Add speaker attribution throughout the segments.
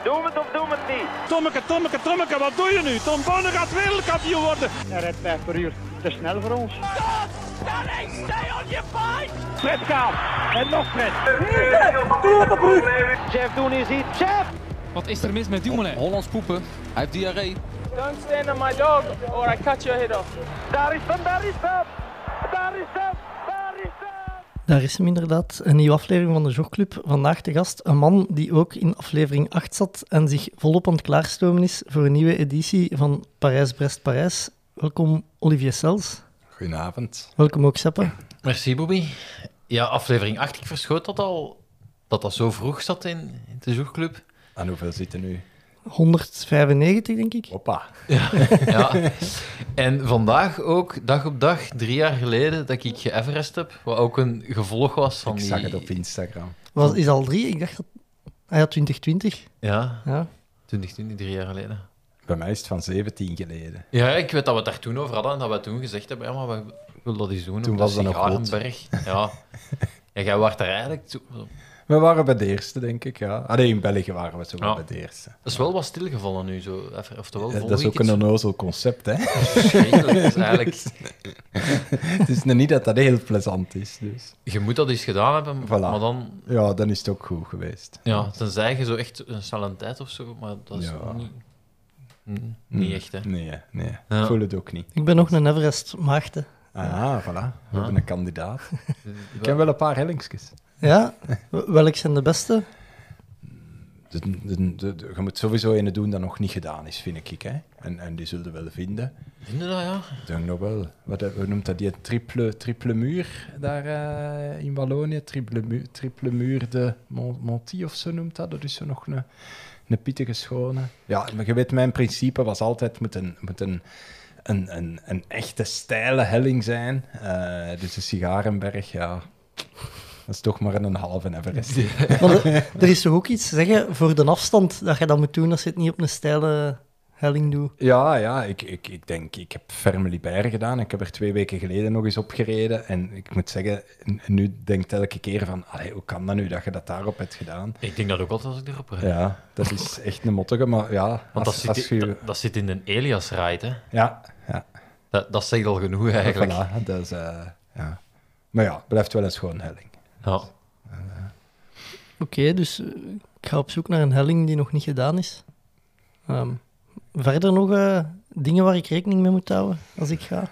Speaker 1: Doen we het of doen we het niet?
Speaker 2: Tommeke, wat doe je nu? Tom Bonne gaat wereldkampioen worden.
Speaker 3: Hij rijdt 5 per uur. Te snel voor ons.
Speaker 1: Stay on your fight!
Speaker 3: Fred gaat. En nog Fred.
Speaker 1: Jeff doen is hier. Jeff!
Speaker 4: Wat is er mis met Dumoulin? Hollands poepen. Hij heeft diarree.
Speaker 5: Don't stand on my dog or I cut your head off.
Speaker 1: Daar is hem, daar is hem! Daar is hem, daar is hem!
Speaker 6: Daar is hem inderdaad, een nieuwe aflevering van de Jogclub. Vandaag de gast, een man die ook in aflevering 8 zat en zich volop aan het klaarstomen is voor een nieuwe editie van Parijs-Brest-Parijs. Welkom Olivier Sels.
Speaker 7: Goedenavond.
Speaker 6: Welkom ook Seppe.
Speaker 8: Merci, Bobby. Ja, aflevering 8, ik verschoot dat dat zo vroeg zat in de Jogclub.
Speaker 7: En hoeveel zitten nu?
Speaker 6: 195, denk ik.
Speaker 7: Hoppa.
Speaker 8: Ja. En vandaag ook, dag op dag, 3 jaar geleden, dat ik geëverest heb, wat ook een gevolg was van
Speaker 7: Ik
Speaker 8: die...
Speaker 7: zag het op Instagram.
Speaker 6: Is al 3? Ik dacht dat... Ah ja, 2020.
Speaker 8: Ja,
Speaker 6: Ja.
Speaker 8: 2020, 3 jaar geleden.
Speaker 7: Bij mij is het van 17 geleden.
Speaker 8: Ja, ik weet dat we het daar toen over hadden en dat we toen gezegd hebben, ja, maar we willen dat eens doen.
Speaker 7: Toen
Speaker 8: op
Speaker 7: was
Speaker 8: de
Speaker 7: dat nog
Speaker 8: Sigarenberg. Ja. Ja, jij was daar eigenlijk...
Speaker 7: We waren bij de eerste, denk ik, ja. Allee, in België waren we zo wel bij de eerste.
Speaker 8: Dat is wel wat stilgevallen nu, zo. Oftewel,
Speaker 7: Ja, dat is ook een onnozel concept, hè.
Speaker 8: verschrikkelijk. Dat is eigenlijk...
Speaker 7: Het is niet dat dat heel plezant is, dus...
Speaker 8: Je moet dat eens gedaan hebben,
Speaker 7: Voilà.
Speaker 8: maar dan...
Speaker 7: Ja, dan is het ook goed geweest.
Speaker 8: Ja, tenzij je zo echt een snelle tijd of zo, maar dat is
Speaker 7: Ja.
Speaker 8: ook niet echt, hè.
Speaker 7: Nee, nee.
Speaker 8: Ja.
Speaker 7: Ik voel het ook niet.
Speaker 6: Ik ben nog een Everest-maagde.
Speaker 7: Ah, voilà. We hebben een kandidaat. Ik ken wel een paar hellingsjes.
Speaker 6: Ja? Welke zijn de beste?
Speaker 7: Je moet sowieso een doen dat nog niet gedaan is, vind ik. Hè? En die zullen we wel vinden.
Speaker 8: Vind je dat, ja?
Speaker 7: Ik denk nog wel. Hoe noemt dat? Die triple muur daar in Wallonië? Triple muur de Monty of zo noemt dat. Dat is zo nog een pittige schone. Ja, maar je weet, mijn principe was altijd moet een echte steile helling zijn. Dus de Sigarenberg, ja... Dat is toch maar een halve Everest.
Speaker 6: Maar er is toch ook iets zeggen voor de afstand dat je dat moet doen als je het niet op een steile helling doet?
Speaker 7: Ja, ik denk, ik heb Verme-Libère gedaan. Ik heb er 2 weken geleden nog eens opgereden. En ik moet zeggen, nu denkt elke keer van, allee, hoe kan dat nu dat je dat daarop hebt gedaan?
Speaker 8: Ik denk dat ook altijd als ik erop rijd.
Speaker 7: Ja, dat is echt een mottige, maar ja...
Speaker 8: Want dat zit in een Elias-ride, hè.
Speaker 7: Ja.
Speaker 8: Dat zegt al genoeg, eigenlijk.
Speaker 7: Voilà, dat is, ja. Maar ja, het blijft wel een schoon helling.
Speaker 8: Ja.
Speaker 6: Oké, dus ik ga op zoek naar een helling die nog niet gedaan is. Verder nog dingen waar ik rekening mee moet houden als ik ga?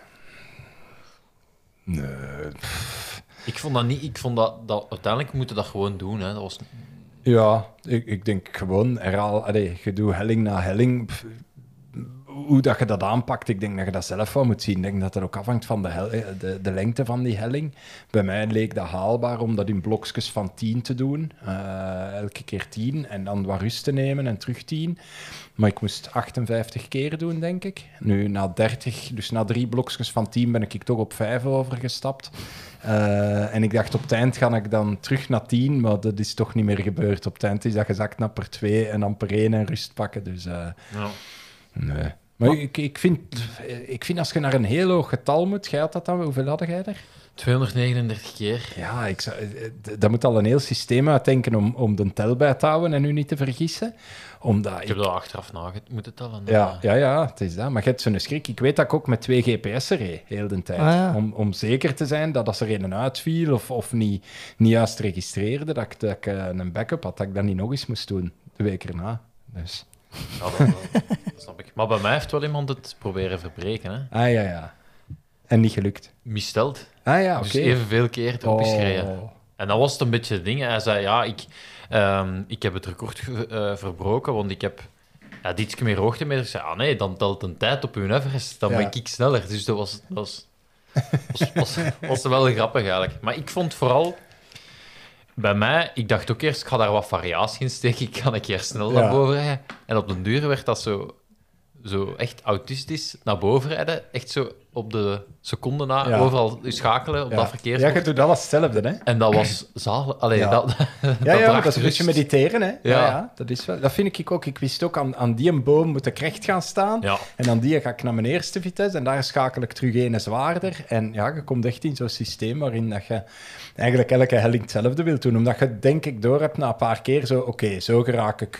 Speaker 7: Nee.
Speaker 8: Ik vond dat niet... Ik vond dat uiteindelijk moeten dat gewoon doen, hè. Dat was...
Speaker 7: Ja, ik denk gewoon je doet helling na helling. Hoe dat je dat aanpakt, ik denk dat je dat zelf wel moet zien. Ik denk dat dat ook afhangt van de lengte van die helling. Bij mij leek dat haalbaar om dat in blokjes van 10 te doen. Elke keer 10 en dan wat rust te nemen en terug 10. Maar ik moest 58 keer doen, denk ik. Nu, na 30, dus na 3 blokjes van 10 ben ik toch op 5 overgestapt. En ik dacht, op het eind ga ik dan terug naar 10, maar dat is toch niet meer gebeurd. Op het eind is dat gezakt naar per 2 en dan per 1 en rust pakken. Dus nee. Maar ik vind als je naar een heel hoog getal moet, jij had dat dan, hoeveel had jij er?
Speaker 8: 239 keer.
Speaker 7: Ja, dat moet al een heel systeem uitdenken om de tel bij te houden en u niet te vergissen. Omdat
Speaker 8: Ik heb dat achteraf moeten tellen.
Speaker 7: Ja, het is dat. Maar je hebt zo'n schrik. Ik weet dat ik ook met 2 GPS'en reed, heel de tijd.
Speaker 6: Ah, ja.
Speaker 7: Om zeker te zijn dat als er een uitviel of niet juist registreerde, dat ik een backup had, dat ik dat niet nog eens moest doen, de week erna. Dus...
Speaker 8: Ja, dat snap ik. Maar bij mij heeft wel iemand het proberen verbreken, hè.
Speaker 7: Ah, ja. En niet gelukt.
Speaker 8: Missteld.
Speaker 7: Ah, ja, oké.
Speaker 8: Dus evenveel keer erop is gereden. En dan was het een beetje het ding. Hij zei, ja, ik heb het record verbroken, want ik heb iets meer hoogtemeters. Ik zei, ah nee, dan telt een tijd op uw Everest. Dan ben ik sneller. Dus dat was wel grappig, eigenlijk. Maar ik vond vooral... Bij mij, ik dacht ook eerst, ik ga daar wat variatie in steken. Ik kan een keer snel naar boven rijden. En op den duur werd dat zo echt autistisch naar boven rijden. Echt zo op de seconde na overal schakelen op dat verkeersbord.
Speaker 7: Ja, je doet alles hetzelfde, hè?
Speaker 8: En dat was zalig. Allee, dat
Speaker 7: is een beetje mediteren, hè? Ja. Dat is wel. Dat vind ik ook. Ik wist ook, aan die boom moet ik recht gaan staan. Ja. En aan die ga ik naar mijn eerste vitesse en daar schakel ik terug een zwaarder. En ja, je komt echt in zo'n systeem waarin dat je eigenlijk elke helling hetzelfde wilt doen. Omdat je, denk ik, door hebt na een paar keer zo, oké, zo geraak ik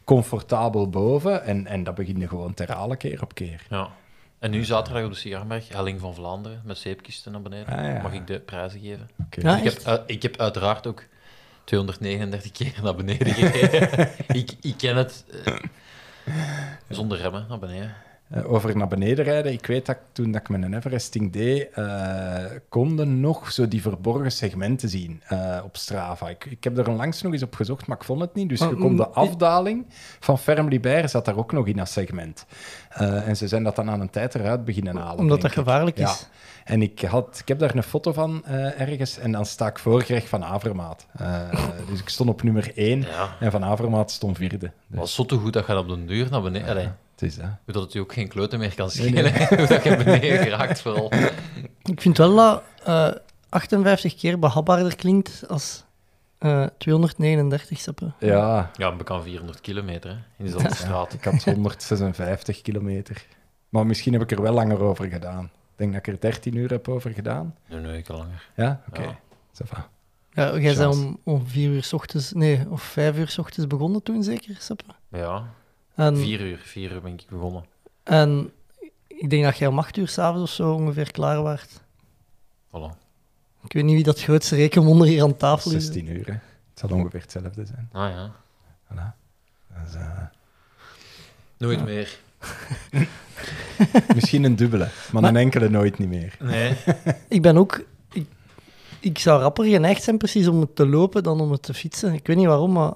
Speaker 7: comfortabel boven. En dat begin je gewoon te herhalen keer op keer.
Speaker 8: Ja. En nu zaterdag op de Sierrenberg, helling van Vlaanderen, met zeepkisten naar beneden.
Speaker 7: Ah, ja.
Speaker 8: Mag ik de prijzen geven?
Speaker 7: Oké.
Speaker 6: Ja,
Speaker 8: Ik heb uiteraard ook 239 keer naar beneden gereden. ik ken het zonder remmen naar beneden.
Speaker 7: Over naar beneden rijden. Ik weet dat toen dat ik mijn Everesting deed, konden nog zo die verborgen segmenten zien op Strava. Ik heb er onlangs nog eens op gezocht, maar ik vond het niet. Dus je kon de afdaling van Ferme-Libert zat daar ook nog in dat segment. En ze zijn dat dan aan een tijd eruit beginnen halen.
Speaker 6: Omdat dat
Speaker 7: denk ik.
Speaker 6: gevaarlijk is.
Speaker 7: Ja. En ik heb daar een foto van ergens en dan sta ik voorgerecht van Avermaat. Dus ik stond op nummer 1
Speaker 8: Ja.
Speaker 7: en van Avermaat stond 4e.
Speaker 8: Het was zo te goed dat je op de duur naar beneden... Allee,
Speaker 7: Het is dat.
Speaker 8: hoe dat het je ook geen kloten meer kan schelen. Hoe dat je beneden geraakt vooral.
Speaker 6: Ik vind wel dat 58 keer behapbaarder klinkt als 239 stappen.
Speaker 7: Ja,
Speaker 8: Ja, we kan 400 kilometer hè, in dezelfde straat.
Speaker 7: ik had 156 kilometer. Maar misschien heb ik er wel langer over gedaan. Ik denk dat ik er 13 uur heb over gedaan.
Speaker 8: Nee, ik al langer.
Speaker 7: Ja? Oké.
Speaker 8: Ja.
Speaker 7: Ça va.
Speaker 6: Ja, jij bent
Speaker 7: Chance.
Speaker 6: om 4 uur 's ochtends, nee, of 5 uur 's ochtends begonnen toen zeker, stappen?
Speaker 8: Ja,
Speaker 6: En,
Speaker 8: 4 uur ben ik begonnen.
Speaker 6: en ik denk dat jij om 8 uur 's avonds of zo ongeveer klaar waart.
Speaker 8: Voilà.
Speaker 6: Ik weet niet wie dat grootste rekenwonder hier aan tafel is.
Speaker 7: 16 uur, hè. Het zal ongeveer hetzelfde zijn.
Speaker 8: Ah ja.
Speaker 7: Voilà. Dus,
Speaker 8: Nooit meer.
Speaker 7: misschien een dubbele, maar een enkele nooit niet meer.
Speaker 8: Nee.
Speaker 6: Ik ben ook... Ik zou rapper geneigd zijn precies om het te lopen dan om het te fietsen. Ik weet niet waarom, maar...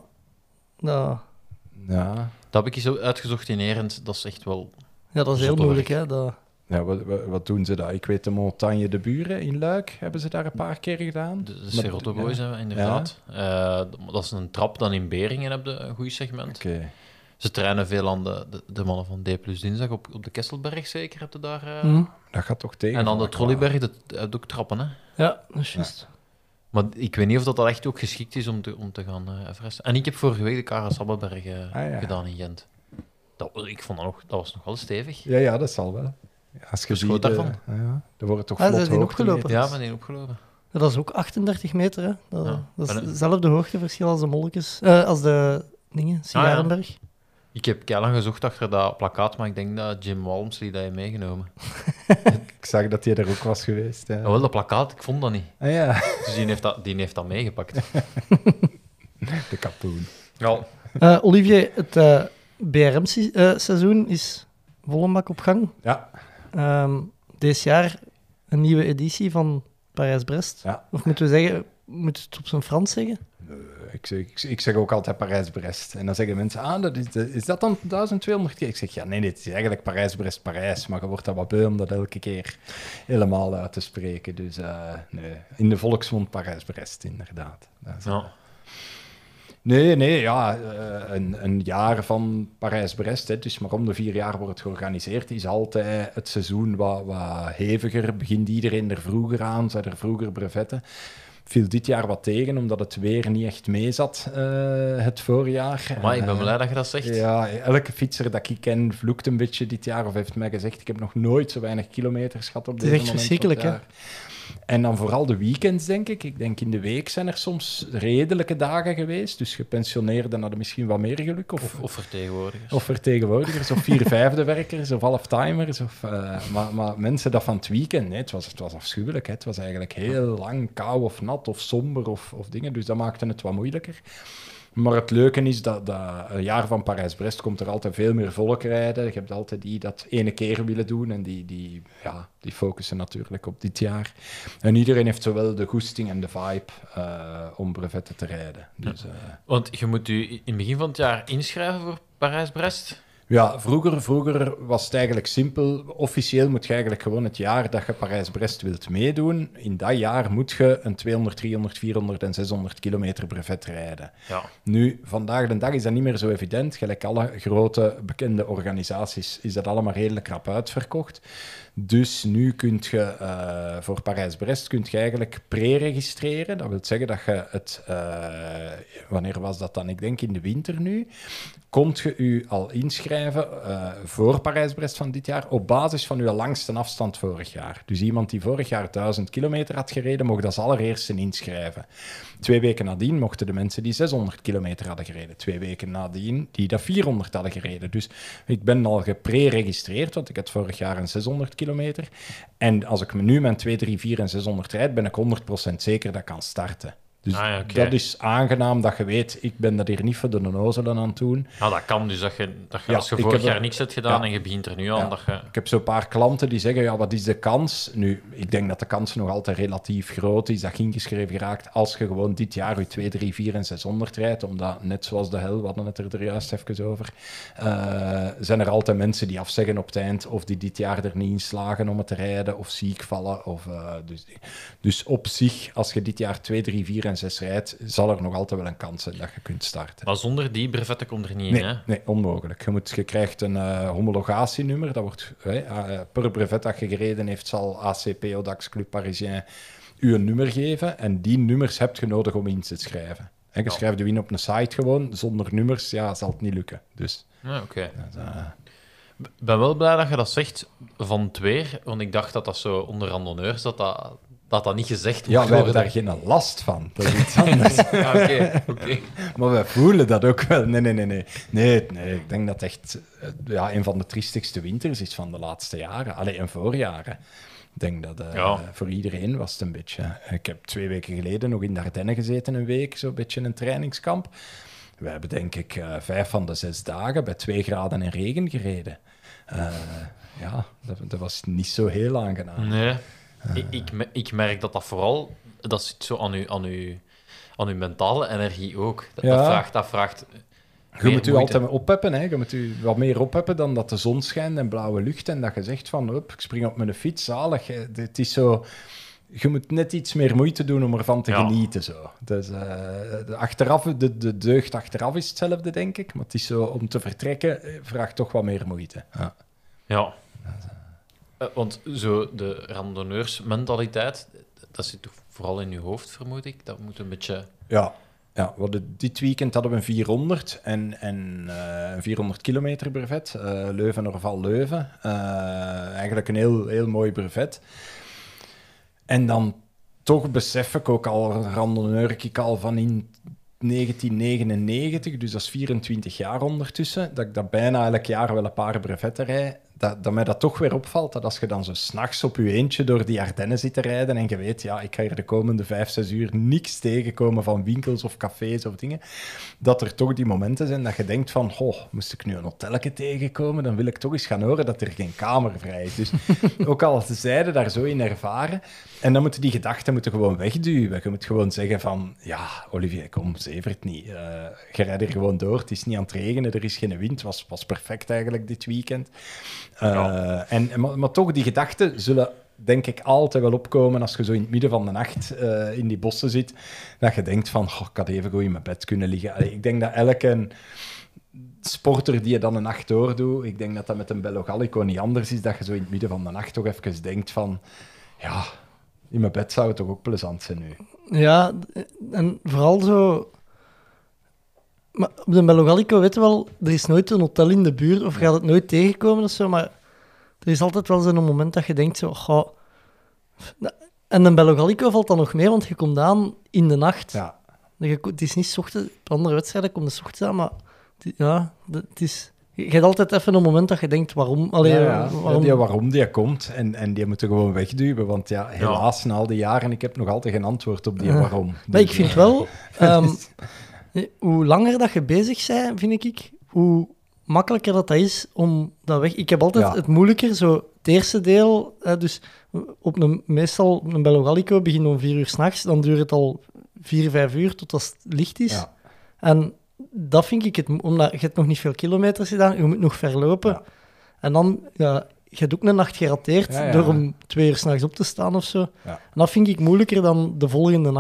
Speaker 7: Ja.
Speaker 8: Dat heb ik eens uitgezocht in Erend. Dat is echt wel...
Speaker 6: Ja, dat is heel
Speaker 8: Zotte
Speaker 6: moeilijk,
Speaker 8: werk.
Speaker 6: hè. Dat...
Speaker 7: Ja, wat doen ze daar? Ik weet de Montagne de Buren in Luik, hebben ze daar een paar keer gedaan.
Speaker 8: De
Speaker 7: Maar-
Speaker 8: Serotto Boys, hè, inderdaad. Dat is een trap. Dan in Beringen heb je een goed segment.
Speaker 7: Oké.
Speaker 8: Ze trainen veel aan de mannen van D plus Dinsdag op de Kesselberg, zeker, heb je daar...
Speaker 7: Dat gaat toch tegen.
Speaker 8: En dan de Trolleyberg, dat heb je ook trappen, hè.
Speaker 6: Ja, dat is juist.
Speaker 8: Maar ik weet niet of dat echt ook geschikt is om te gaan Everesten. En ik heb vorige week de Karasabbeberg
Speaker 7: ja.
Speaker 8: gedaan in Gent. Ik vond dat was nog wel stevig.
Speaker 7: Ja, dat zal wel. Ja, als je
Speaker 8: Verschoot
Speaker 7: ziet,
Speaker 8: daarvan.
Speaker 7: Ja, er worden toch
Speaker 6: Ah,
Speaker 7: vlot
Speaker 6: zijn die
Speaker 7: hoogtemeters.
Speaker 6: opgelopen?
Speaker 8: Ja, ben die opgelopen.
Speaker 6: Ja, dat is ook 38 meter, hè.
Speaker 8: Ja.
Speaker 6: Dat is
Speaker 8: En-
Speaker 6: hetzelfde hoogteverschil als de Molletjes. Als de dingen, Sigarenberg.
Speaker 8: Ik heb keilang gezocht achter dat plakkaat, maar ik denk dat Jim Walmsley dat heeft meegenomen.
Speaker 7: Ik zag dat hij er ook was geweest. Ja.
Speaker 8: Jawel, dat plakkaat, ik vond dat niet.
Speaker 7: Ah, ja,
Speaker 8: Dus die heeft dat meegepakt.
Speaker 7: de kapoen.
Speaker 8: Ja.
Speaker 6: Olivier, het BRM-seizoen is volle bak op gang.
Speaker 7: Ja,
Speaker 6: Dit jaar een nieuwe editie van Parijs-Brest.
Speaker 7: Ja.
Speaker 6: Of moeten we zeggen, moeten we het op zijn Frans zeggen?
Speaker 7: ik zeg ook altijd Parijs-Brest. En dan zeggen mensen, is dat dan 1200 keer? Ik zeg, ja, nee, het is eigenlijk Parijs-Brest-Parijs. Maar je wordt dat wat beu om dat elke keer helemaal uit te spreken. Dus nee, in de volksmond Parijs-Brest, inderdaad. Dat is,
Speaker 8: Ja.
Speaker 7: Nee, ja, een jaar van Parijs-Brest, hè, dus maar om de 4 jaar wordt het georganiseerd, is altijd het seizoen wat heviger. Begint iedereen er vroeger aan, zijn er vroeger brevetten. Viel dit jaar wat tegen, omdat het weer niet echt mee zat het voorjaar.
Speaker 8: Maar ik ben blij dat je dat zegt.
Speaker 7: Ja, elke fietser dat ik ken vloekt een beetje dit jaar, of heeft mij gezegd, ik heb nog nooit zo weinig kilometers gehad op
Speaker 6: Het is
Speaker 7: deze
Speaker 6: echt
Speaker 7: moment van
Speaker 6: verschrikkelijk,
Speaker 7: het jaar. En dan vooral de weekends, denk ik. Ik denk in de week zijn er soms redelijke dagen geweest. Dus gepensioneerden hadden misschien wat meer geluk.
Speaker 8: Of vertegenwoordigers.
Speaker 7: Of vertegenwoordigers, of 4/5 werkers, of halftimers. Maar mensen dat van het weekend, nee, het was afschuwelijk. Hè. Het was eigenlijk heel lang kou of nat of somber of dingen. Dus dat maakte het wat moeilijker. Maar het leuke is dat een jaar van Parijs-Brest komt er altijd veel meer volk rijden. Je hebt altijd die dat ene keer willen doen en die focussen natuurlijk op dit jaar. En iedereen heeft zowel de goesting en de vibe om brevetten te rijden. Dus,
Speaker 8: Want je moet u in het begin van het jaar inschrijven voor Parijs-Brest.
Speaker 7: ja, vroeger was het eigenlijk simpel. Officieel moet je eigenlijk gewoon het jaar dat je Parijs-Brest wilt meedoen. In dat jaar moet je een 200, 300, 400 en 600 kilometer brevet rijden.
Speaker 8: Ja.
Speaker 7: Nu, vandaag de dag is dat niet meer zo evident. Gelijk alle grote bekende organisaties is dat allemaal redelijk rap uitverkocht. Dus nu kun je voor Parijs-Brest kun je eigenlijk pre-registreren. Dat wil zeggen dat je het... wanneer was dat dan? Ik denk in de winter nu. Komt je u al inschrijven voor Parijs-Brest van dit jaar op basis van uw langste afstand vorig jaar. Dus iemand die vorig jaar 1000 kilometer had gereden, mocht als allereerste inschrijven. 2 weken nadien mochten de mensen die 600 kilometer hadden gereden. 2 weken nadien die dat 400 hadden gereden. Dus ik ben al gepre-registreerd, want ik had vorig jaar een 600 kilometer. En als ik me nu mijn 2, 3, 4 en 600 rijd, ben ik 100% zeker dat ik kan starten. Dus dat is aangenaam dat je weet, ik ben dat hier niet voor de onnozelen aan het doen.
Speaker 8: Nou, dat kan dus, dat je als je vorig jaar niks hebt gedaan en je begint er nu aan. Dat je...
Speaker 7: Ik heb zo'n paar klanten die zeggen, ja, wat is de kans? Nu, ik denk dat de kans nog altijd relatief groot is dat je ingeschreven geraakt als je gewoon dit jaar je 2, 3, 4 en 600 rijdt, omdat, net zoals de hel, we hadden het er juist even over, zijn er altijd mensen die afzeggen op het eind, of die dit jaar er niet in slagen om het te rijden, of ziek vallen. Dus op zich, als je dit jaar 2, 3, 4 en 6 rijdt, zal er nog altijd wel een kans zijn dat je kunt starten.
Speaker 8: Maar zonder die brevetten komt er niet in, hè?
Speaker 7: Nee, onmogelijk. Je krijgt een homologatienummer. Dat wordt per brevet dat je gereden heeft, zal ACP, Audax, Club Parisien u een nummer geven. En die nummers heb je nodig om in te schrijven. En je schrijft u in op een site gewoon. Zonder nummers, zal het niet lukken. Dus,
Speaker 8: oké. Ik ben wel blij dat je dat zegt van het weer, want ik dacht dat dat zo onder randonneurs dat niet gezegd wordt.
Speaker 7: Ja, we hebben daar geen last van. Dat is iets anders.
Speaker 8: Oké.
Speaker 7: Maar wij voelen dat ook wel. Nee. Ik denk dat echt een van de triestigste winters is van de laatste jaren. En voorjaren. Ik denk dat voor iedereen was het een beetje... Ik heb 2 weken geleden nog in de Ardennen gezeten, een week, zo'n beetje een trainingskamp. We hebben denk ik 5 van de 6 dagen bij 2 graden en regen gereden. Dat was niet zo heel aangenaam.
Speaker 8: Nee. Ik merk dat vooral... Dat zit zo aan uw mentale energie ook. Dat vraagt
Speaker 7: je moet u altijd oppeppen, hè. Je moet u wat meer oppeppen dan dat de zon schijnt en blauwe lucht en dat je zegt van, ik spring op mijn fiets, zalig. Het is zo... Je moet net iets meer moeite doen om ervan te genieten. Zo. Dus, de deugd achteraf is hetzelfde, denk ik. Maar het is zo, om te vertrekken vraagt toch wat meer moeite.
Speaker 8: Ja. Want zo de randonneursmentaliteit, dat zit toch vooral in je hoofd, vermoed ik? Dat moet een beetje... Ja,
Speaker 7: dit weekend hadden we een 400 en een 400 kilometer brevet. Leuven-Orval-Leuven. Eigenlijk een heel mooi brevet. En dan toch besef ik ook al, randonneur ik al van in 1999, dus dat is 24 jaar ondertussen, dat ik dat bijna elk jaar wel een paar brevetten rijd. Dat mij dat toch weer opvalt, dat als je dan zo 's nachts op je eentje door die Ardennen zit te rijden en je weet, ik ga hier de komende 5-6 uur niks tegenkomen van winkels of cafés of dingen, dat er toch die momenten zijn dat je denkt van, moest ik nu een hotelletje tegenkomen, dan wil ik toch eens gaan horen dat er geen kamer vrij is. Dus ook al zeiden daar zo in ervaren, en dan moeten die gedachten gewoon wegduwen. Je moet gewoon zeggen van, Olivier, kom, zever het niet. Je rijdt er gewoon door, het is niet aan het regenen, er is geen wind, was perfect eigenlijk dit weekend. Maar toch, die gedachten zullen denk ik altijd wel opkomen als je zo in het midden van de nacht in die bossen zit, dat je denkt van, ik had even goed in mijn bed kunnen liggen. Ik denk dat elke sporter die je dan een nacht doordoet, ik denk dat met een Bello Gallico niet anders is, dat je zo in het midden van de nacht toch even denkt van, in mijn bed zou het toch ook plezant zijn nu. Ja,
Speaker 6: en vooral zo... Maar op de Bello Gallico weet je wel, er is nooit een hotel in de buurt, of gaat het nooit tegenkomen of zo, maar er is altijd wel zo'n moment dat je denkt zo, En de Bello Gallico valt dan nog meer, want je komt aan in de nacht. Ja. Het is niet 's ochtends, op andere wedstrijden komt het 's ochtends aan, maar het is... Je hebt altijd even een moment dat je denkt, waarom?
Speaker 7: Waarom die komt, en die moeten gewoon wegduwen, want helaas, na al die jaren, ik heb nog altijd geen antwoord op die waarom.
Speaker 6: Maar ik vind wel, hoe langer dat je bezig bent, vind ik, hoe makkelijker dat is om dat weg... Ik heb altijd het moeilijker, zo het eerste deel, dus meestal op een Bello Gallico begint om 4 uur 's nachts, dan duurt het al 4-5 uur tot het licht is. Ja. En dat vind ik het, omdat je hebt nog niet veel kilometers gedaan, je moet nog verlopen. Ja. En dan, je hebt ook een nacht gerateerd door om 2 uur 's nachts op te staan of zo. Ja. En dat vind ik moeilijker dan de volgende nacht. Ja.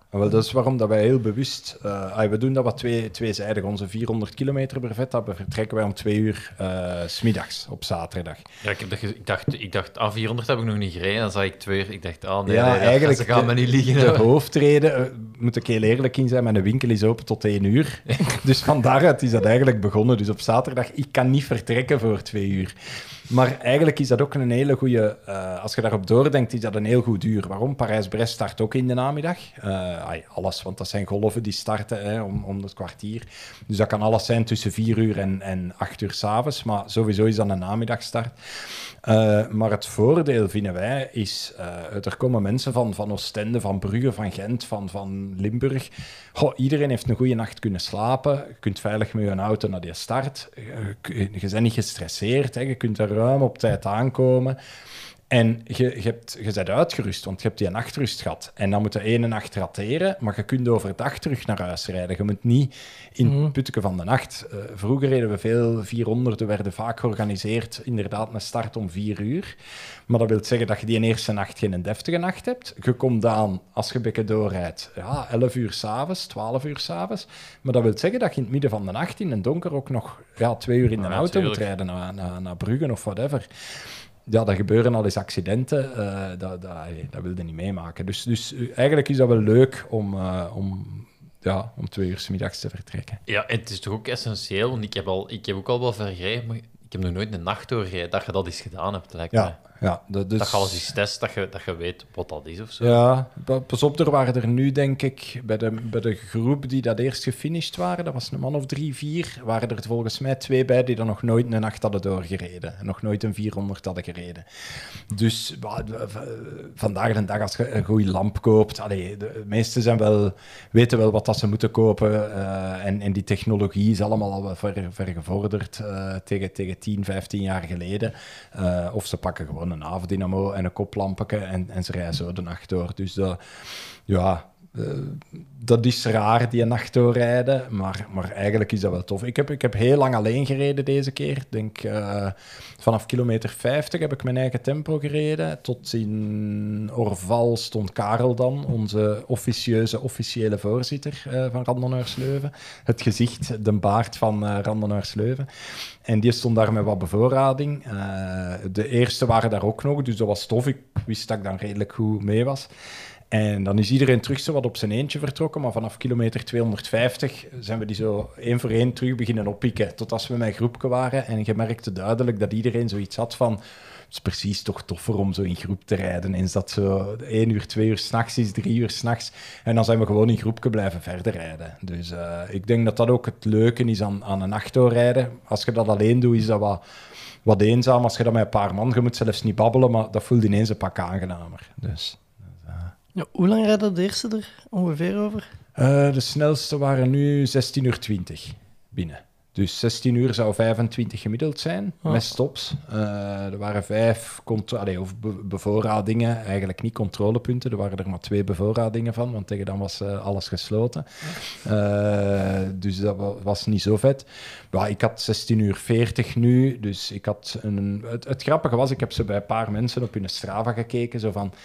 Speaker 7: En wel, dat is waarom dat wij heel bewust... we doen dat wat tweezijdig. Onze 400 kilometer per vet, dat vertrekken wij om 2 uur 's middags op zaterdag.
Speaker 8: Ja, ik dacht 400 heb ik nog niet gereden. Dan zag ik 2 uur. Ik dacht,
Speaker 7: eigenlijk
Speaker 8: ze gaan me niet liegen.
Speaker 7: De hoofdreden, moet ik heel eerlijk in zijn, mijn winkel is open tot 1 uur. Dus van daaruit is dat eigenlijk begonnen. Dus op zaterdag, ik kan niet vertrekken voor 2 uur. Maar eigenlijk is dat ook een hele goede... als je daarop doordenkt, is dat een heel goed uur. Waarom? Parijs-Brest start ook in de namiddag. Alles, want dat zijn golven die starten om het kwartier. Dus dat kan alles zijn tussen 4 uur en 8 uur 's avonds. Maar sowieso is dat een namiddagstart. Maar het voordeel, vinden wij, is... er komen mensen van Oostende, van Brugge, van Gent, van Limburg. Iedereen heeft een goede nacht kunnen slapen. Je kunt veilig met je auto naar die start. Je bent niet gestresseerd. Je kunt er ruim op tijd aankomen. En je bent uitgerust, want je hebt die nachtrust gehad. En dan moet je 1 nacht rateren, maar je kunt overdag terug naar huis rijden. Je moet niet in het putteke van de nacht. Vroeger reden we veel 400, werden vaak georganiseerd. Inderdaad, een start om 4 uur. Maar dat wil zeggen dat je die eerste nacht geen deftige nacht hebt. Je komt aan, als je bekken doorrijdt, 11 uur 's avonds, 12 uur 's avonds. Maar dat wil zeggen dat je in het midden van de nacht in het donker ook nog 2 uur in de auto moet rijden naar Brugge of whatever. Ja, dat gebeuren al eens accidenten. Dat wil je niet meemaken. Dus eigenlijk is dat wel leuk om 2 uur 's middags te vertrekken.
Speaker 8: Ja, en het is toch ook essentieel, want ik heb ook al wel ver gereden, maar ik heb nog nooit een nacht doorgereden, dat je dat eens gedaan hebt, lijkt mij.
Speaker 7: Ja,
Speaker 8: dus... Dat je alles eens test, dat je weet wat dat is of zo.
Speaker 7: Ja, pas op, er waren er nu, denk ik, bij de groep die dat eerst gefinished waren, dat was een man of 3, 4, waren er volgens mij 2 bij die dan nog nooit een nacht hadden doorgereden. En nog nooit een 400 hadden gereden. Dus vandaag de dag, als je een goede lamp koopt, de meesten weten wel wat dat ze moeten kopen. En die technologie is allemaal al vergevorderd tegen 10, 15 jaar geleden. Of ze pakken gewoon een avondynamo en een koplampje en ze rijden zo de nacht door. Dus dat is raar, die nacht doorrijden, maar eigenlijk is dat wel tof. Ik heb heel lang alleen gereden deze keer. Ik denk, vanaf kilometer 50 heb ik mijn eigen tempo gereden. Tot in Orval stond Karel dan, onze officiële voorzitter van Randonneurs Leuven. Het gezicht, de baard van Randonneurs Leuven. En die stond daar met wat bevoorrading. De eerste waren daar ook nog, dus dat was tof. Ik wist dat ik dan redelijk goed mee was. En dan is iedereen terug zo wat op zijn eentje vertrokken, maar vanaf kilometer 250 zijn we die zo 1 voor 1 terug beginnen oppikken, tot als we met een groepje waren. En je merkte duidelijk dat iedereen zoiets had van, het is precies toch toffer om zo in groep te rijden. Eens dat zo 1 uur, 2 uur 's nachts is, 3 uur 's nachts. En dan zijn we gewoon in groepje blijven verder rijden. Dus ik denk dat dat ook het leuke is aan een nachtdoorrijden. Als je dat alleen doet, is dat wat eenzaam. Als je dat met een paar man, je moet zelfs niet babbelen, maar dat voelt ineens een pak aangenamer. Dus...
Speaker 6: Ja, hoe lang rijdt de eerste er ongeveer over?
Speaker 7: De snelste waren nu 16:20 uur binnen. Dus 16 uur zou 25 gemiddeld zijn, met stops. Er waren 5 bevoorradingen, eigenlijk niet controlepunten. Er waren er maar 2 bevoorradingen van, want tegen dan was alles gesloten. Dus dat was niet zo vet. Maar ik had 16:40 uur nu, dus ik had het grappige was, ik heb zo bij een paar mensen op hun Strava gekeken, zo van...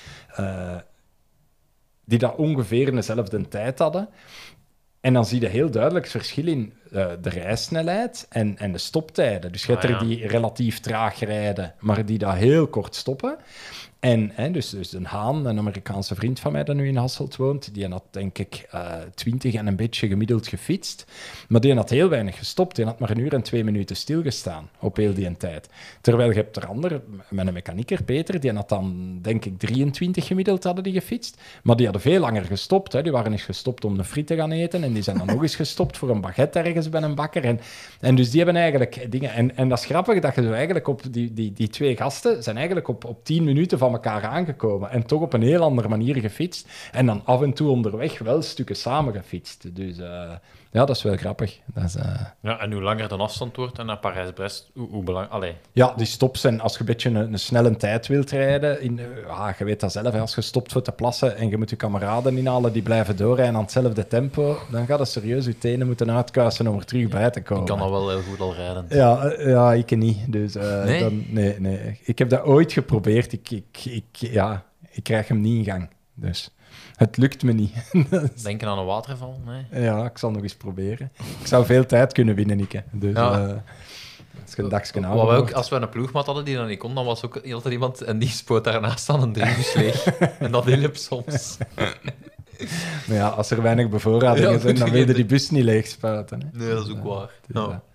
Speaker 7: die dat ongeveer dezelfde tijd hadden. En dan zie je heel duidelijk het verschil in de rijsnelheid en de stoptijden. Dus je hebt er die relatief traag rijden, maar die dat heel kort stoppen. En dus een Haan, een Amerikaanse vriend van mij dat nu in Hasselt woont, die had denk ik 20 en een beetje gemiddeld gefietst. Maar die had heel weinig gestopt. Die had maar 1 uur en 2 minuten stilgestaan op heel die tijd. Terwijl je hebt er anderen, met een mechanieker, Peter, die had dan denk ik 23 gemiddeld hadden die gefietst. Maar die hadden veel langer gestopt. Hè. Die waren eens gestopt om een friet te gaan eten en die zijn dan nog eens gestopt voor een baguette ergens bij een bakker. En dus die hebben eigenlijk dingen... En dat is grappig dat je zo eigenlijk op die 2 gasten zijn eigenlijk op 10 minuten van elkaar aangekomen en toch op een heel andere manier gefietst en dan af en toe onderweg wel stukken samen gefietst. Dus dat is wel grappig. Dat is,
Speaker 8: Ja, en hoe langer de afstand wordt en naar Parijs-Brest, hoe belangrijk...
Speaker 7: Ja, die stops zijn als je een beetje een snelle tijd wilt rijden. Je weet dat zelf, als je stopt voor te plassen en je moet je kameraden inhalen die blijven doorrijden aan hetzelfde tempo, dan gaat het serieus je tenen moeten uitkuisen om er terug bij te komen.
Speaker 8: Ik kan al wel heel goed al rijden.
Speaker 7: Ja, ik niet. Dus,
Speaker 8: nee?
Speaker 7: Nee. Ik heb dat ooit geprobeerd. Ik krijg hem niet in gang. Dus het lukt me niet.
Speaker 8: Denken aan een waterval? Nee.
Speaker 7: Ja, ik zal nog eens proberen. Ik zou veel tijd kunnen winnen, Nikke. Dus
Speaker 8: Ja.
Speaker 7: als je een dagje
Speaker 8: Wat
Speaker 7: ouder
Speaker 8: we ook,
Speaker 7: wordt.
Speaker 8: als we een ploegmaat hadden die dan niet kon, dan was ook altijd iemand en die spoot daarnaast aan een driebus leeg. En dat hielp soms.
Speaker 7: Maar ja, als er weinig bevoorradingen
Speaker 8: Ja,
Speaker 7: zijn, dan wil je die bus niet leeg spuiten. Hè.
Speaker 8: Nee, dat is ook waar.
Speaker 7: Dus,
Speaker 8: Ja.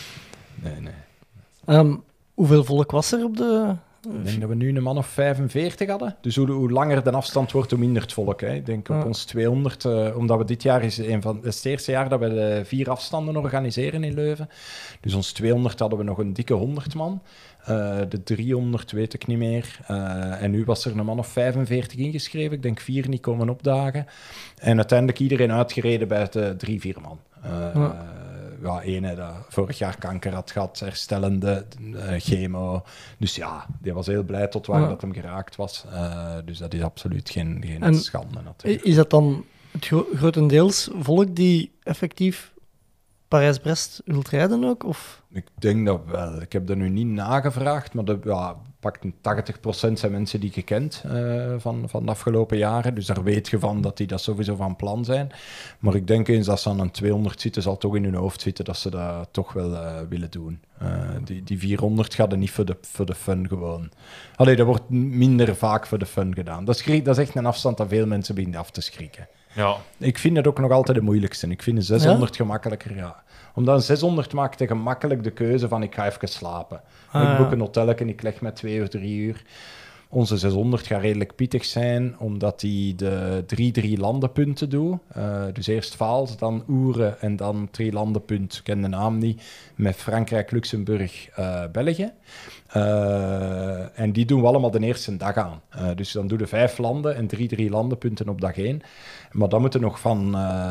Speaker 7: nee.
Speaker 6: Hoeveel volk was er op de...
Speaker 7: Ik denk dat we nu een man of 45 hadden. Dus hoe langer de afstand wordt, hoe minder het volk. Hè. Ik denk op ons 200, omdat we dit jaar is het is het eerste jaar dat we de 4 afstanden organiseren in Leuven. Dus ons 200 hadden we nog een dikke 100 man. De 300 weet ik niet meer. En nu was er een man of 45 ingeschreven. Ik denk 4 niet komen opdagen. En uiteindelijk iedereen uitgereden bij het 3-4 man. Ja, ene dat vorig jaar kanker had gehad, herstellende, chemo. Dus ja, die was heel blij tot waar dat hem geraakt was. Dus dat is absoluut geen schande natuurlijk.
Speaker 6: Is dat dan het grotendeels volk die effectief Parijs-Brest wilt rijden ook? Of?
Speaker 7: Ik denk dat wel. Ik heb er nu niet nagevraagd, maar pakt 80% zijn mensen die je kent van de afgelopen jaren. Dus daar weet je van dat die dat sowieso van plan zijn. Maar ik denk eens dat ze aan een 200 zitten, zal toch in hun hoofd zitten dat ze dat toch wel willen doen. Die 400 gaat er niet voor de fun gewoon. Allee, dat wordt minder vaak voor de fun gedaan. Dat is echt een afstand dat veel mensen beginnen af te schrikken.
Speaker 8: Ja.
Speaker 7: Ik vind het ook nog altijd de moeilijkste. Ik vind een 600 gemakkelijker, ja. Omdat een 600 maakt je gemakkelijk de keuze van ik ga even slapen. Ik boek een hotel en ik leg met 2 of 3 uur. Onze 600 gaat redelijk pittig zijn, omdat die de 3 landenpunten doet. Dus eerst Vaals, dan Oeren en dan 3 landenpunt. Ik ken de naam niet. Met Frankrijk, Luxemburg, België. En die doen we allemaal de eerste dag aan. Dus dan doen we 5 landen en 3 landenpunten op dag 1. Maar dan moeten nog van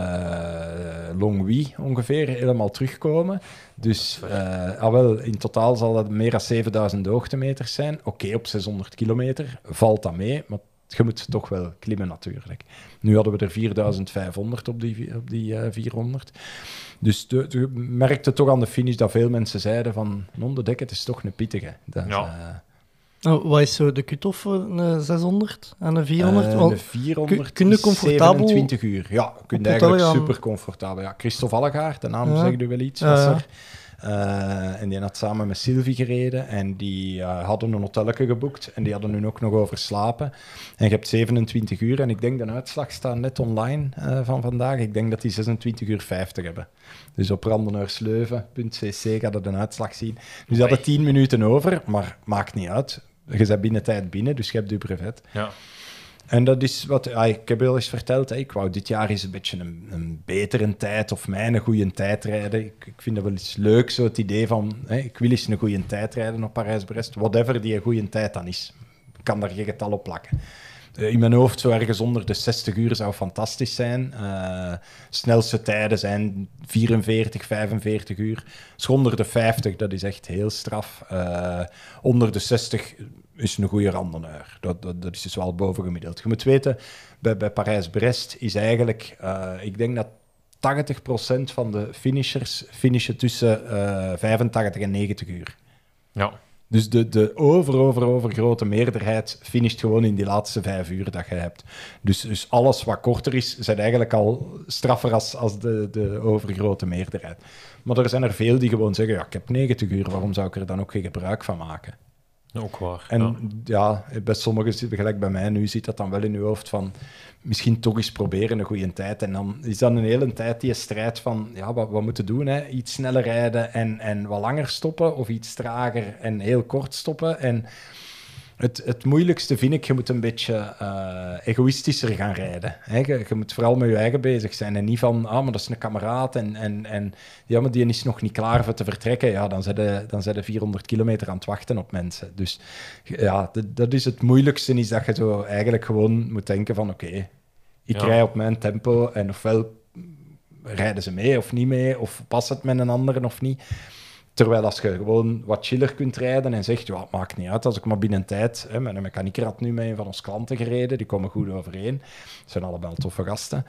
Speaker 7: Longwy ongeveer helemaal terugkomen. Dus in totaal zal dat meer dan 7000 hoogtemeters zijn. Oké, op 600 kilometer valt dat mee, maar je moet toch wel klimmen natuurlijk. Nu hadden we er 4500 op die 400. Dus je merkte toch aan de finish dat veel mensen zeiden van de dek, het is toch een pittige.
Speaker 6: Wat is zo de cut-off voor een 600 en een 400?
Speaker 7: Een 400
Speaker 6: kun je comfortabel
Speaker 7: 27 uur. Ja, je kunt eigenlijk super comfortabel. Ja, Christophe Allegaard, de naam zegt u wel iets, was er. En die had samen met Sylvie gereden en die hadden een hotelletje geboekt en die hadden nu ook nog over slapen. En je hebt 27 uur en ik denk de uitslag staat net online van vandaag. Ik denk dat die 26 uur 50 hebben. Dus op randenhuisleuven.cc gaat het een uitslag zien. Dus dat hadden 10 minuten over, maar maakt niet uit. Je bent binnen tijd binnen, dus je hebt je brevet.
Speaker 8: Ja.
Speaker 7: En dat is wat ik heb wel eens verteld. Ik wou dit jaar eens een beetje een betere tijd of mijn goede tijd rijden. Ik vind dat wel eens leuk, zo het idee van ik wil eens een goede tijd rijden op Parijs-Brest. Whatever die een goede tijd dan is. Ik kan daar geen getal op plakken. In mijn hoofd zo ergens onder de 60 uur zou fantastisch zijn. Snelste tijden zijn 44, 45 uur. Dus onder de 50, dat is echt heel straf. Onder de 60 is een goede randeneur. Dat is dus wel bovengemiddeld. Je moet weten, bij Parijs-Brest is eigenlijk... ik denk dat 80% van de finishers finishen tussen 85 en 90 uur.
Speaker 8: Ja.
Speaker 7: Dus de overgrote meerderheid finisht gewoon in die laatste 5 uur dat je hebt. Dus alles wat korter is, zijn eigenlijk al straffer als de overgrote meerderheid. Maar er zijn er veel die gewoon zeggen, ja, ik heb 90 uur, waarom zou ik er dan ook geen gebruik van maken?
Speaker 8: Ook waar.
Speaker 7: En ja, bij sommigen, gelijk bij mij nu, zit dat dan wel in je hoofd van misschien toch eens proberen een goede tijd. En dan is dat een hele tijd die strijd van, ja, wat moeten doen? Hè? Iets sneller rijden en wat langer stoppen, of iets trager en heel kort stoppen. En het moeilijkste vind ik, je moet een beetje egoïstischer gaan rijden. Hè? Je moet vooral met je eigen bezig zijn en niet van, maar dat is een kameraad en ja, maar die is nog niet klaar voor te vertrekken. Ja, dan zijn de 400 kilometer aan het wachten op mensen. Dus ja, dat is het moeilijkste, is dat je zo eigenlijk gewoon moet denken van, oké, ik rij op mijn tempo en ofwel rijden ze mee of niet mee, of past het met een andere of niet. Terwijl als je gewoon wat chiller kunt rijden en zegt, ja, het maakt niet uit, als ik maar binnen tijd... Mijn mechanieker had nu met een van onze klanten gereden, die komen goed overeen. Dat zijn allebei toffe gasten.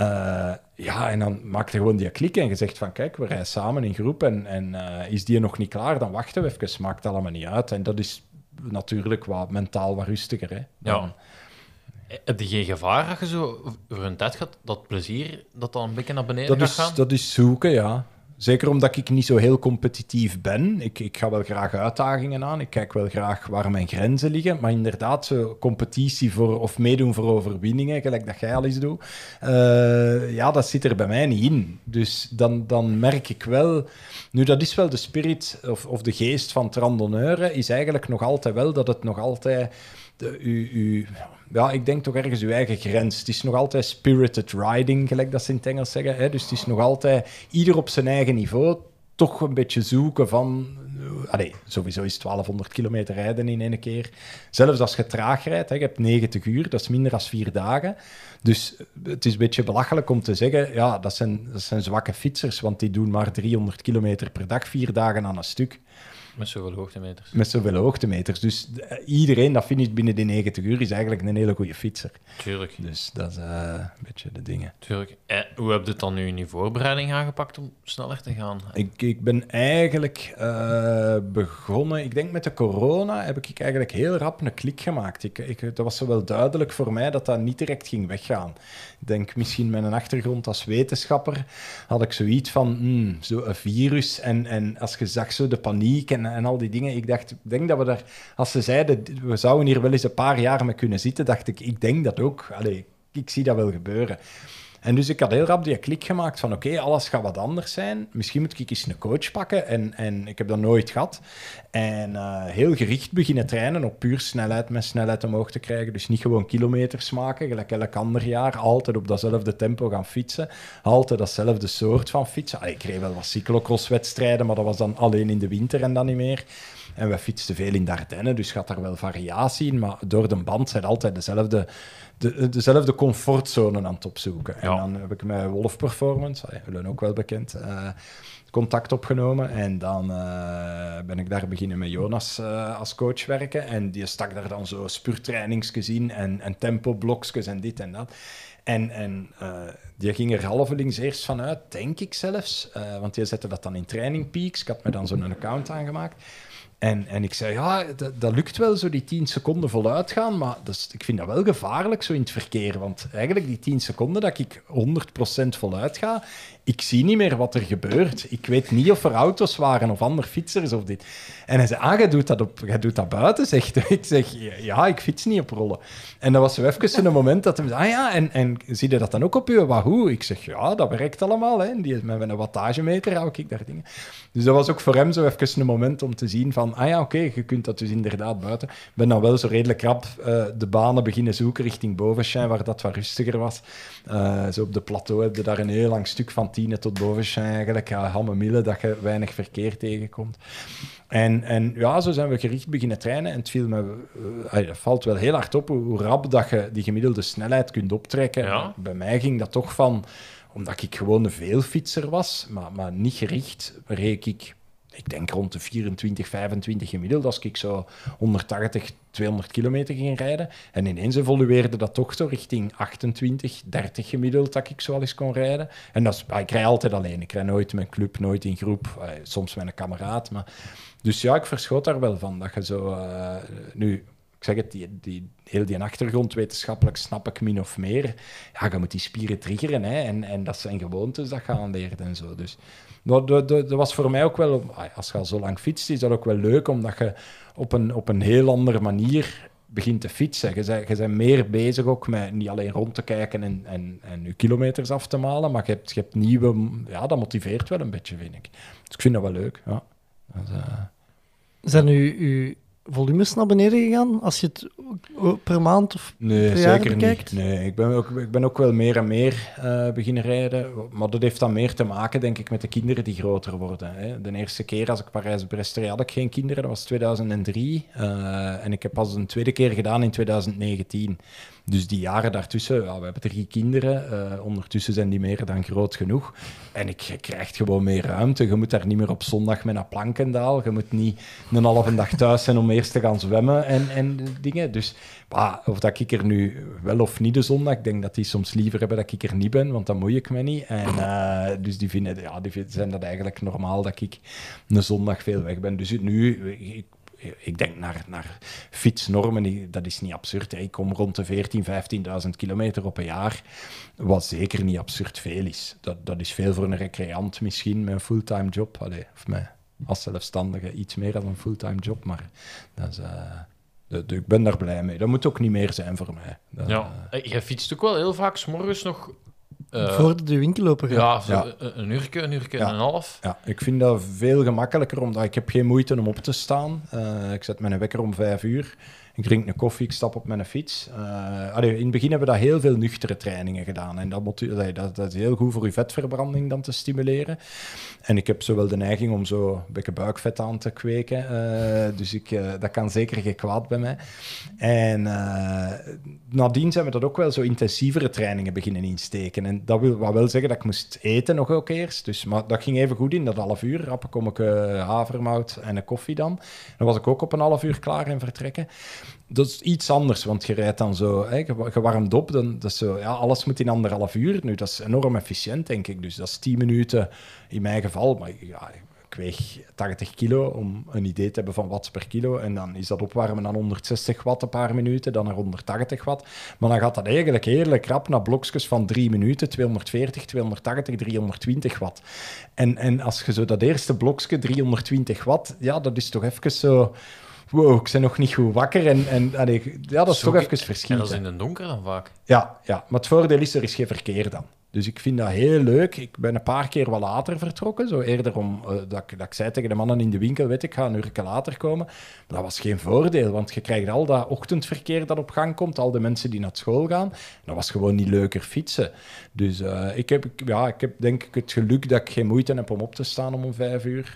Speaker 7: En dan maak je gewoon die klik en je zegt van, kijk, we rijden samen in groep en is die nog niet klaar, dan wachten we even, maakt allemaal niet uit. En dat is natuurlijk mentaal wat rustiger. Hè?
Speaker 8: Heb je geen gevaar dat je zo voor een tijd gaat, dat plezier dat dan een beetje naar beneden gaat gaan?
Speaker 7: Dat is zoeken, ja. Zeker omdat ik niet zo heel competitief ben. Ik ga wel graag uitdagingen aan. Ik kijk wel graag waar mijn grenzen liggen. Maar inderdaad, zo competitie voor, of meedoen voor overwinningen, gelijk dat jij al eens doet, dat zit er bij mij niet in. Dus dan merk ik wel... Nu, dat is wel de spirit of de geest van het randonneuren, is eigenlijk nog altijd wel dat het nog altijd... ik denk toch ergens uw eigen grens. Het is nog altijd spirited riding, gelijk dat ze in het Engels zeggen. Hè? Dus het is nog altijd ieder op zijn eigen niveau toch een beetje zoeken van... sowieso is 1200 kilometer rijden in één keer. Zelfs als je traag rijdt, hè, je hebt 90 uur, dat is minder dan 4 dagen. Dus het is een beetje belachelijk om te zeggen, ja, dat zijn zwakke fietsers, want die doen maar 300 kilometer per dag, 4 dagen aan een stuk.
Speaker 8: Met zoveel hoogtemeters.
Speaker 7: Met zoveel hoogtemeters. Dus iedereen dat finisht binnen die 90 uur is eigenlijk een hele goede fietser.
Speaker 8: Tuurlijk.
Speaker 7: Dus dat is een beetje de dingen.
Speaker 8: Tuurlijk. Hoe heb je het dan nu in je voorbereiding aangepakt om sneller te gaan?
Speaker 7: Ik ben eigenlijk begonnen... Ik denk met de corona heb ik eigenlijk heel rap een klik gemaakt. Dat was zo wel duidelijk voor mij dat niet direct ging weggaan. Ik denk misschien met een achtergrond als wetenschapper had ik zoiets van zo'n virus en als je zag zo de paniek en al die dingen. Ik denk dat we daar... Als ze zeiden, we zouden hier wel eens een paar jaar mee kunnen zitten, dacht ik denk dat ook. Allee, ik zie dat wel gebeuren. En dus ik had heel rap die klik gemaakt van oké, alles gaat wat anders zijn. Misschien moet ik eens een coach pakken. En ik heb dat nooit gehad. En heel gericht beginnen trainen op puur snelheid, met snelheid omhoog te krijgen. Dus niet gewoon kilometers maken, gelijk elk ander jaar. Altijd op datzelfde tempo gaan fietsen. Altijd datzelfde soort van fietsen. Ik reed wel wat cyclocrosswedstrijden, maar dat was dan alleen in de winter en dan niet meer. En we fietsten veel in de Ardennen, dus gaat er wel variatie in. Maar door de band zijn altijd dezelfde comfortzone aan het opzoeken. Ja. En dan heb ik met Wolf Performance, jullie ook wel bekend, contact opgenomen. En dan ben ik daar beginnen met Jonas als coach werken. En die stak daar dan zo spurtrainingsjes in en tempoblokjes en dit en dat. En die ging er halvelings eerst vanuit, denk ik zelfs. Want die zette dat dan in Training Peaks. Ik had me dan zo'n account aangemaakt. En ik zei, ja, dat lukt wel, zo die 10 seconden voluit gaan, maar ik vind dat wel gevaarlijk zo in het verkeer, want eigenlijk die 10 seconden dat ik 100% voluit ga, ik zie niet meer wat er gebeurt. Ik weet niet of er auto's waren of andere fietsers of dit. En hij zei, jij doet dat buiten, zegt hij. Ik zeg, ja, ik fiets niet op rollen. En dat was zo even een moment dat hij zei, en zie je dat dan ook op je Wahoo? Ik zeg, ja, dat werkt allemaal, hè. Met een wattagemeter hou ik daar dingen. Dus dat was ook voor hem zo even een moment om te zien van, oké, je kunt dat dus inderdaad buiten. Ik ben dan wel zo redelijk rap de banen beginnen zoeken richting Bovenstein, waar dat wat rustiger was. Zo op de plateau heb je daar een heel lang stuk van Tiene tot Bovenstein eigenlijk, Hammemille, dat je weinig verkeer tegenkomt. En ja, zo zijn we gericht beginnen trainen en het viel me, het valt wel heel hard op hoe rap dat je die gemiddelde snelheid kunt optrekken.
Speaker 8: Ja.
Speaker 7: Bij mij ging dat toch van, omdat ik gewoon een veelfietser was, maar niet gericht, reek ik denk rond de 24, 25 gemiddeld, als ik zo 180, 200 kilometer ging rijden. En ineens evolueerde dat toch zo richting 28, 30 gemiddeld, dat ik zo al eens kon rijden. En ik rij altijd alleen. Ik rij nooit met een club, nooit in groep. Soms met een kameraad. Maar... Dus ja, ik verschoot daar wel van. Dat je zo... nu, ik zeg het, die achtergrond wetenschappelijk snap ik min of meer. Ja, je moet die spieren triggeren, hè. En dat zijn gewoontes dat je aanleert en zo. Dus... Dat was voor mij ook wel, als je al zo lang fietst, is dat ook wel leuk, omdat je op een heel andere manier begint te fietsen. Je bent meer bezig ook met niet alleen rond te kijken en je kilometers af te malen, maar je hebt nieuwe... Ja, dat motiveert wel een beetje, vind ik. Dus ik vind dat wel leuk, ja.
Speaker 6: Zijn uw volumes naar beneden gegaan, als je het per maand of per jaar
Speaker 7: zeker
Speaker 6: bekijkt?
Speaker 7: Niet. Nee, ik ben ook wel meer en meer beginnen rijden. Maar dat heeft dan meer te maken, denk ik, met de kinderen die groter worden. Hè. De eerste keer als ik Parijs-Brest reed, had ik geen kinderen. Dat was 2003. En ik heb pas een tweede keer gedaan in 2019. Dus die jaren daartussen, we hebben 3 kinderen. Ondertussen zijn die meer dan groot genoeg. En je krijgt gewoon meer ruimte. Je moet daar niet meer op zondag met een plankendaal. Je moet niet een halve dag thuis zijn om eerst te gaan zwemmen en dingen. Dus of dat ik er nu wel of niet de zondag, ik denk dat die soms liever hebben dat ik er niet ben, want dan moei ik me niet. En dus die zijn dat eigenlijk normaal dat ik een zondag veel weg ben. Dus nu... ik denk naar fietsnormen, dat is niet absurd. Hè. Ik kom rond de 14.000, 15.000 kilometer op een jaar, wat zeker niet absurd veel is. Dat is veel voor een recreant misschien, met een fulltime job. Allee, of met als zelfstandige iets meer dan een fulltime job, maar dat is... ik ben daar blij mee. Dat moet ook niet meer zijn voor mij.
Speaker 8: Jij fietst ook wel heel vaak 's morgens nog...
Speaker 6: Voor de winkel open gaat.
Speaker 8: Een uurtje en een half.
Speaker 7: Ja, ik vind dat veel gemakkelijker, omdat ik heb geen moeite om op te staan. Ik zet mijn wekker om 5 uur. Ik drink een koffie, ik stap op mijn fiets. In het begin hebben we dat heel veel nuchtere trainingen gedaan. En dat is heel goed voor je vetverbranding dan te stimuleren. En ik heb zo wel de neiging om zo een beetje buikvet aan te kweken. Dus dat kan zeker geen kwaad bij mij. En nadien zijn we dat ook wel zo intensievere trainingen beginnen insteken. En dat wil wel zeggen dat ik moest eten nog ook eerst. Dus, maar dat ging even goed in, dat half uur. Rappen kom ik havermout en een koffie dan. Dan was ik ook op een half uur klaar en vertrekken. Dat is iets anders, want je rijdt dan zo, je warmt op, dan, dat is zo, alles moet in 1,5 uur. Nu, dat is enorm efficiënt, denk ik. Dus dat is 10 minuten in mijn geval. Maar ik weeg 80 kilo om een idee te hebben van watts per kilo. En dan is dat opwarmen aan 160 watt een paar minuten, dan naar 180 watt. Maar dan gaat dat eigenlijk heerlijk rap naar blokjes van 3 minuten, 240, 280, 320 watt. En als je zo dat eerste blokje, 320 watt, dat is toch even zo... Wow, ik ben nog niet goed wakker. Dat is toch even verschieten.
Speaker 8: En dat is in het donker dan vaak?
Speaker 7: Ja, maar het voordeel is, er is geen verkeer dan. Dus ik vind dat heel leuk. Ik ben een paar keer wat later vertrokken. Zo eerder dat ik zei tegen de mannen in de winkel, ik ga een uur later komen. Maar dat was geen voordeel, want je krijgt al dat ochtendverkeer dat op gang komt, al de mensen die naar school gaan. Dat was gewoon niet leuker fietsen. Dus ik heb denk ik het geluk dat ik geen moeite heb om op te staan om 5 uur.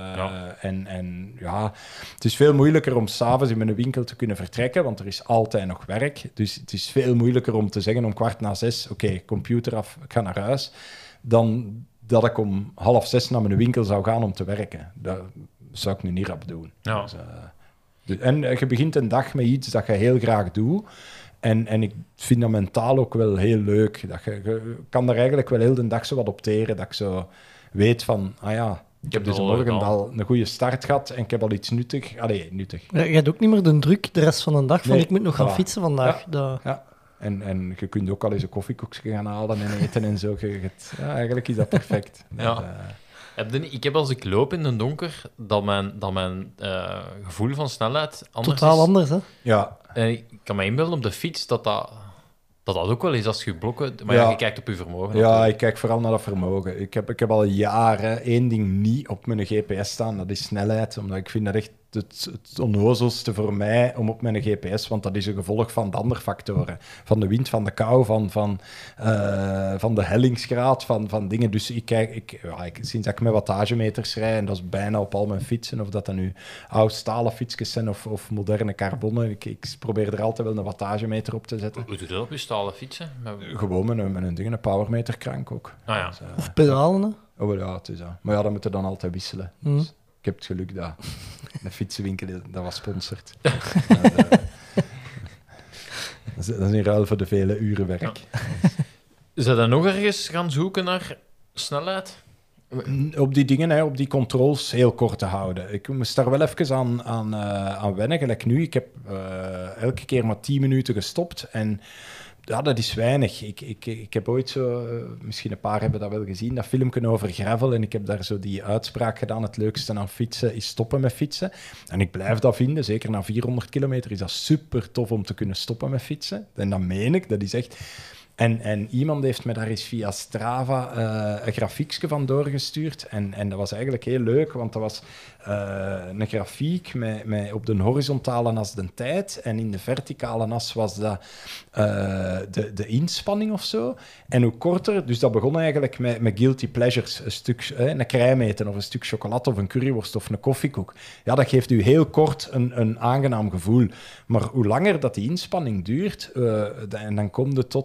Speaker 7: Het is veel moeilijker om 's avonds in mijn winkel te kunnen vertrekken, want er is altijd nog werk. Dus het is veel moeilijker om te zeggen om 5:15, oké, computer af, ik ga naar huis, dan dat ik om 5:30 naar mijn winkel zou gaan om te werken. Dat zou ik nu niet rap doen.
Speaker 8: Ja.
Speaker 7: En je begint een dag met iets dat je heel graag doet. En ik vind dat mentaal ook wel heel leuk. Dat je kan daar eigenlijk wel heel de dag zo wat op teren. Dat ik zo weet van, ik heb deze morgen al een goede start gehad en ik heb al iets nuttig. Nuttig.
Speaker 6: Ja, je hebt ook niet meer de druk de rest van de dag van ik moet nog gaan fietsen vandaag.
Speaker 7: Ja. En je kunt ook al eens een koffiekoekje gaan halen en eten en zo. Eigenlijk is dat perfect.
Speaker 8: Ik heb als ik loop in het donker, dat mijn gevoel van snelheid anders
Speaker 6: totaal
Speaker 8: is.
Speaker 6: Anders, hè?
Speaker 7: Ja.
Speaker 8: Ik kan me inbeelden op de fiets dat ook wel is als je blokken... Maar je kijkt op je vermogen.
Speaker 7: Ja, ik kijk vooral naar dat vermogen. Ik heb al jaren één ding niet op mijn GPS staan, dat is snelheid. Omdat ik vind dat echt het onnozelste voor mij om op mijn GPS, want dat is een gevolg van de andere factoren. Van de wind, van de kou, van de hellingsgraad, van dingen. Dus sinds dat ik met wattagemeters rijd, en dat is bijna op al mijn fietsen, of dat nu oud stalen fietsjes zijn of moderne carbonnen, ik probeer er altijd wel een wattagemeter op te zetten.
Speaker 8: Hoe doe je dat op je stalen fietsen?
Speaker 7: Gewoon met een powermeterkrank ook.
Speaker 8: Dus,
Speaker 6: of pedalen, hè?
Speaker 7: Oh ja, het is dat. Maar dat moet je dan altijd wisselen. Dus ik heb het geluk dat een fietsenwinkel dat was sponsord. Dat is in ruil voor de vele uren werk.
Speaker 8: Ja. Is dat dan nog ergens gaan zoeken naar snelheid?
Speaker 7: Op die dingen, op die controls heel kort te houden. Ik moest daar wel even aan wennen, gelijk nu. Ik heb elke keer maar 10 minuten gestopt en dat is weinig. Ik heb ooit zo, misschien een paar hebben dat wel gezien, dat filmpje over gravel. En ik heb daar zo die uitspraak gedaan, het leukste aan fietsen is stoppen met fietsen. En ik blijf dat vinden, zeker na 400 kilometer is dat super tof om te kunnen stoppen met fietsen. En dat meen ik, dat is echt... En iemand heeft me daar eens via Strava een grafiekje van doorgestuurd. En dat was eigenlijk heel leuk, want dat was een grafiek met op de horizontale as de tijd. En in de verticale as was dat de inspanning of zo. En hoe korter, dus dat begon eigenlijk met guilty pleasures. Een stuk, een crème eten of een stuk chocolade of een curryworst of een koffiekoek. Ja, dat geeft u heel kort een aangenaam gevoel. Maar hoe langer dat die inspanning duurt, en dan komt het tot...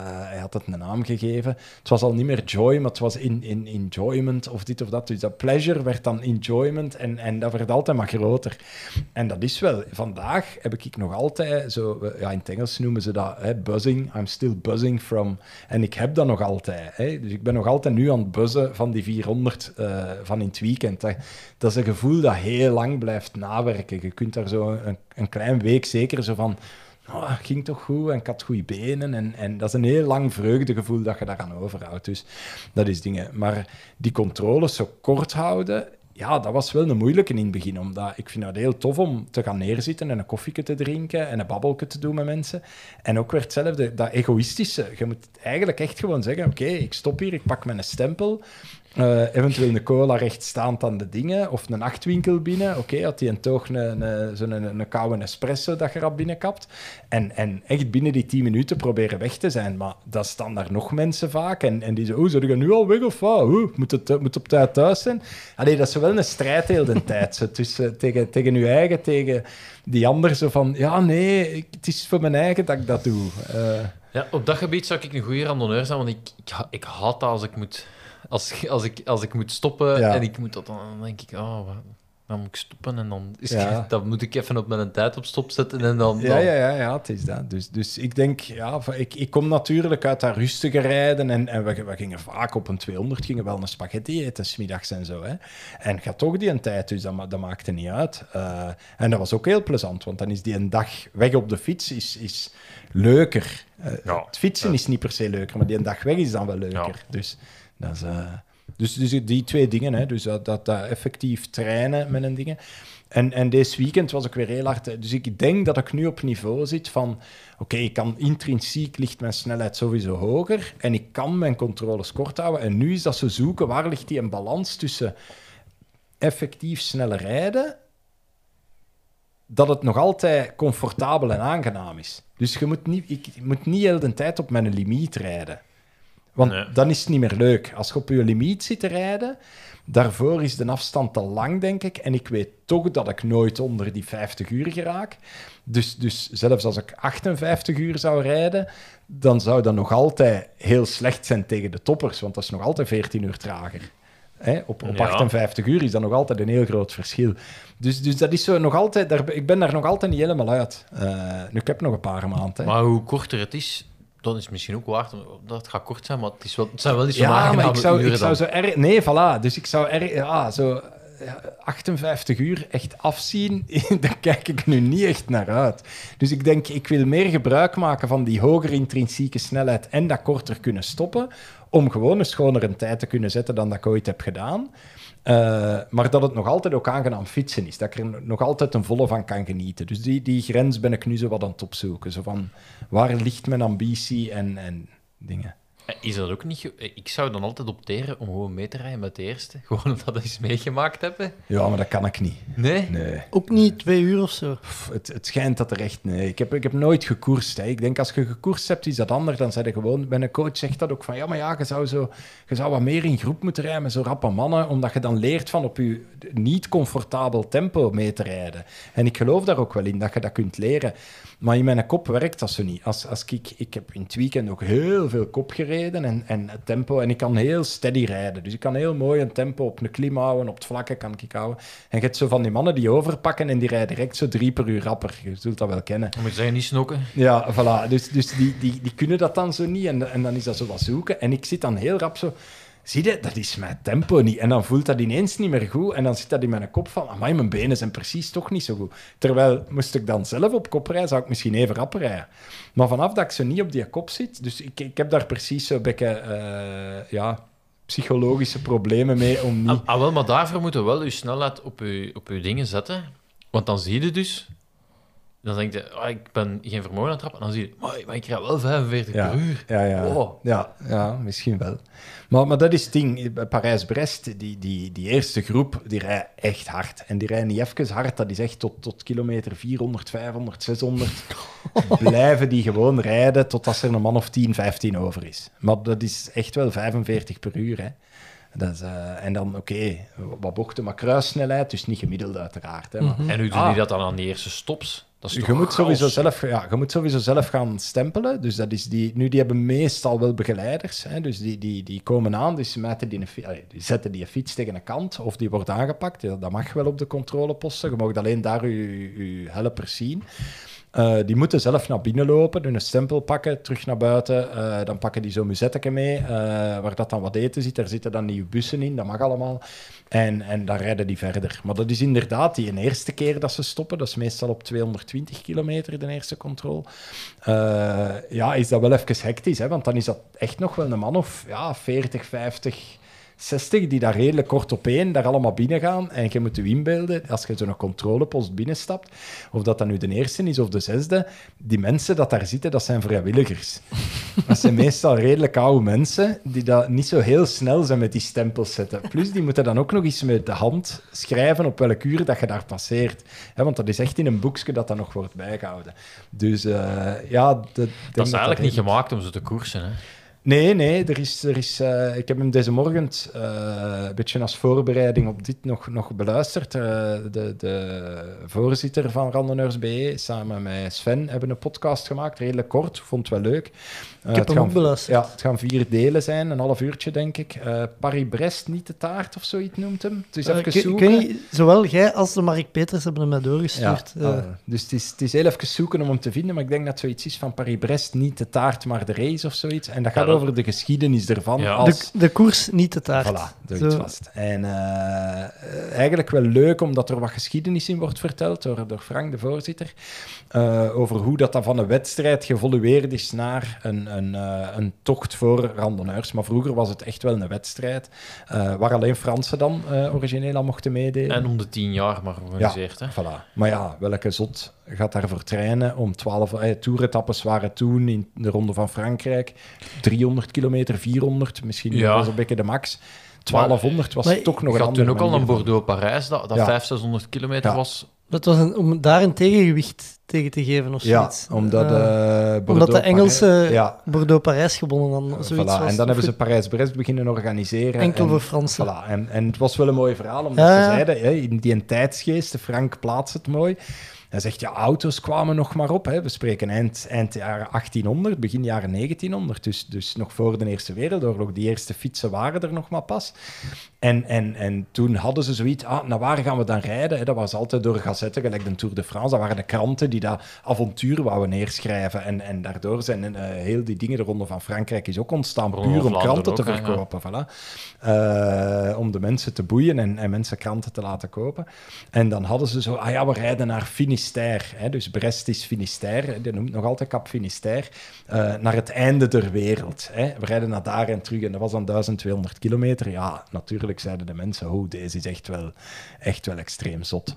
Speaker 7: hij had het een naam gegeven. Het was al niet meer joy, maar het was in enjoyment of dit of dat. Dus dat pleasure werd dan enjoyment en dat werd altijd maar groter. En dat is wel... Vandaag heb ik nog altijd zo... Ja, in het Engels noemen ze dat buzzing. I'm still buzzing from... En ik heb dat nog altijd. Dus ik ben nog altijd nu aan het buzzen van die 400 van in het weekend. Dat is een gevoel dat heel lang blijft nawerken. Je kunt daar zo een klein week zeker zo van... Oh, het ging toch goed en ik had goede benen. En dat is een heel lang vreugdegevoel dat je daaraan overhoudt. Dus dat is dingen. Maar die controles zo kort houden... Ja, dat was wel een moeilijke in het begin. Omdat ik vind het heel tof om te gaan neerzitten en een koffieke te drinken en een babbelke te doen met mensen. En ook weer hetzelfde, dat egoïstische. Je moet eigenlijk echt gewoon zeggen, oké, ik stop hier, ik pak mijn stempel. Eventueel een cola rechtstaand aan de dingen. Of een nachtwinkel binnen. Oké, had hij een toog een koude espresso dat je rap binnenkapt. En echt binnen die 10 minuten proberen weg te zijn. Maar dat staan daar nog mensen vaak. En die zeggen, zou je nu al weg of wat? Moet op tijd thuis zijn? Allee, dat is wel een strijd heel de tijd. Zo, tussen, tegen je eigen, tegen die ander. Zo van, ja, nee, het is voor mijn eigen dat ik dat doe.
Speaker 8: Ja, op dat gebied zou ik een goede randonneur zijn. Want ik haat dat als ik moet... Als ik moet stoppen en ik moet dat, dan denk ik, dan moet ik stoppen en dan moet ik even op mijn tijd op stop zetten en dan...
Speaker 7: Ja, het is dat. Dus ik denk, ik kom natuurlijk uit dat rustige rijden en we gingen vaak op een 200, gingen wel een spaghetti eten, 's middags en zo. Hè. En gaat toch die een tijd, dus dat maakte niet uit. En dat was ook heel plezant, want dan is die een dag weg op de fiets is leuker. Het fietsen is niet per se leuker, maar die een dag weg is dan wel leuker. Ja. Dus die 2 dingen, hè. Dus dat effectief trainen met een dingen. En deze weekend was ik weer heel hard... Dus ik denk dat ik nu op niveau zit van... Oké, ik kan intrinsiek ligt mijn snelheid sowieso hoger en ik kan mijn controles kort houden. En nu is dat zo zoeken, waar ligt die een balans tussen effectief sneller rijden, dat het nog altijd comfortabel en aangenaam is. Dus ik moet niet heel de tijd op mijn limiet rijden. Want dan is het niet meer leuk. Als je op je limiet zit te rijden, daarvoor is de afstand te lang, denk ik. En ik weet toch dat ik nooit onder die 50 uur geraak. Dus zelfs als ik 58 uur zou rijden, dan zou dat nog altijd heel slecht zijn tegen de toppers. Want dat is nog altijd 14 uur trager. Op 58 uur is dat nog altijd een heel groot verschil. Dus dat is zo nog altijd... Ik ben daar nog altijd niet helemaal uit. Nu, ik heb nog een paar maanden.
Speaker 8: Maar hoe korter het is... Dat is misschien ook waard, dat het gaat kort zijn, maar het zijn wel niet zo aangename uren.
Speaker 7: Ik zou zo erg... Nee, voilà. Dus ik zou zo 58 uur echt afzien, daar kijk ik nu niet echt naar uit. Dus ik denk, ik wil meer gebruik maken van die hogere intrinsieke snelheid en dat korter kunnen stoppen, om gewoon een schonere tijd te kunnen zetten dan dat ik ooit heb gedaan. Maar dat het nog altijd ook aangenaam fietsen is. Dat ik er nog altijd een volle van kan genieten. Dus die grens ben ik nu zo wat aan het opzoeken. Zo van, waar ligt mijn ambitie en dingen.
Speaker 8: Is dat ook niet... Ik zou dan altijd opteren om gewoon mee te rijden met de eerste. Gewoon omdat we dat eens meegemaakt hebben.
Speaker 7: Ja, maar dat kan ik niet.
Speaker 8: Nee?
Speaker 6: Ook niet 2 uur of zo?
Speaker 7: Het schijnt dat er echt... Nee, ik heb nooit gekoerst. Hè. Ik denk, als je gekoerst hebt, is dat anders. Dan zei je gewoon... Mijn coach zegt dat ook van... Ja, maar ja, je zou wat meer in groep moeten rijden met zo rappe mannen, omdat je dan leert van op je niet comfortabel tempo mee te rijden. En ik geloof daar ook wel in, dat je dat kunt leren. Maar in mijn kop werkt dat zo niet. Als ik heb in het weekend ook heel veel kop gereden en het tempo. En ik kan heel steady rijden. Dus ik kan heel mooi een tempo op een klim houden, op het vlakke kan ik houden. En je hebt zo van die mannen die overpakken en die rijden direct zo 3 per uur rapper. Je zult dat wel kennen.
Speaker 8: Dan moet je zeggen, niet snokken.
Speaker 7: Ja, voilà. Dus die kunnen dat dan zo niet. En dan is dat zo wat zoeken. En ik zit dan heel rap zo... Zie je, dat is mijn tempo niet. En dan voelt dat ineens niet meer goed. En dan zit dat in mijn kop van... Amai, mijn benen zijn precies toch niet zo goed. Terwijl, moest ik dan zelf op kop rijden, zou ik misschien even rapper rijden. Maar vanaf dat ik zo niet op die kop zit... Dus ik heb daar precies zo'n beetje... psychologische problemen mee om niet...
Speaker 8: Wel, maar daarvoor moeten we wel je snelheid op je dingen zetten. Want dan zie je dus... Dan denk je, ik ben geen vermogen aan het trappen. En dan zie je, maar ik rijd wel 45 per uur.
Speaker 7: Ja.
Speaker 8: Oh.
Speaker 7: Ja, misschien wel. Maar dat is het ding. Parijs-Brest, die eerste groep, die rijdt echt hard. En die rijden niet even hard. Dat is echt tot kilometer 400, 500, 600. Blijven die gewoon rijden totdat er een man of 10, 15 over is. Maar dat is echt wel 45 per uur, hè. Dat is, en dan, wat bochten, maar kruissnelheid, dus niet gemiddeld uiteraard. Hè, maar,
Speaker 8: En hoe doen die dat dan aan die eerste stops? Dat is toch
Speaker 7: je moet
Speaker 8: chaos?
Speaker 7: sowieso zelf gaan stempelen. Dus dat is die hebben meestal wel begeleiders. Hè, dus die komen aan, dus die zetten die fiets tegen een kant of die wordt aangepakt. Ja, dat mag wel op de controleposten. Je mag alleen daar je helpers zien. Die moeten zelf naar binnen lopen, hun stempel pakken, terug naar buiten. Dan pakken die zo'n muzetteke mee, waar dat dan wat eten zit. Daar zitten dan nieuwe bussen in, dat mag allemaal. En dan rijden die verder. Maar dat is inderdaad die eerste keer dat ze stoppen. Dat is meestal op 220 kilometer, de eerste controle. Is dat wel even hectisch, hè? Want dan is dat echt nog wel een man of 40, 50... 60 die daar redelijk kort op één daar allemaal binnen gaan. En je moet je inbeelden, als je zo'n controlepost binnenstapt, of dat dan nu de eerste is of de zesde, die mensen dat daar zitten, dat zijn vrijwilligers. Dat zijn meestal redelijk oude mensen die dat niet zo heel snel zijn met die stempels zetten. Plus, die moeten dan ook nog eens met de hand schrijven op welk uur dat je daar passeert. Want dat is echt in een boekje dat nog wordt bijgehouden. Dus
Speaker 8: dat is eigenlijk niet gemaakt om ze te koersen, hè?
Speaker 7: Nee, er is, ik heb hem deze morgen een beetje als voorbereiding op dit nog beluisterd. De voorzitter van Randonneurs BE samen met Sven hebben een podcast gemaakt, redelijk kort, vond het wel leuk.
Speaker 6: Ik heb hem ook beluisterd.
Speaker 7: Ja, het gaan 4 delen zijn, een half uurtje denk ik. Paris-Brest, niet de taart of zoiets noemt hem. Het is even zoeken.
Speaker 6: Zowel jij als de Mark Peters hebben hem mij doorgestuurd.
Speaker 7: Dus het is heel even zoeken om hem te vinden, maar ik denk dat zoiets is van Paris-Brest, niet de taart, maar de race of zoiets. En dat gaat over de geschiedenis ervan.
Speaker 8: Ja.
Speaker 7: Als...
Speaker 6: De koers, niet de taart.
Speaker 7: Voilà, zoiets vast. En eigenlijk wel leuk, omdat er wat geschiedenis in wordt verteld door Frank, de voorzitter, over hoe dat van een wedstrijd geëvolueerd is naar een tocht voor randonneurs. Maar vroeger was het echt wel een wedstrijd, waar alleen Fransen dan origineel aan mochten meedelen.
Speaker 8: En om de 10 jaar maar georganiseerd.
Speaker 7: Ja,
Speaker 8: hè?
Speaker 7: voilà. Maar ja, welke zot gaat daarvoor trainen om 12... toeretappes waren toen in de Ronde van Frankrijk 300 kilometer, 400, misschien was een beetje de max. 1200 was toch nog een
Speaker 8: had toen ook al een
Speaker 7: van...
Speaker 8: Bordeaux-Parijs, dat 500-600 kilometer was.
Speaker 6: Dat was om daar een tegengewicht tegen te geven of zoiets.
Speaker 7: Omdat
Speaker 6: de Engelse Bordeaux-Parijs gewonnen dan zoiets was.
Speaker 7: En dan hebben ze Parijs-Brest beginnen organiseren.
Speaker 6: Enkel voor Fransen.
Speaker 7: Voilà. En het was wel een mooi verhaal, omdat ze zeiden, in die tijdsgeest, de Frank plaatst het mooi. Hij zegt, auto's kwamen nog maar op. Hè. We spreken eind jaren 1800, begin jaren 1900. Dus nog voor de Eerste Wereldoorlog. Die eerste fietsen waren er nog maar pas. En toen hadden ze zoiets, naar waar gaan we dan rijden? Hè? Dat was altijd door gazetten, gelijk de Tour de France. Dat waren de kranten die dat avontuur wouden neerschrijven. En daardoor zijn heel die dingen, de Ronde van Frankrijk is ook ontstaan, puur om kranten te verkopen. Voilà. Om de mensen te boeien en mensen kranten te laten kopen. En dan hadden ze zo, we rijden naar Finistère. Hè? Dus Brest is Finistère, die noemt nog altijd Cap Finistère. Naar het einde der wereld. Hè? We rijden naar daar en terug. En dat was dan 1200 kilometer. Ja, natuurlijk zeiden de mensen, deze is echt wel extreem zot.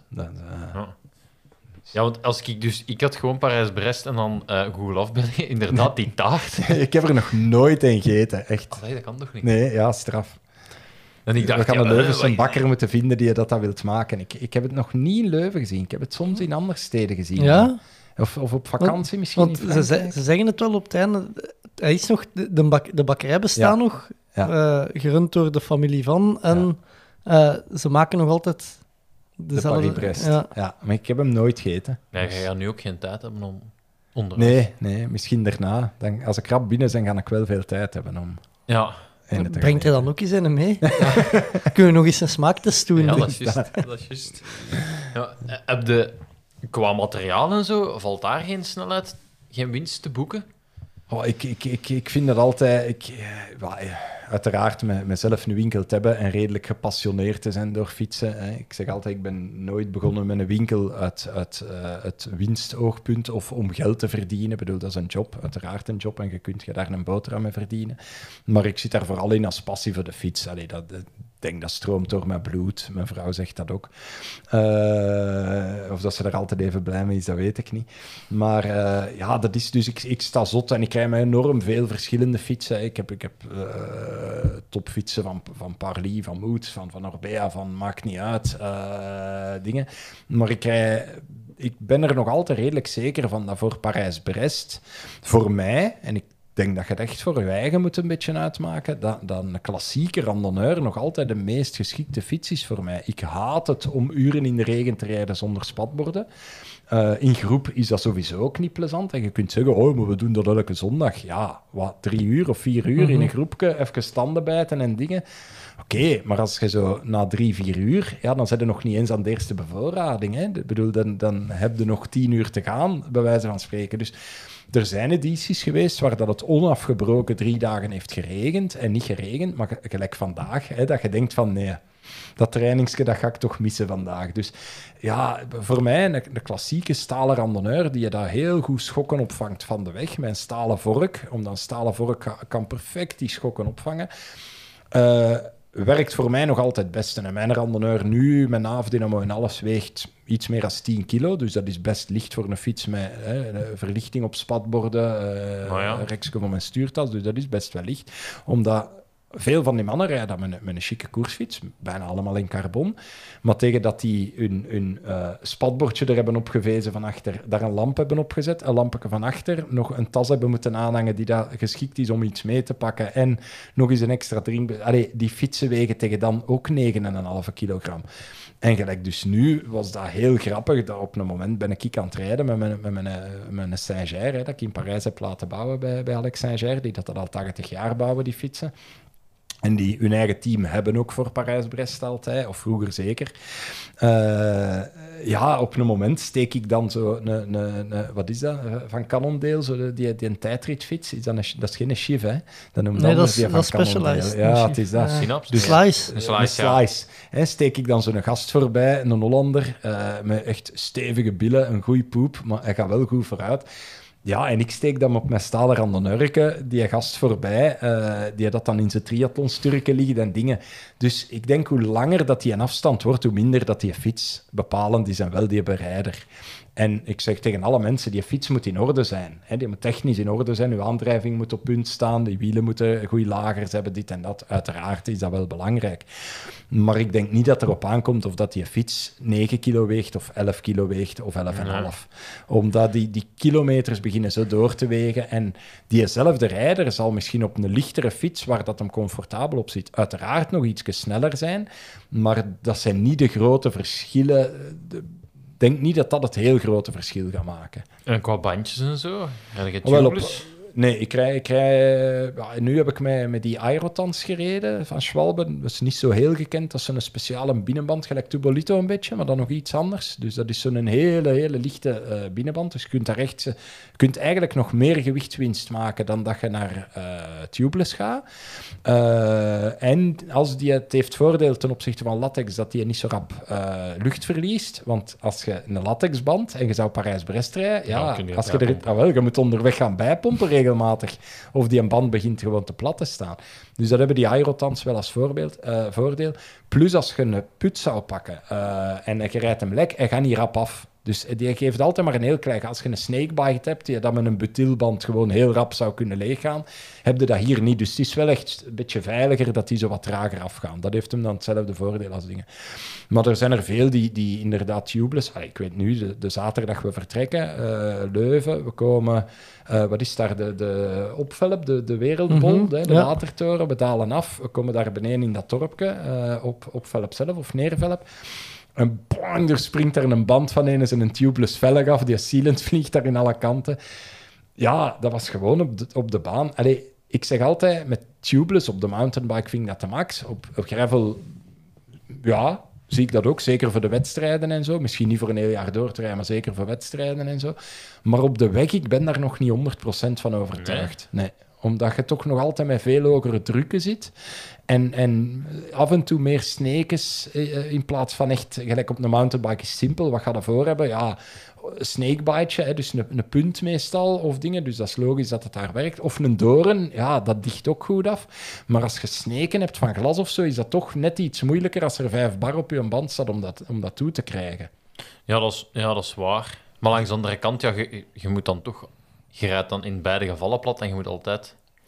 Speaker 8: Ja, want ik had gewoon Parijs-Brest en dan Google afbeeldingen. Inderdaad, die taart.
Speaker 7: Ik heb er nog nooit een gegeten, echt.
Speaker 8: Nee, dat kan toch niet?
Speaker 7: Nee, ja, straf.
Speaker 8: En ik dacht,
Speaker 7: we gaan een Leuvense bakker moeten vinden die dat wilt maken. Ik heb het nog niet in Leuven gezien. Ik heb het soms in andere steden gezien.
Speaker 6: Ja?
Speaker 7: Of op vakantie misschien.
Speaker 6: Want ze zeggen het wel op het einde. Hij is nog, de bakkerij bestaat nog, gerund door de familie van. En ze maken nog altijd dezelfde...
Speaker 7: De Paris-Brest. Ja, maar ik heb hem nooit gegeten.
Speaker 8: Nee, je gaat nu ook geen tijd hebben om onderweg.
Speaker 7: Nee, misschien daarna. Dan, als ik rap binnen ben, ga ik wel veel tijd hebben om...
Speaker 8: Ja.
Speaker 6: Brengt hij dan ook eens een mee? Kunnen we nog eens een smaaktest doen?
Speaker 8: Ja, dat is juist. Ja, heb je, qua materiaal en zo, valt daar geen winst te boeken?
Speaker 7: Ik vind dat altijd... uiteraard met zelf een winkel te hebben en redelijk gepassioneerd te zijn door fietsen. Hè. Ik zeg altijd, ik ben nooit begonnen met een winkel uit het winstoogpunt of om geld te verdienen. Ik bedoel, dat is een job, uiteraard een job en je kunt je daar een boterham mee verdienen. Maar ik zit daar vooral in als passie voor de fiets. Ik denk dat stroomt door mijn bloed. Mijn vrouw zegt dat ook. Of dat ze er altijd even blij mee is, dat weet ik niet. Maar dat is dus... Ik sta zot en ik krijg mij enorm veel verschillende fietsen. Ik heb topfietsen van Parly, van Moed, van Orbea, van maakt niet uit, dingen. Maar ik ben er nog altijd redelijk zeker van dat voor Parijs-Brest, voor mij, en ik denk dat je het echt voor je eigen moet een beetje uitmaken. Dat een klassieke randonneur nog altijd de meest geschikte fiets is voor mij. Ik haat het om uren in de regen te rijden zonder spatborden. In groep is dat sowieso ook niet plezant. En je kunt zeggen, oh, maar we doen dat elke zondag. Ja, wat, 3 uur of 4 uur in een groepje, even standen bijten en dingen. Oké, maar als je zo na 3-4 uur, ja, dan zit je nog niet eens aan de eerste bevoorrading. Hè? Ik bedoel, dan heb je nog 10 uur te gaan, bij wijze van spreken. Dus er zijn edities geweest waar dat het onafgebroken 3 dagen heeft geregend en niet geregend, maar gelijk vandaag, hè, dat je denkt van nee, dat trainingsje dat ga ik toch missen vandaag. Dus ja, voor mij een klassieke stalen randonneur die je daar heel goed schokken opvangt van de weg met een stalen vork, omdat een stalen vork kan perfect die schokken opvangen. Werkt voor mij nog altijd het beste. En mijn randonneur nu, mijn naafdynamo en alles, weegt iets meer dan 10 kilo. Dus dat is best licht voor een fiets met verlichting op spatborden, rekje van mijn stuurtas. Dus dat is best wel licht. Omdat veel van die mannen rijden met een chique koersfiets, bijna allemaal in carbon. Maar tegen dat die hun spatbordje er hebben opgevezen van achter, daar een lamp hebben opgezet, een lampje van achter, nog een tas hebben moeten aanhangen die daar geschikt is om iets mee te pakken en nog eens een extra drink. Allee, die fietsen wegen tegen dan ook 9,5 kilogram. En gelijk dus nu was dat heel grappig. Dat op een moment ben ik aan het rijden met mijn Saint-Ger, dat ik in Parijs heb laten bouwen bij Alex Saint-Ger, die dat al 80 jaar bouwen, die fietsen. En die hun eigen team hebben ook voor Parijs-Brest altijd, of vroeger zeker. Ja, op een moment steek ik dan zo wat is dat, van Cannondale, zo die een tijdritfiets. Dat is geen Chief, hè? Dat noemt
Speaker 6: nee, dat
Speaker 7: die van
Speaker 6: is Specialized.
Speaker 7: Ja, het is dat.
Speaker 8: Dus,
Speaker 6: Slice.
Speaker 8: Een slice.
Speaker 7: Hè, steek ik dan zo'n gast voorbij, een Hollander, met echt stevige billen, een goeie poep, maar hij gaat wel goed vooruit. Ja, en ik steek dan op mijn stalen randonneurke, die gast voorbij, die dat dan in zijn triathlonsturken ligt en dingen. Dus ik denk, hoe langer dat die een afstand wordt, hoe minder dat die fiets bepalend is en wel die berijder. En ik zeg tegen alle mensen, die fiets moet in orde zijn. Hè? Die moet technisch in orde zijn, uw aandrijving moet op punt staan, die wielen moeten goede lagers hebben, dit en dat. Uiteraard is dat wel belangrijk. Maar ik denk niet dat erop aankomt of dat die fiets 9 kilo weegt of 11 kilo weegt of 11,5. Omdat die kilometers beginnen zo door te wegen. En diezelfde rijder zal misschien op een lichtere fiets, waar dat hem comfortabel op zit, uiteraard nog iets sneller zijn. Maar dat zijn niet de grote verschillen. Ik denk niet dat dat het heel grote verschil gaat maken.
Speaker 8: En qua bandjes en zo?
Speaker 7: Nee, ik krijg nu heb ik met die Aerotans gereden van Schwalbe. Dat is niet zo heel gekend. Dat is een speciale binnenband, gelijk Tubolito een beetje, maar dan nog iets anders. Dus dat is zo'n hele lichte binnenband. Dus je kunt eigenlijk nog meer gewichtswinst maken dan dat je naar tubeless gaat. En als die het heeft voordeel ten opzichte van latex, dat die niet zo rap lucht verliest. Want als je een latexband en je zou Parijs-Brest rijden, je moet onderweg gaan bijpompen regelmatig. Of die een band begint gewoon te plat te staan. Dus dat hebben die Aerotans wel als voordeel. Plus als je een put zou pakken en je rijdt hem lek, hij gaat niet rap af. Dus die geeft altijd maar een heel klein... Als je een snakebite hebt, die dat met een butylband gewoon heel rap zou kunnen leeggaan, heb je dat hier niet. Dus het is wel echt een beetje veiliger dat die zo wat trager afgaan. Dat heeft hem dan hetzelfde voordeel als dingen. Maar er zijn er veel die inderdaad tubeless... ik weet nu, de zaterdag we vertrekken, Leuven, we komen... wat is daar? De Opvelp, de Wereldbol, de watertoren. We dalen af, we komen daar beneden in dat dorpje, op Opvelp zelf, of Neervelp. En bang, er springt er een band van een tubeless velg af, die sealant vliegt daar in alle kanten. Ja, dat was gewoon op de baan. Allee, ik zeg altijd, met tubeless op de mountainbike vind ik dat de max. Op gravel, ja, zie ik dat ook. Zeker voor de wedstrijden en zo. Misschien niet voor een heel jaar door te rijden, maar zeker voor wedstrijden en zo. Maar op de weg, ik ben daar nog niet 100% van overtuigd. Nee. Omdat je toch nog altijd met veel hogere drukken zit. En af en toe meer sneekjes in plaats van echt... Gelijk op een mountainbike is simpel. Wat ga je daarvoor hebben? Ja, snakebiteje, dus een punt meestal of dingen. Dus dat is logisch dat het daar werkt. Of een doorn, ja, dat dicht ook goed af. Maar als je sneken hebt van glas of zo, is dat toch net iets moeilijker als er 5 bar op je band staat om dat toe te krijgen.
Speaker 8: Ja, dat is waar. Maar langs de andere kant, ja, je moet dan toch... Je rijdt dan in beide gevallen plat en je moet altijd...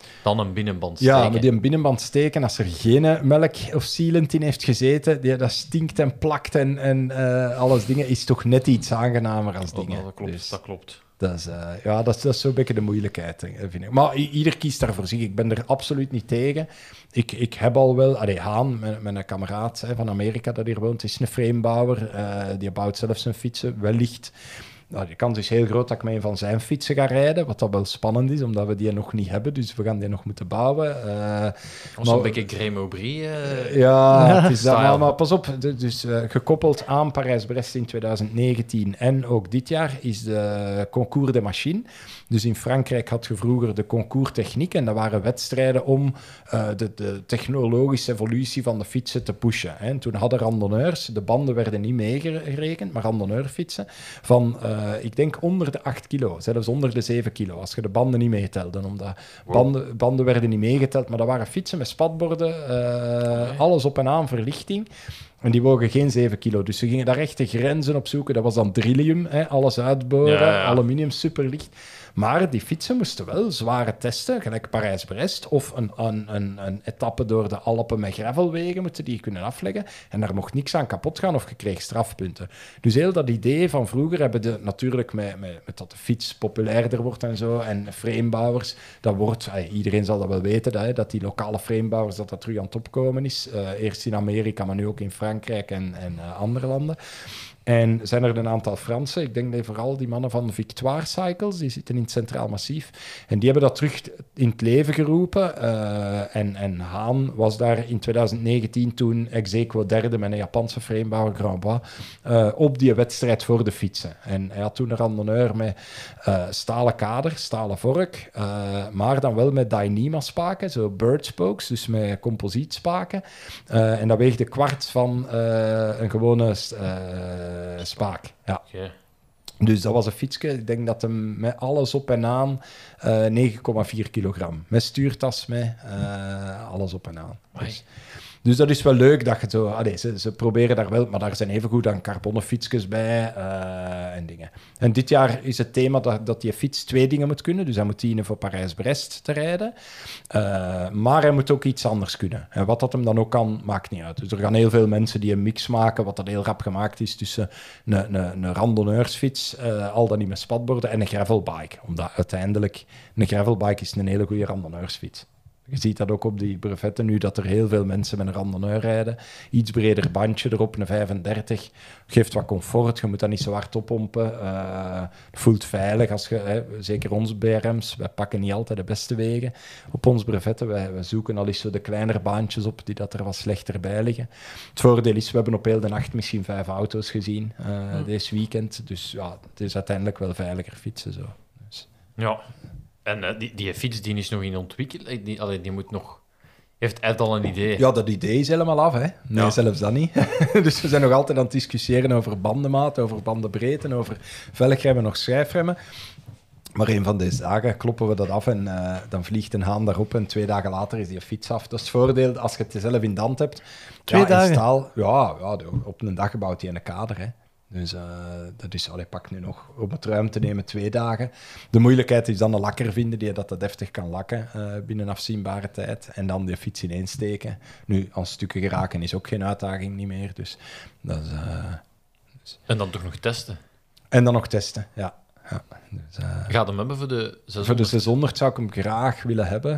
Speaker 8: Dan een binnenband steken.
Speaker 7: Ja, maar die een binnenband steken, als er geen melk of sealant in heeft gezeten, dat stinkt en plakt en alles dingen, is toch net iets aangenamer als dingen.
Speaker 8: Dat klopt,
Speaker 7: Dus
Speaker 8: dat klopt.
Speaker 7: dat is, dat is zo'n beetje de moeilijkheid, vind ik. Maar ieder kiest daar voor zich. Ik ben er absoluut niet tegen. Ik heb al wel... Haan, mijn kameraad van Amerika dat hier woont, is een framebouwer. Die bouwt zelf zijn fietsen, wellicht. Nou, de kans is heel groot dat ik met een van zijn fietsen ga rijden, wat dat wel spannend is, omdat we die nog niet hebben, dus we gaan die nog moeten bouwen.
Speaker 8: Een beetje Graham Aubry.
Speaker 7: Ja, het is dat,
Speaker 8: style.
Speaker 7: maar pas op, dus gekoppeld aan Parijs-Brest in 2019 en ook dit jaar is de Concours de Machine. Dus in Frankrijk had je vroeger de Concours Techniek en dat waren wedstrijden om de technologische evolutie van de fietsen te pushen. Hè. En toen hadden randonneurs, de banden werden niet meegerekend, maar randonneurfietsen van... ik denk onder de 8 kilo, zelfs onder de 7 kilo, als je de banden niet meetelde. Omdat banden werden niet meegeteld, maar dat waren fietsen met spatborden, alles op en aan, verlichting. En die wogen geen 7 kilo. Dus ze gingen daar echt de grenzen op zoeken. Dat was dan drillium, alles uitboren, aluminium, superlicht. Maar die fietsen moesten wel zware testen, gelijk Parijs-Brest, of een etappe door de Alpen met gravelwegen moeten die kunnen afleggen. En daar mocht niks aan kapot gaan of je kreeg strafpunten. Dus heel dat idee van vroeger hebben de natuurlijk met dat de fiets populairder wordt en zo, en framebouwers, dat wordt, iedereen zal dat wel weten, dat die lokale framebouwers, dat terug aan het opkomen is. Eerst in Amerika, maar nu ook in Frankrijk en andere landen. En zijn er een aantal Fransen, ik denk dat vooral die mannen van Victoire Cycles, die zitten in het Centraal Massief, en die hebben dat terug in het leven geroepen. En Haan was daar in 2019 toen ex aequo derde met een Japanse framebouwer, Grandbois, op die wedstrijd voor de fietsen. En hij had toen een randonneur met stalen kader, stalen vork, maar dan wel met Dyneema-spaken, zo bird spokes, dus met composietspaken. En dat weegde kwart van een gewone spaak. Ja.
Speaker 8: Okay.
Speaker 7: Dus dat was een fietsje. Ik denk dat hem met alles op en aan 9,4 kilogram. Met stuurtas, met alles op en aan. Dus dat is wel leuk dat je zo... Ze proberen daar wel, maar daar zijn evengoed dan carbonnen fietsjes bij en dingen. En dit jaar is het thema dat die fiets 2 dingen moet kunnen. Dus hij moet dienen voor Parijs-Brest te rijden. Maar hij moet ook iets anders kunnen. En wat dat hem dan ook kan, maakt niet uit. Dus er gaan heel veel mensen die een mix maken, wat dat heel rap gemaakt is tussen een randonneursfiets, al dan niet met spatborden, en een gravelbike. Omdat uiteindelijk een gravelbike is een hele goede randonneursfiets. Je ziet dat ook op die brevetten nu, dat er heel veel mensen met een randonneur rijden. Iets breder bandje erop, een 35. Geeft wat comfort, je moet dat niet zo hard oppompen. Het voelt veilig, als je, zeker ons BRM's, wij pakken niet altijd de beste wegen op ons brevetten. Wij zoeken al eens zo de kleinere baantjes op, die dat er wat slechter bij liggen. Het voordeel is, we hebben op heel de nacht misschien 5 auto's gezien deze weekend. Dus ja, het is uiteindelijk wel veiliger fietsen zo. Dus.
Speaker 8: Ja. En die fiets die is nog in ontwikkeling. Die moet nog... Heeft Ed al een idee?
Speaker 7: Ja, dat idee is helemaal af, hè. Nee, zelfs dat niet. Dus we zijn nog altijd aan het discussiëren over bandenmaat, over bandenbreedte, over velgremmen, nog schijfremmen. Maar een van deze dagen kloppen we dat af en dan vliegt een haan daarop en 2 dagen later is die fiets af. Dat is het voordeel als je het zelf in de hand hebt.
Speaker 6: 2 dagen?
Speaker 7: Staal, op een dag bouwt hij een kader, hè. Dus dat is, pak nu nog om het ruim te nemen 2 dagen. De moeilijkheid is dan een lakker vinden die dat deftig kan lakken binnen afzienbare tijd. En dan die fiets ineensteken. Nu, aan stukken geraken is ook geen uitdaging niet meer. Dus, dat is,
Speaker 8: En dan toch nog testen?
Speaker 7: En dan nog testen, ja. Dus,
Speaker 8: Gaat hem hebben voor de 600?
Speaker 7: Voor de 600 zou ik hem graag willen hebben.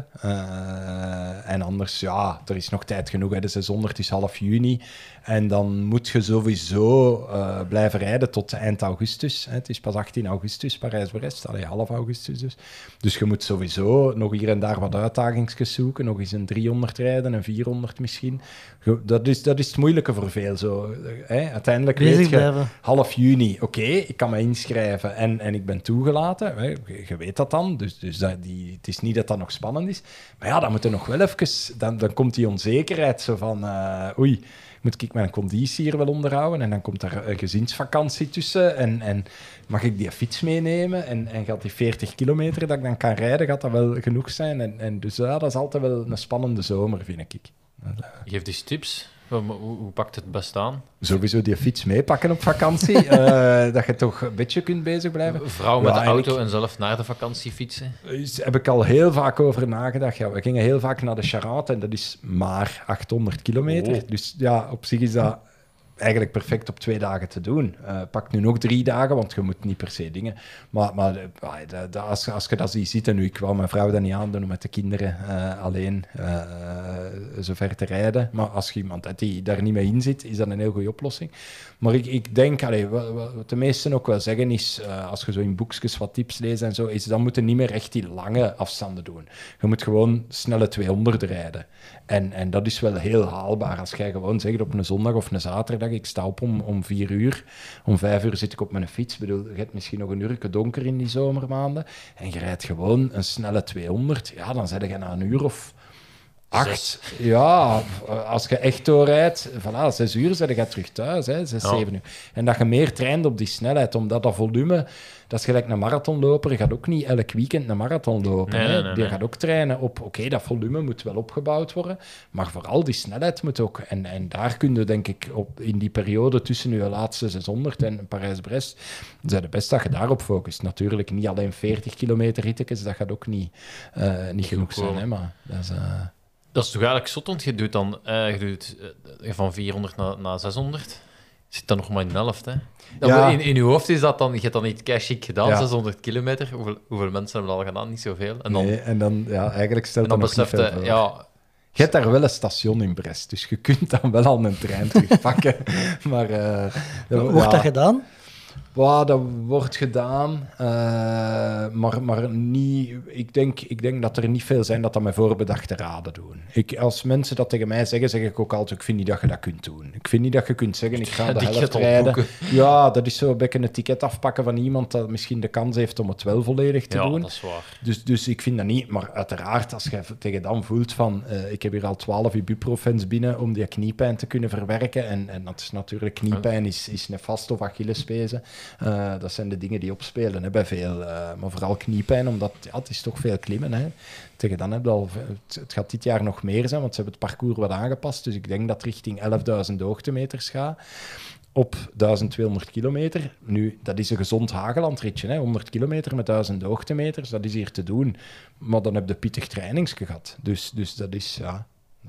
Speaker 7: En anders, ja, er is nog tijd genoeg. Hè. De 600 is half juni. En dan moet je sowieso blijven rijden tot eind augustus. Hè. Het is pas 18 augustus, Parijs-Brest. Half augustus dus. Dus je moet sowieso nog hier en daar wat uitdagingsjes zoeken. Nog eens een 300 rijden, een 400 misschien. Dat is het moeilijke voor veel. Zo, hè. Uiteindelijk weet je, half juni, oké, ik kan me inschrijven en ik ben toegelaten. Hè. Je weet dat dan, dus het is niet dat dat nog spannend is. Maar ja, dan moet er nog wel even... Dan komt die onzekerheid zo van... oei, moet ik mijn conditie hier wel onderhouden? En dan komt daar een gezinsvakantie tussen. En mag ik die fiets meenemen? En gaat die 40 kilometer dat ik dan kan rijden, gaat dat wel genoeg zijn? En dus ja, dat is altijd wel een spannende zomer, vind ik.
Speaker 8: Geef eens tips. Hoe pakt het best aan?
Speaker 7: Sowieso die fiets meepakken op vakantie, dat je toch een beetje kunt bezig blijven.
Speaker 8: Vrouw met de auto
Speaker 7: eigenlijk
Speaker 8: en zelf naar de vakantie fietsen.
Speaker 7: Daar heb ik al heel vaak over nagedacht. Ja, we gingen heel vaak naar de Charente en dat is maar 800 kilometer.
Speaker 8: Oh.
Speaker 7: Dus ja, op zich is dat eigenlijk perfect op 2 dagen te doen. Pak nu nog 3 dagen, want je moet niet per se dingen. Maar als je dat ziet zitten, nu ik wou mijn vrouw dat niet aandoen om met de kinderen alleen zo ver te rijden. Maar als je iemand hebt die daar niet mee in zit, is dat een heel goede oplossing. Maar ik denk, wat de meesten ook wel zeggen is, als je zo in boekjes wat tips leest en zo, is dan moet je niet meer echt die lange afstanden doen. Je moet gewoon snelle 200 rijden. En dat is wel heel haalbaar. Als jij gewoon zegt op een zondag of een zaterdag, ik sta op om 4 uur, om 5 uur zit ik op mijn fiets. Ik bedoel, je hebt misschien nog een uurtje donker in die zomermaanden. En je rijdt gewoon een snelle 200. Ja, dan zit je na een uur of 8. Ja, als je echt doorrijdt, voilà, 6 uur zit je terug thuis, hè, 6, 7 uur. En dat je meer traint op die snelheid, omdat dat volume, dat is gelijk een marathonloper, je gaat ook niet elk weekend een marathon lopen.
Speaker 8: Nee.
Speaker 7: Die gaat ook trainen op, oké, dat volume moet wel opgebouwd worden, maar vooral die snelheid moet ook. En daar kun je, denk ik, in die periode tussen je laatste 600 en Parijs-Brest, zijn het best dat je daarop focust. Natuurlijk niet alleen 40 kilometer ritjes, dat gaat ook niet genoeg zijn, hè, maar dat is...
Speaker 8: Dat is toch eigenlijk zot, want je doet dan van 400 naar 600. Zit dan nog maar in de helft, hè?
Speaker 7: Ja.
Speaker 8: In je hoofd is dat dan... Je hebt dan niet kei chic gedaan,
Speaker 7: Ja.
Speaker 8: 600 kilometer. Hoeveel mensen hebben dat al gedaan? Niet zoveel.
Speaker 7: En dan ja, eigenlijk stelt
Speaker 8: en dan
Speaker 7: dat nog niet
Speaker 8: besefte,
Speaker 7: veel voor.
Speaker 8: ja...
Speaker 7: Je hebt daar wel een station in Brest, dus je kunt dan wel al een trein terugpakken. Maar...
Speaker 6: Wordt dat gedaan?
Speaker 7: Ja, dat wordt gedaan, maar niet... Ik denk dat er niet veel zijn dat met voorbedachte raden doen. Als mensen dat tegen mij zeggen, zeg ik ook altijd, ik vind niet dat je dat kunt doen. Ik vind niet dat je kunt zeggen, ik ga de helft rijden. Ja, dat is zo een beetje een ticket afpakken van iemand dat misschien de kans heeft om het wel volledig te doen.
Speaker 8: Ja, dat is waar.
Speaker 7: Dus ik vind dat niet. Maar uiteraard, als je tegen dan voelt van... ik heb hier al 12 ibuprofens binnen om die kniepijn te kunnen verwerken. En dat is natuurlijk... Kniepijn is nefast of Achillespezen. Dat zijn de dingen die opspelen hè, bij veel. Maar vooral kniepijn, omdat het is toch veel klimmen. Hè. Tegen dan heb je al... Het gaat dit jaar nog meer zijn, want ze hebben het parcours wat aangepast. Dus ik denk dat het richting 11.000 hoogtemeters gaat. Op 1200 kilometer. Nu, dat is een gezond Hagelandritje. Hè. 100 kilometer met 1000 hoogtemeters, dat is hier te doen. Maar dan heb je pittig trainingsje gehad. Dus dat is... Ja,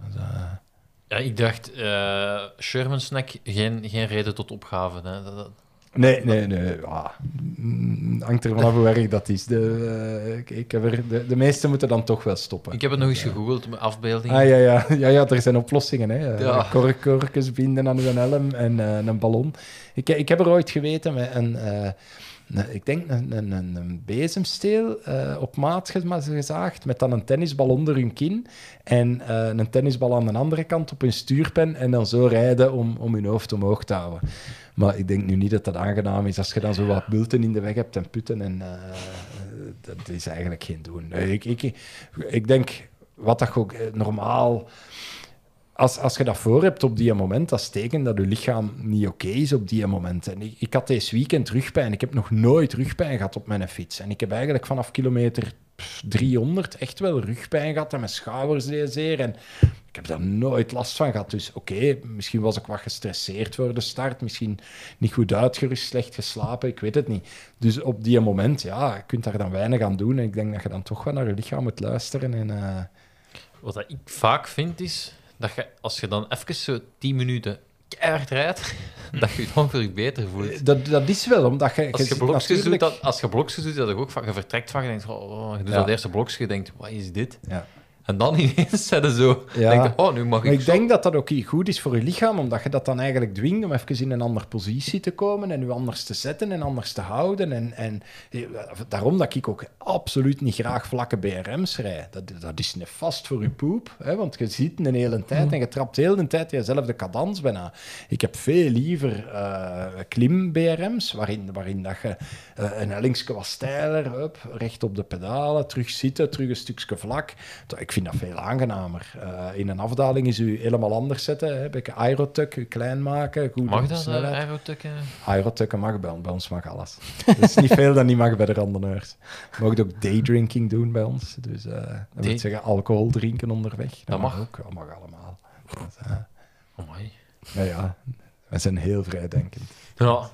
Speaker 8: Ja, ik dacht, Sherman Snack, geen reden tot opgave. Hè.
Speaker 7: Nee. Ja. Hangt er vanaf hoe erg dat is. Ik heb de meesten moeten dan toch wel stoppen.
Speaker 8: Ik heb het nog eens gegoogeld met afbeeldingen.
Speaker 7: Ja, er zijn oplossingen. Hè.
Speaker 8: Ja.
Speaker 7: Korkjes binden aan uw helm en een ballon. Ik heb er ooit geweten met ik denk een bezemsteel op maat gezaagd, met dan een tennisbal onder hun kin en een tennisbal aan de andere kant op hun stuurpen en dan zo rijden om hun hoofd omhoog te houden. Maar ik denk nu niet dat dat aangenaam is als je dan zo wat bulten in de weg hebt en putten. En dat is eigenlijk geen doen. Nee, ik denk, wat dat ook normaal... Als je dat voor hebt op die moment, dat is teken dat je lichaam niet oké is op die moment. En ik had deze weekend rugpijn. Ik heb nog nooit rugpijn gehad op mijn fiets. En ik heb eigenlijk vanaf kilometer 300 echt wel rugpijn gehad en mijn schouders deden zeer. En ik heb daar nooit last van gehad. Dus oké, misschien was ik wat gestresseerd voor de start. Misschien niet goed uitgerust, slecht geslapen. Ik weet het niet. Dus op die moment, ja, je kunt daar dan weinig aan doen. En ik denk dat je dan toch wel naar je lichaam moet luisteren. En,
Speaker 8: Wat dat ik vaak vind is... dat je, als je dan even zo 10 minuten keihard rijdt, dat je je dan veel beter voelt.
Speaker 7: Dat is wel, omdat je...
Speaker 8: Als je blokjes
Speaker 7: natuurlijk...
Speaker 8: doet, als je blokjes doet, dat je ook van, je vertrekt van, je denkt, je doet dat eerste blokje, je denkt, wat is dit?
Speaker 7: Ja.
Speaker 8: En dan ineens zetten zo, denk je, nu mag
Speaker 7: maar
Speaker 8: ik
Speaker 7: ik denk dat dat ook goed is voor je lichaam, omdat je dat dan eigenlijk dwingt om even in een andere positie te komen en je anders te zetten en anders te houden. En daarom dat ik ook absoluut niet graag vlakke BRM's rijd. Dat is nefast voor je poep, hè, want je zit een hele tijd en je trapt de hele tijd jezelfde cadans bijna. Ik heb veel liever klim-BRM's, waarin dat je een hellingsje wat steiler, recht op de pedalen, terug zitten, terug een stukje vlak. Ik vind dat veel aangenamer. In een afdaling is u helemaal anders zetten. Hè. Een beetje aerotuck, klein maken. Goed
Speaker 8: mag dat,
Speaker 7: snelheid.
Speaker 8: aerotucken?
Speaker 7: Aerotucken mag bij ons mag alles. Er is niet veel dat niet mag bij de randonneurs. Je mag ook daydrinking doen bij ons. Dus dat wil zeggen alcohol drinken onderweg. Dat
Speaker 8: mag
Speaker 7: ook. Dat mag allemaal. Dus,
Speaker 8: Amai.
Speaker 7: Ja, we zijn heel vrijdenkend.
Speaker 8: Ja.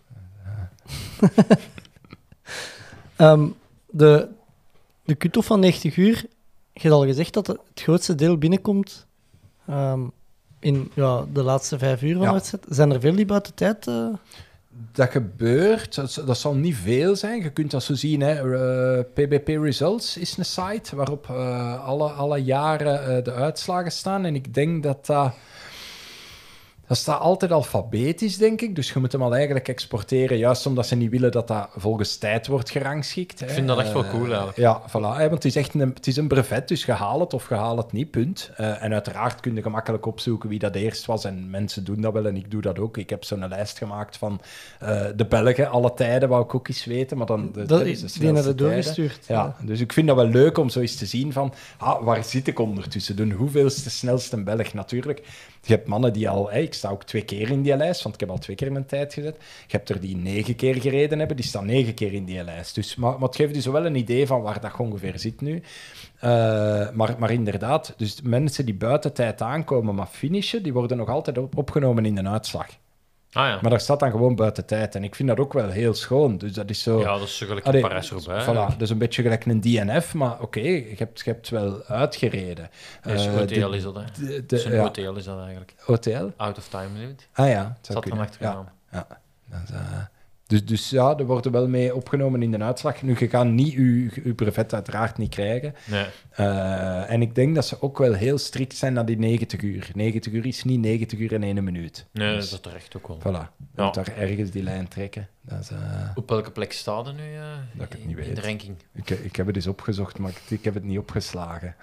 Speaker 6: De cut-off van 90 uur, je hebt al gezegd dat het grootste deel binnenkomt in de laatste 5 uur van de wedstrijd. Zijn er veel die buiten tijd...
Speaker 7: Dat gebeurt, dat zal niet veel zijn. Je kunt dat zo zien. Hè. PBP Results is een site waarop alle jaren de uitslagen staan. En ik denk dat staat altijd alfabetisch, denk ik. Dus je moet hem al eigenlijk exporteren, juist omdat ze niet willen dat dat volgens tijd wordt gerangschikt. Hè.
Speaker 8: Ik vind dat echt wel cool, eigenlijk.
Speaker 7: Ja, voilà. Hè, want het is echt een brevet, dus je haalt het of je haalt het niet, punt. En uiteraard kun je gemakkelijk opzoeken wie dat eerst was. En mensen doen dat wel en ik doe dat ook. Ik heb zo'n lijst gemaakt van de Belgen, alle tijden, wou ik ook eens weten. Maar dan
Speaker 6: dat is de die naar de doorgestuurd.
Speaker 7: Ja, dus ik vind dat wel leuk om zo eens te zien van, waar zit ik ondertussen? De hoeveelste snelste Belg? Natuurlijk. Je hebt mannen die al... ik sta ook 2 keer in die lijst, want ik heb al 2 keer mijn tijd gezet. Je hebt er die 9 keer gereden hebben, die staan 9 keer in die lijst. Dus, maar het geeft dus wel een idee van waar dat ongeveer zit nu. Maar inderdaad, dus mensen die buiten tijd aankomen, maar finishen, die worden nog altijd opgenomen in de uitslag.
Speaker 8: Ah, ja.
Speaker 7: Maar daar staat dan gewoon buiten tijd. En ik vind dat ook wel heel schoon. Dus dat is zo...
Speaker 8: Ja, dat is zo gelijk in Parijs-Roubaix.
Speaker 7: Voilà, dus een beetje gelijk een DNF, maar oké, je hebt wel uitgereden.
Speaker 8: OTL is dat, hè? Zo'n OTL is dat eigenlijk.
Speaker 7: OTL?
Speaker 8: Out of time limit.
Speaker 7: Ah ja, het
Speaker 8: zat dan achteraan.
Speaker 7: Ja. Dus ja, er wordt er wel mee opgenomen in de uitslag. Nu, je gaat niet uw brevet uiteraard niet krijgen.
Speaker 8: Nee.
Speaker 7: En ik denk dat ze ook wel heel strikt zijn naar die 90 uur. 90 uur is niet 90 uur en 1 minuut.
Speaker 8: Nee,
Speaker 7: dus,
Speaker 8: dat is terecht ook wel.
Speaker 7: Voilà, je moet daar ergens die lijn trekken. Dat is,
Speaker 8: op welke plek staat er nu
Speaker 7: dat ik het niet weet.
Speaker 8: In de ranking?
Speaker 7: Ik heb het eens opgezocht, maar ik heb het niet opgeslagen.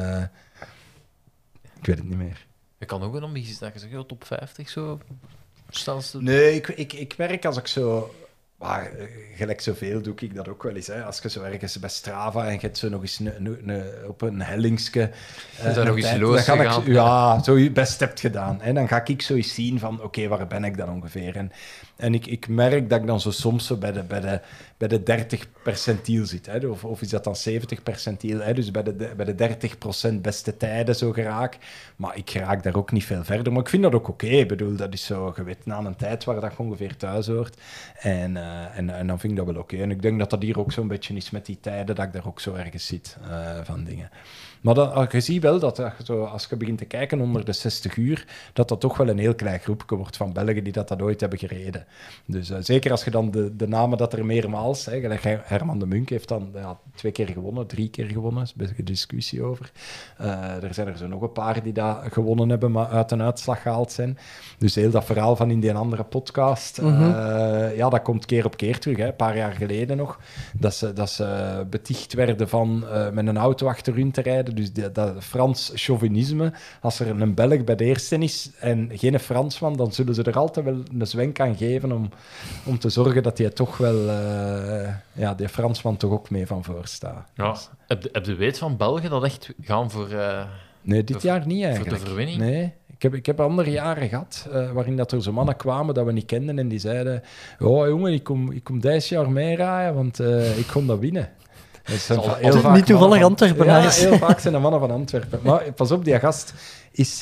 Speaker 7: Ik weet het niet meer.
Speaker 8: Je kan ook wel een beetje zeggen, zeg je top 50 zo?
Speaker 7: Nee, ik werk als ik zo... Maar gelijk zoveel doe ik dat ook wel eens. Hè. Als je zo ergens bij Strava en je hebt zo nog eens op een hellingsje...
Speaker 8: Is dat nog eens losgegaan?
Speaker 7: Ja, zo je best hebt gedaan. Hè. Dan ga ik zo eens zien van, oké, waar ben ik dan ongeveer? En ik merk dat ik dan zo soms zo bij de 30 percentiel zit. Hè. Of is dat dan 70 percentiel? Hè. Dus bij de 30% beste tijden zo geraak. Maar ik geraak daar ook niet veel verder. Maar ik vind dat ook oké. Ik bedoel, dat is zo geweten aan een tijd waar dat ongeveer thuis hoort. En dan vind ik dat wel oké. En ik denk dat dat hier ook zo'n beetje is met die tijden, dat ik daar ook zo ergens zit van dingen. Maar je ziet wel dat als je begint te kijken onder de 60 uur, dat toch wel een heel klein groepje wordt van Belgen die dat ooit hebben gereden. Dus zeker als je dan de namen dat er meermaals, gelijk Herman de Munk heeft dan 2 keer gewonnen, 3 keer gewonnen, is best een discussie over. Er zijn er zo nog een paar die dat gewonnen hebben, maar uit een uitslag gehaald zijn. Dus heel dat verhaal van in die andere podcast, dat komt keer op keer terug. Hè. Een paar jaar geleden nog, dat ze beticht werden van met een auto achter hun te rijden. Dus dat Frans chauvinisme, als er een Belg bij de eerste is en geen Fransman, dan zullen ze er altijd wel een zwenk aan geven om te zorgen dat hij toch wel die Fransman toch ook mee van voor staat.
Speaker 8: Ja. Dus. Heb je weet van Belgen dat echt gaan voor...
Speaker 7: nee, dit jaar niet eigenlijk.
Speaker 8: Voor de verwinning?
Speaker 7: Nee. Ik heb andere jaren gehad waarin dat er zo mannen kwamen dat we niet kenden en die zeiden: oh jongen, ik kom dit jaar meerijden, want ik kon dat winnen.
Speaker 6: Heel vaak niet toevallig Antwerpenaars.
Speaker 7: Ja, heel vaak zijn de mannen van Antwerpen. Maar pas op, die gast is...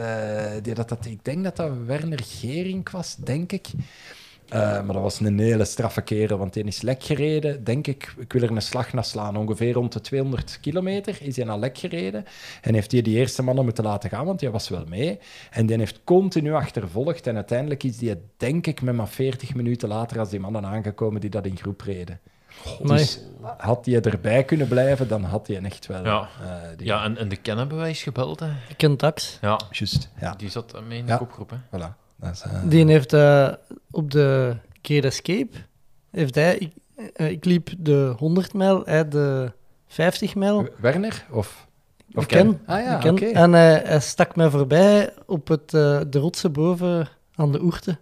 Speaker 7: ik denk dat dat Werner Gering was, denk ik. Maar dat was een hele straffe kerel, want die is lek gereden. Denk ik wil er een slag naar slaan. Ongeveer rond de 200 kilometer is hij naar lek gereden. En heeft hij die eerste mannen moeten laten gaan, want die was wel mee. En die heeft continu achtervolgd. En uiteindelijk is die, denk ik, met maar 40 minuten later als die mannen aangekomen die dat in groep reden. Dus had hij erbij kunnen blijven, dan had hij echt wel...
Speaker 8: Ja, en de Ken hebben wij eens gebeld, hè?
Speaker 6: De Ken Tax.
Speaker 8: Ja.
Speaker 7: Juist, ja.
Speaker 8: Die zat mee in de kopgroep, hè?
Speaker 7: Voilà.
Speaker 6: Die heeft op de Great Escape... Heeft hij... ik liep de 100 mijl, hij de 50 mijl.
Speaker 7: Werner? Of
Speaker 6: Ken?
Speaker 7: Ah ja,
Speaker 6: oké.
Speaker 7: Okay.
Speaker 6: En hij stak mij voorbij op de rotsen boven aan de Oerte.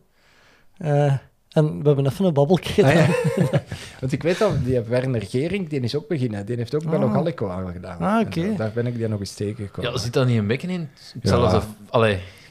Speaker 6: En we hebben even een babbelkreet.
Speaker 7: Want ik weet dat die Werner Gering, die is ook beginnen. Die heeft ook bij Logalico gedaan.
Speaker 6: Oké.
Speaker 7: Daar ben ik die nog eens tegengekomen.
Speaker 8: Ja, zit dat niet een beetje in? Hetzelfde... Allee,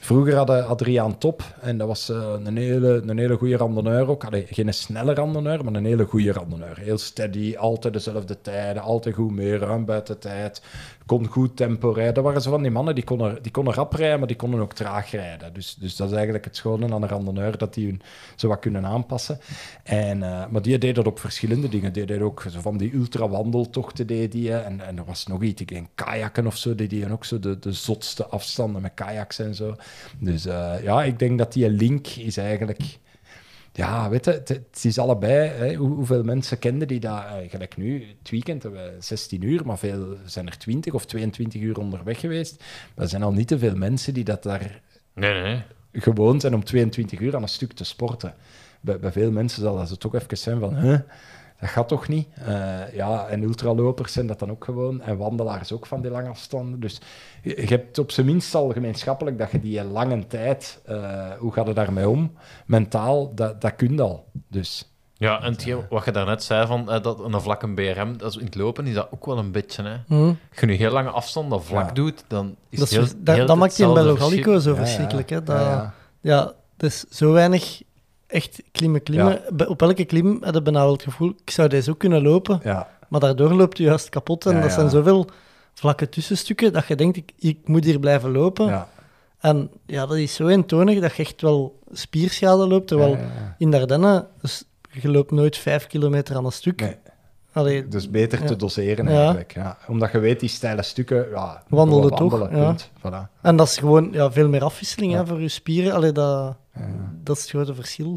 Speaker 7: Vroeger hadden Adriaan Top, en dat was een hele goede randonneur ook. Allee, geen snelle randonneur, maar een hele goede randonneur. Heel steady, altijd dezelfde tijden, altijd goed mee, ruim buiten tijd. Kon goed tempo rijden. Dat waren zo van die mannen die konden rap rijden, maar die konden ook traag rijden. Dus dat is eigenlijk het schone aan een randonneur, dat die hun zo wat kunnen aanpassen. Maar die deed dat op verschillende dingen. Die deed ook zo van die ultrawandeltochten, deed die. En er was nog iets, kajakken of zo, die ook zo de zotste afstanden met kajaks en zo. Dus ik denk dat die link is eigenlijk... Ja, weet je, het is allebei. Hè. Hoeveel mensen kenden die dat... gelijk nu, het weekend hebben we 16 uur, maar veel zijn er 20 of 22 uur onderweg geweest. Maar er zijn al niet te veel mensen die dat daar gewoon zijn om 22 uur aan een stuk te sporten. Bij veel mensen zal dat zo toch even zijn van... Dat gaat toch niet? En ultralopers zijn dat dan ook gewoon. En wandelaars ook van die lange afstanden. Dus je hebt op zijn minst al gemeenschappelijk dat je die lange tijd... hoe gaat het daarmee om? Mentaal, dat kun je al. Dus...
Speaker 8: Ja, en wat je daarnet zei, van dat een vlakke BRM, dat is in het lopen is dat ook wel een beetje. Hè. Als je nu heel lange afstand dat vlak doet, dan is het heel
Speaker 6: dat maakt je bij Logalico zo
Speaker 8: verschil.
Speaker 6: verschrikkelijk. Hè? Het is zo weinig... Echt klimmen. Ja. Op elke klim heb je bijna wel het gevoel, ik zou deze ook kunnen lopen, maar daardoor loopt je juist kapot. En dat zijn zoveel vlakke tussenstukken dat je denkt, ik moet hier blijven lopen. Ja. En dat is zo eentonig dat je echt wel spierschade loopt. Terwijl in de Ardennen, dus je loopt nooit 5 kilometer aan een stuk.
Speaker 7: Nee.
Speaker 6: Allee,
Speaker 7: dus beter te doseren eigenlijk. Ja. Omdat je weet, die steile stukken...
Speaker 6: wandelen toch.
Speaker 7: Punt. Voilà.
Speaker 6: En dat is gewoon veel meer afwisseling hè, voor je spieren. Allee, dat is het grote verschil.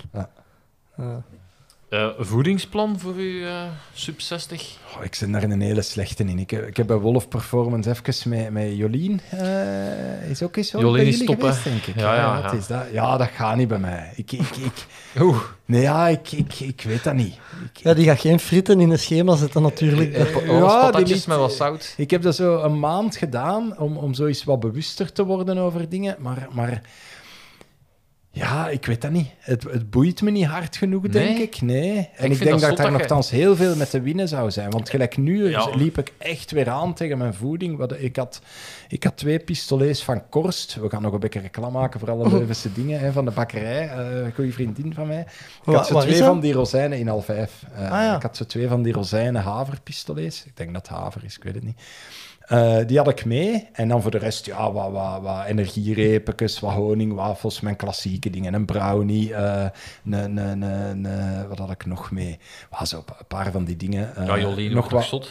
Speaker 8: Voedingsplan voor u sub 60?
Speaker 7: Ik zit daar een hele slechte in. Ik heb bij Wolf Performance even met Jolien... is ook eens zo
Speaker 8: Jolien
Speaker 7: bij
Speaker 8: is
Speaker 7: jullie
Speaker 8: top,
Speaker 7: geweest,
Speaker 8: hè?
Speaker 7: Denk ik.
Speaker 8: Ja.
Speaker 7: Wat is dat? Ja, dat gaat niet bij mij. Ik weet dat niet.
Speaker 6: Die gaat geen fritten in een schema zetten natuurlijk.
Speaker 8: Patatjes met wat zout.
Speaker 7: Ik heb dat zo een maand gedaan om zo eens wat bewuster te worden over dingen, maar ja, ik weet dat niet. Het boeit me niet hard genoeg, denk ik. Nee. En ik denk dat daar nogthans heel veel met te winnen zou zijn. Want gelijk nu liep ik echt weer aan tegen mijn voeding. Ik had 2 pistolets van Korst. We gaan nog een beetje reclame maken voor alle Leuvense dingen van de bakkerij. Een goede vriendin van mij. Ik had zo 2 van die rozijnen in Al5. Ik had zo 2 van die rozijnen haverpistolets. Ik denk dat het haver is, ik weet het niet. Die had ik mee. En dan voor de rest, wat energierepetjes, wat honingwafels, mijn klassieke dingen. Een brownie, wat had ik nog mee? Zo een paar van die dingen.
Speaker 8: Jolien,
Speaker 7: nog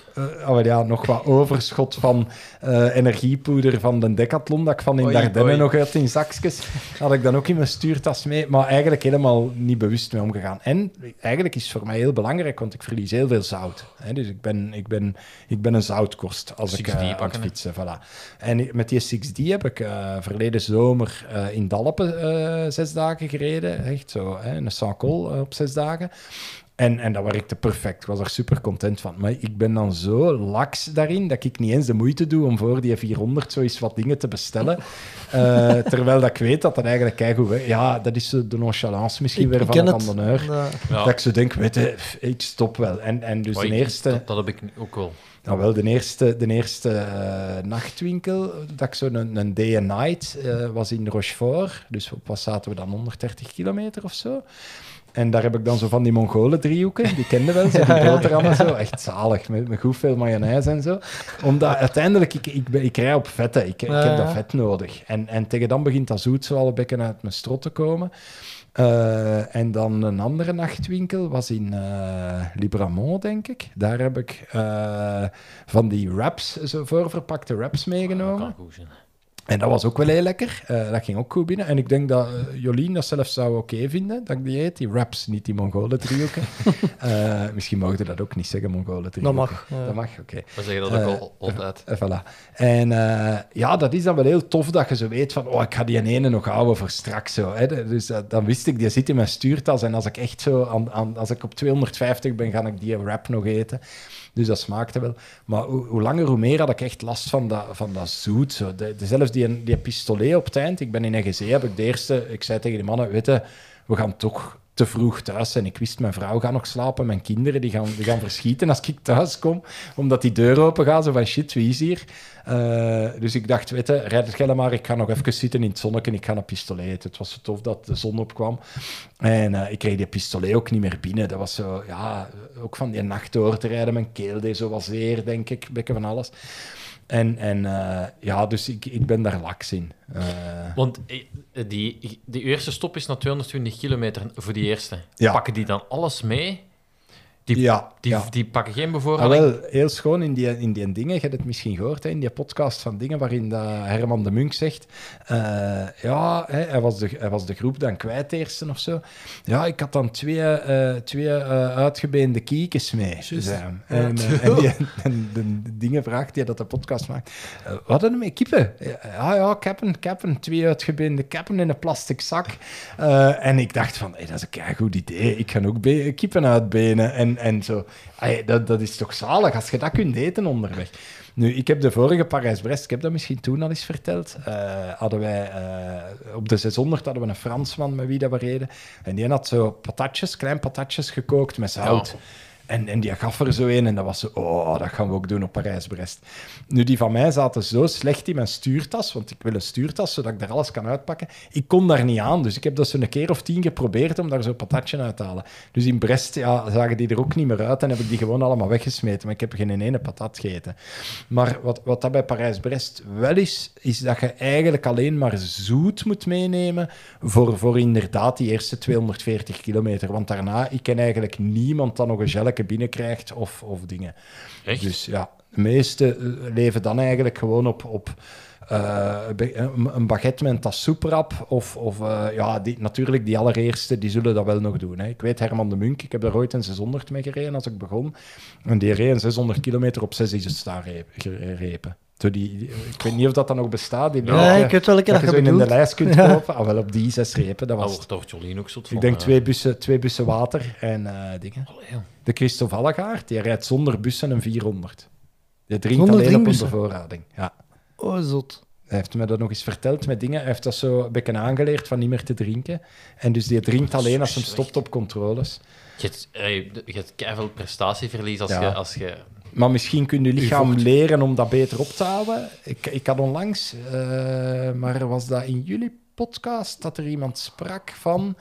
Speaker 7: wat overschot van energiepoeder van de Decathlon, dat ik van in Dardenne nog uit in zakjes. Had ik dan ook in mijn stuurtas mee. Maar eigenlijk helemaal niet bewust mee omgegaan. En eigenlijk is het voor mij heel belangrijk, want ik verlies heel veel zout. Hè? Dus ik ben een zoutkorst als ik... aan het fietsen, voilà. En met die 6D heb ik verleden zomer in Dalpen 6 dagen gereden. Echt zo, een Saint-Col op 6 dagen. En dat werkte perfect. Ik was er super content van. Maar ik ben dan zo laks daarin dat ik niet eens de moeite doe om voor die 400 zoiets wat dingen te bestellen. Terwijl dat ik weet dat eigenlijk keigoed werkt. Ja, dat is de nonchalance misschien weer van een randonneur. Dat ik zo denk, weet je, ik stop wel. En dus de eerste...
Speaker 8: Dat heb ik ook wel.
Speaker 7: Nou wel, de eerste nachtwinkel, dat ik zo een day and night was in Rochefort. Dus op wat zaten we dan, 130 kilometer of zo. En daar heb ik dan zo van die Mongolen-driehoeken, die kenden wel, zo, die boterhammen zo. Echt zalig, met goed veel mayonaise en zo. Omdat uiteindelijk, ik rij op vetten, ik heb dat vet nodig. En tegen dan begint dat zoet zo al een beetje uit mijn strot te komen. En dan een andere nachtwinkel was in Libramont, denk ik. Daar heb ik van die wraps, zo voorverpakte wraps meegenomen. En dat was ook wel heel lekker. Dat ging ook goed binnen. En ik denk dat Jolien dat zelfs zou oké vinden, dat ik die eet. Die wraps, niet die Mongolen-driehoeken. Misschien mogen we dat ook niet zeggen, Mongolen-driehoeken.
Speaker 6: Dat mag.
Speaker 7: Dat mag, oké.
Speaker 8: We zeggen dat ook altijd.
Speaker 7: Voilà. En dat is dan wel heel tof dat je zo weet van, ik ga die ene nog houden voor straks. Zo, hè. Dus dan wist ik, die zit in mijn stuurtas. En als ik echt zo, als ik op 250 ben, ga ik die wrap nog eten. Dus dat smaakte wel. Maar hoe langer, hoe meer had ik echt last van dat zoet. Zo. Zelfs die pistolet op het eind. Ik ben in NGC, heb ik de eerste... Ik zei tegen die mannen, weet je, we gaan toch te vroeg thuis en ik wist, mijn vrouw gaat nog slapen, mijn kinderen die gaan verschieten als ik thuis kom, omdat die deur open gaat, zo van shit, wie is hier? Dus ik dacht, weet je, rijd het maar, ik ga nog even zitten in het zonnetje en ik ga een pistolet eten. Het was zo tof dat de zon opkwam. En ik kreeg die pistolet ook niet meer binnen. Dat was zo, ja, ook van die nacht door te rijden, mijn keel deed zo wat zeer, denk ik, een beetje van alles. Ja, dus ik ben daar laks in.
Speaker 8: Want die eerste stop is na 220 kilometer voor die eerste.
Speaker 7: Ja.
Speaker 8: Pakken die dan alles mee?
Speaker 7: Ja.
Speaker 8: Die pakken geen
Speaker 7: Ah,
Speaker 8: bevoorrading?
Speaker 7: wel, heel schoon in die dingen. Je hebt het misschien gehoord, hè, in die podcast van dingen waarin dat Herman de Munk zegt... hij was de groep dan kwijt eerste of zo. Ja, ik had dan twee uitgebeende kiekjes mee. En de dingen vraagt hij dat de podcast maakt. Wat hadden we mee? Kippen? Ja, kappen. 2 uitgebeende kappen in een plastic zak. En ik dacht van, dat is een keigoed idee. Ik ga ook kippen uitbenen. En zo. Dat is toch zalig als je dat kunt eten onderweg. Nu, ik heb de vorige Parijs-Brest, ik heb dat misschien toen al eens verteld, hadden wij op de 600 hadden we een Fransman met wie dat we reden. En die had zo klein patatjes gekookt met zout. Ja. En die gaf er zo een en dat was zo, dat gaan we ook doen op Parijs-Brest. Nu, die van mij zaten zo slecht in mijn stuurtas, want ik wil een stuurtas, zodat ik daar alles kan uitpakken. Ik kon daar niet aan, dus ik heb dat zo een keer of 10 geprobeerd om daar zo'n patatje uit te halen. Dus in Brest zagen die er ook niet meer uit en heb ik die gewoon allemaal weggesmeten. Maar ik heb geen ene patat gegeten. Maar wat dat bij Parijs-Brest wel is dat je eigenlijk alleen maar zoet moet meenemen voor inderdaad die eerste 240 kilometer. Want daarna, ik ken eigenlijk niemand dat nog een gel binnenkrijgt of dingen. Echt? Dus ja, de meeste leven dan eigenlijk gewoon op een baguette met een tas soeprap natuurlijk die allereerste, die zullen dat wel nog doen. Hè. Ik weet, Herman de Munk, ik heb daar ooit een 600 mee gereden als ik begon. En die reed een 600 kilometer op 6 is het staan repen. Ik weet niet of dat nog bestaat. Ik weet welke dat je zo in de lijst kunt kopen. Wel op die 6 repen. Dat was
Speaker 8: toch Jolien ook zot van.
Speaker 7: Ik denk 2 bussen water en dingen. De Christophe Allegaard, die rijdt zonder bussen een 400. Die drinkt alleen op een bevoorrading. Ja.
Speaker 6: Oh, zot.
Speaker 7: Hij heeft me dat nog eens verteld met dingen. Hij heeft dat zo een beetje aangeleerd van niet meer te drinken. En dus die drinkt alleen als hij stopt op controles.
Speaker 8: Je hebt keiveel prestatieverlies als je...
Speaker 7: Maar misschien kun je lichaam leren om dat beter op te houden. Ik had onlangs, maar was dat in jullie podcast, dat er iemand sprak van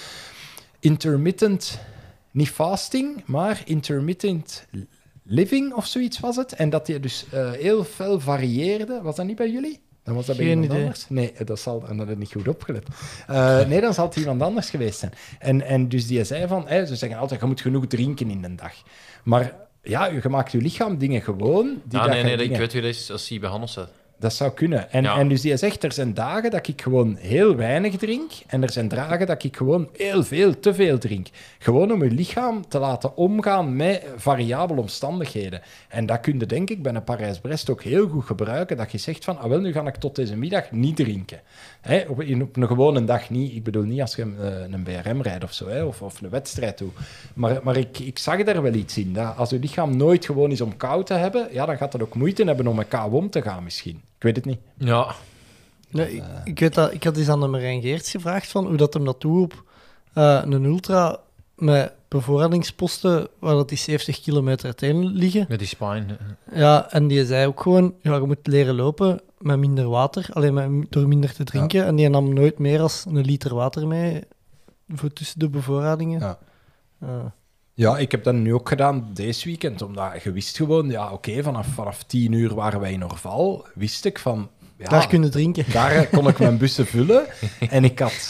Speaker 7: intermittent, niet fasting, maar intermittent living of zoiets was het. En dat die dus heel fel varieerde. Was dat niet bij jullie? Dan was dat bij iemand anders? Nee, dat had ik niet goed opgelet. Nee, dan zal het iemand anders geweest zijn. En dus die zei van, ze zeggen altijd, je moet genoeg drinken in de dag. Maar ja, je maakt je lichaam dingen gewoon.
Speaker 8: Ik weet wie dat is als hij bij Hannes zit.
Speaker 7: Dat zou kunnen. En dus die zegt, er zijn dagen dat ik gewoon heel weinig drink en er zijn dagen dat ik gewoon heel veel, te veel drink. Gewoon om je lichaam te laten omgaan met variabele omstandigheden. En dat kun je, denk ik, bij een Parijs-Brest ook heel goed gebruiken, dat je zegt van, nu ga ik tot deze middag niet drinken. Hè, op een gewone dag niet. Ik bedoel niet als je een BRM rijdt of zo, hè, of een wedstrijd doet. Maar ik zag daar wel iets in. Dat als je lichaam nooit gewoon is om kou te hebben, dan gaat dat ook moeite hebben om met kou om te gaan misschien. Ik weet het niet.
Speaker 8: Ja.
Speaker 6: Nee, ik weet dat. Ik had eens aan de Marijn Geerts gevraagd van hoe dat hem dat doet op een ultra met bevoorradingsposten waar dat die 70 kilometer uiteen liggen.
Speaker 8: Met die spine.
Speaker 6: Ja, en die zei ook gewoon, je moet leren lopen met minder water, alleen door minder te drinken. Ja. En die nam nooit meer dan 1 liter water mee voor tussen de bevoorradingen.
Speaker 7: Ja. Ja, ik heb dat nu ook gedaan deze weekend, omdat je wist gewoon, vanaf 10 uur waren wij in Orval, wist ik van... Ja,
Speaker 6: daar kunnen drinken.
Speaker 7: Daar kon ik mijn bussen vullen. En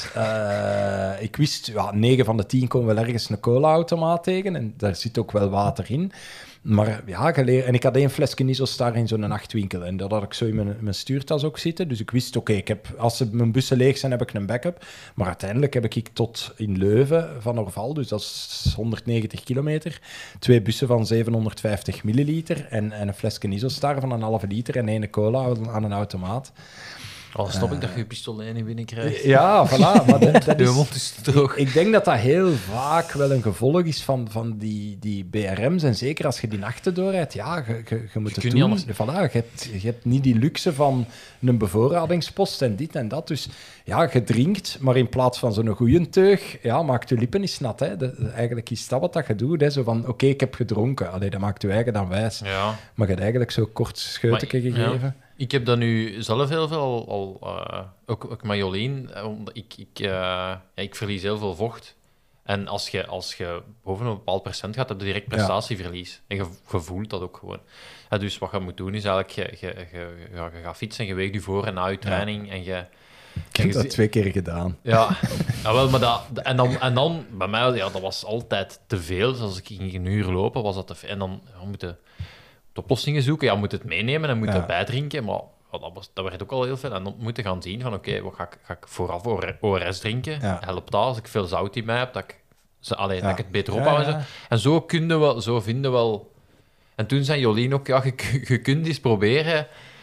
Speaker 7: ik wist, 9 van de 10 komen wel ergens een cola-automaat tegen, en daar zit ook wel water in. Maar ja, en ik had 1 flesje Isostar in zo'n nachtwinkel. En dat had ik zo in mijn stuurtas ook zitten. Dus ik wist, als mijn bussen leeg zijn, heb ik een backup. Maar uiteindelijk heb ik tot in Leuven van Orval, dus dat is 190 kilometer, 2 bussen van 750 milliliter en een flesje Isostar van een halve liter en 1 cola aan een automaat.
Speaker 8: Al snap ik dat je je pistoolijn niet binnenkrijgt.
Speaker 7: Ja, voilà. Maar dat
Speaker 8: Je
Speaker 7: is...
Speaker 8: mond is droog.
Speaker 7: Ik denk dat dat heel vaak wel een gevolg is van die BRM's. En zeker als je die nachten doorrijdt, ja, je moet het
Speaker 8: kunt
Speaker 7: doen.
Speaker 8: niet
Speaker 7: Voilà, je hebt niet die luxe van een bevoorradingspost en dit en dat. Dus ja, je drinkt, maar in plaats van zo'n goeie teug, ja, maakt je lippen eens nat. Hè. Eigenlijk is dat wat je doet. Hè. Zo van, oké, ik heb gedronken. Allee, dat maakt je eigen dan wijs.
Speaker 8: Ja.
Speaker 7: Maar je hebt eigenlijk zo kort scheutje gegeven.
Speaker 8: Ja. Ik heb dat nu zelf heel veel ook met Jolien. Ik verlies heel veel vocht. En als je boven een bepaald procent gaat, heb je direct prestatieverlies. En je voelt dat ook gewoon. Ja, dus wat je moet doen, is eigenlijk... Je gaat fietsen, je weegt je voor en na je training. En je...
Speaker 7: Ik heb dat 2 keer gedaan.
Speaker 8: Ja, wel, maar dat... En dan bij mij, ja, dat was altijd te veel. Dus als ik ging een uur lopen, was dat te veel. En dan moet je oplossingen zoeken. Ja, je moet het meenemen en moet het bijdrinken, maar dat werd ook al heel veel. En dan moet je gaan zien van, oké, wat ga ik vooraf ORS drinken?
Speaker 7: Ja.
Speaker 8: Helpt dat als ik veel zout in mij heb, dat ik het beter ophoud? Ja. En zo vinden we wel... En toen zei Jolien ook, ja, je kunt eens proberen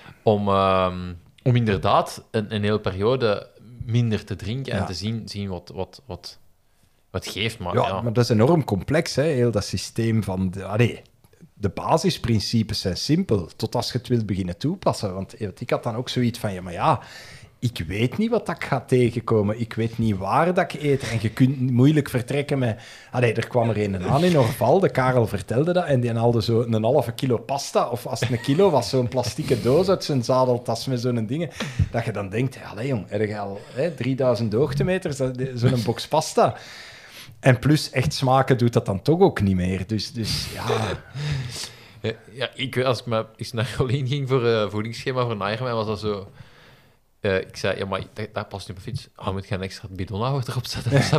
Speaker 8: om inderdaad een hele periode minder te drinken en te zien wat geeft. Maar,
Speaker 7: maar dat is enorm complex, hè, heel dat systeem van... De basisprincipes zijn simpel, tot als je het wilt beginnen toepassen. Want ik had dan ook zoiets van, ik weet niet wat ik ga tegenkomen. Ik weet niet waar dat ik eet. En je kunt moeilijk vertrekken met... er kwam er een aan in Orval, de Karel vertelde dat, en die haalde zo een halve kilo pasta, of als het een kilo was, zo'n plastieke doos uit zijn zadeltas met zo'n dingen, dat je dan denkt, jong, heb je al 3000 hoogtemeters, zo'n box pasta... En plus, echt smaken doet dat dan toch ook niet meer. Dus ja...
Speaker 8: Ja, als ik eens naar Jolien ging voor een voedingsschema voor Ironman, was dat zo... ik zei, ja, maar dat past niet op mijn fiets. Moet je een extra bidonhouder erop zetten?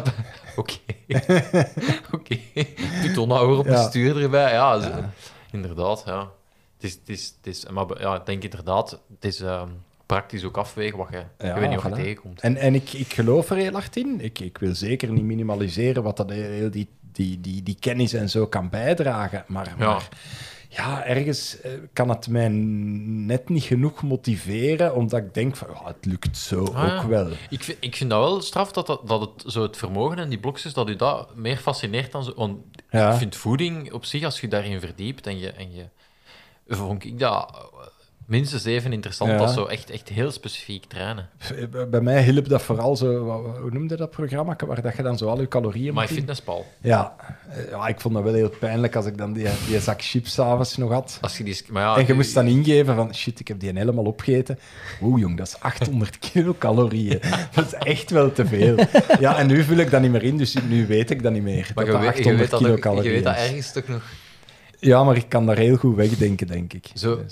Speaker 8: Oké. Bidonhouder op de stuur erbij. Ja, inderdaad, ja. Het is, maar ja, ik denk inderdaad, het is... praktisch ook afwegen wat je weet niet wat je tegenkomt. En
Speaker 7: ik geloof er heel hard in. Ik wil zeker niet minimaliseren wat dat heel die kennis en zo kan bijdragen. Maar ergens kan het mij net niet genoeg motiveren, omdat ik denk van, het lukt zo ook wel.
Speaker 8: Ik vind dat wel straf dat het zo het vermogen en die blokjes, dat u dat meer fascineert dan zo. Want ik vind voeding op zich, als je daarin verdiept en je vond ik dat... minstens even interessant als zo echt heel specifiek trainen.
Speaker 7: Bij mij hielp dat vooral zo... Hoe noemde dat programma? Waar dat je dan zo al je calorieën...
Speaker 8: MyFitnessPal.
Speaker 7: Ja, ik vond dat wel heel pijnlijk als ik dan die zak chips 's avonds nog had.
Speaker 8: Als je
Speaker 7: en je moest dan ingeven van... Shit, ik heb die helemaal opgegeten. Oeh, jong, dat is 800 kilocalorieën. Dat is echt wel te veel. Ja, en nu vul ik dat niet meer in, dus nu weet ik dat niet meer.
Speaker 8: Maar
Speaker 7: dat 800 kilocalorieën.
Speaker 8: Je weet dat ergens toch nog...
Speaker 7: Ja, maar ik kan daar heel goed wegdenken, denk ik.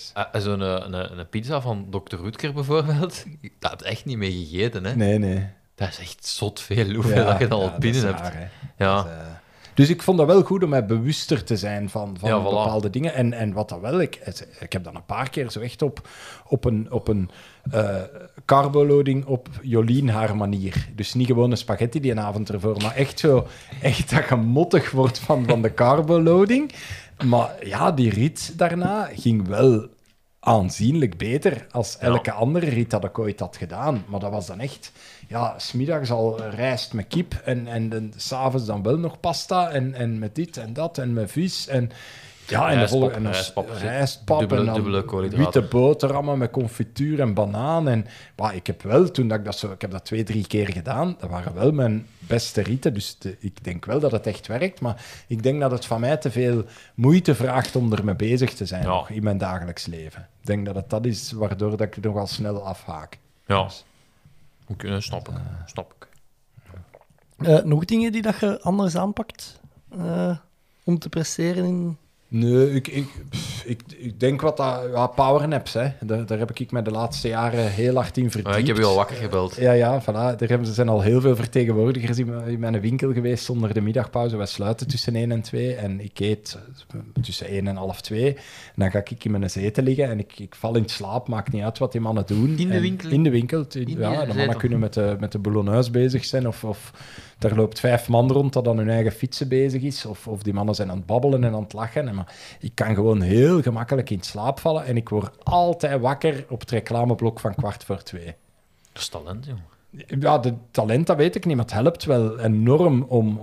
Speaker 8: Zo'n pizza van Dr. Roetker bijvoorbeeld, dat heb je echt niet mee gegeten, hè?
Speaker 7: Nee.
Speaker 8: Dat is echt zot veel hoeveel dat je dan al binnen hebt.
Speaker 7: Raar, dus ik vond dat wel goed om mij bewuster te zijn van bepaalde dingen. En wat dat wel... Ik heb dan een paar keer zo echt op een carboloading op Jolien haar manier. Dus niet gewoon een spaghetti die een avond ervoor, maar echt zo... Echt dat je mottig wordt van de carboloading. Maar ja, die rit daarna ging wel aanzienlijk beter als elke andere rit dat ik ooit had gedaan. Maar dat was dan echt... Ja, 's middags al rijst met kip en 's avonds dan wel nog pasta en met dit en dat en met vis en... Ja, en rijstpap en dan witte boterhammen met confituur en banaan. En ik heb wel, toen dat ik dat zo... Ik heb dat 2-3 keer gedaan. Dat waren wel mijn beste ritten. Dus ik denk wel dat het echt werkt. Maar ik denk dat het van mij te veel moeite vraagt om ermee bezig te zijn nog in mijn dagelijks leven. Ik denk dat het dat is waardoor dat ik nogal snel afhaak.
Speaker 8: Ja, oké, snap ik.
Speaker 6: Nog dingen die dat je anders aanpakt om te presteren in...
Speaker 7: Nee, ik denk wat dat... Ja, powernaps, hè. Daar heb ik me de laatste jaren heel hard in verdiept.
Speaker 8: Ik heb je al wakker gebeld.
Speaker 7: Ja, voilà. Er zijn al heel veel vertegenwoordigers in mijn winkel geweest zonder de middagpauze. Wij sluiten tussen 1 en 2 en ik eet tussen 1 en half 2. En dan ga ik in mijn zetel liggen en ik val in slaap. Maakt niet uit wat die mannen doen.
Speaker 8: In de winkel?
Speaker 7: In de winkel. De mannen kunnen met de bouloneuse bezig zijn of daar loopt 5 man rond dat aan hun eigen fietsen bezig is. Of die mannen zijn aan het babbelen en aan het lachen. Maar ik kan gewoon heel gemakkelijk in slaap vallen. En ik word altijd wakker op het reclameblok van 1:15.
Speaker 8: Dat is talent, jongen.
Speaker 7: Ja, het talent, dat weet ik niet, maar het helpt wel enorm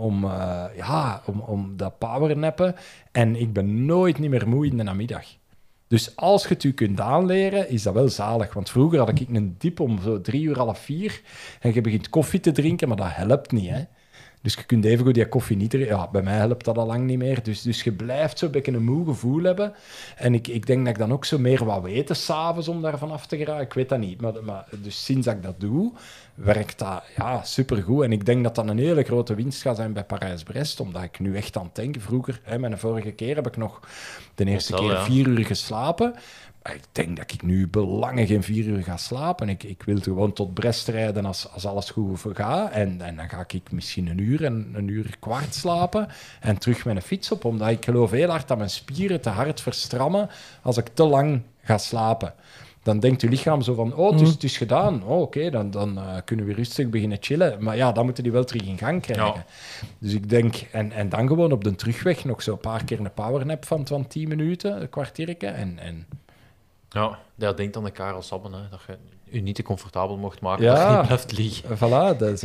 Speaker 7: om dat powernappen. En ik ben nooit niet meer moe in de namiddag. Dus als je het u kunt aanleren, is dat wel zalig. Want vroeger had ik een diep om zo 3:30, 4:00 en je begint koffie te drinken, maar dat helpt niet, hè. Dus je kunt evengoed die koffie niet drinken. Ja, bij mij helpt dat al lang niet meer. Dus je blijft zo'n beetje een moe gevoel hebben. En ik denk dat ik dan ook zo meer wat weet 's avonds om daarvan af te geraken. Ik weet dat niet. Maar dus sinds dat ik dat doe, werkt dat supergoed. En ik denk dat dat een hele grote winst gaat zijn bij Parijs-Brest. Omdat ik nu echt aan het denken. Vroeger, mijn vorige keer, heb ik nog de eerste keer 4 uur geslapen. Maar ik denk dat ik nu belangen geen 4 uur ga slapen. Ik wil gewoon tot Brest rijden als alles goed gaat. En dan ga ik misschien 1 uur en 1 uur kwart slapen. En terug met een fiets op. Omdat ik geloof heel hard dat mijn spieren te hard verstrammen als ik te lang ga slapen. Dan denkt je lichaam zo van, het is gedaan. Oké, dan kunnen we rustig beginnen chillen. Maar ja, dan moeten die wel terug in gang krijgen. Ja. Dus ik denk, en dan gewoon op de terugweg nog zo een paar keer een powernap van 10 minuten, een kwartiertje. En
Speaker 8: Ja, denk aan de Karel Sabben, hè, dat je je niet te comfortabel mocht maken, dat je niet blijft liggen.
Speaker 7: Voilà, dat is...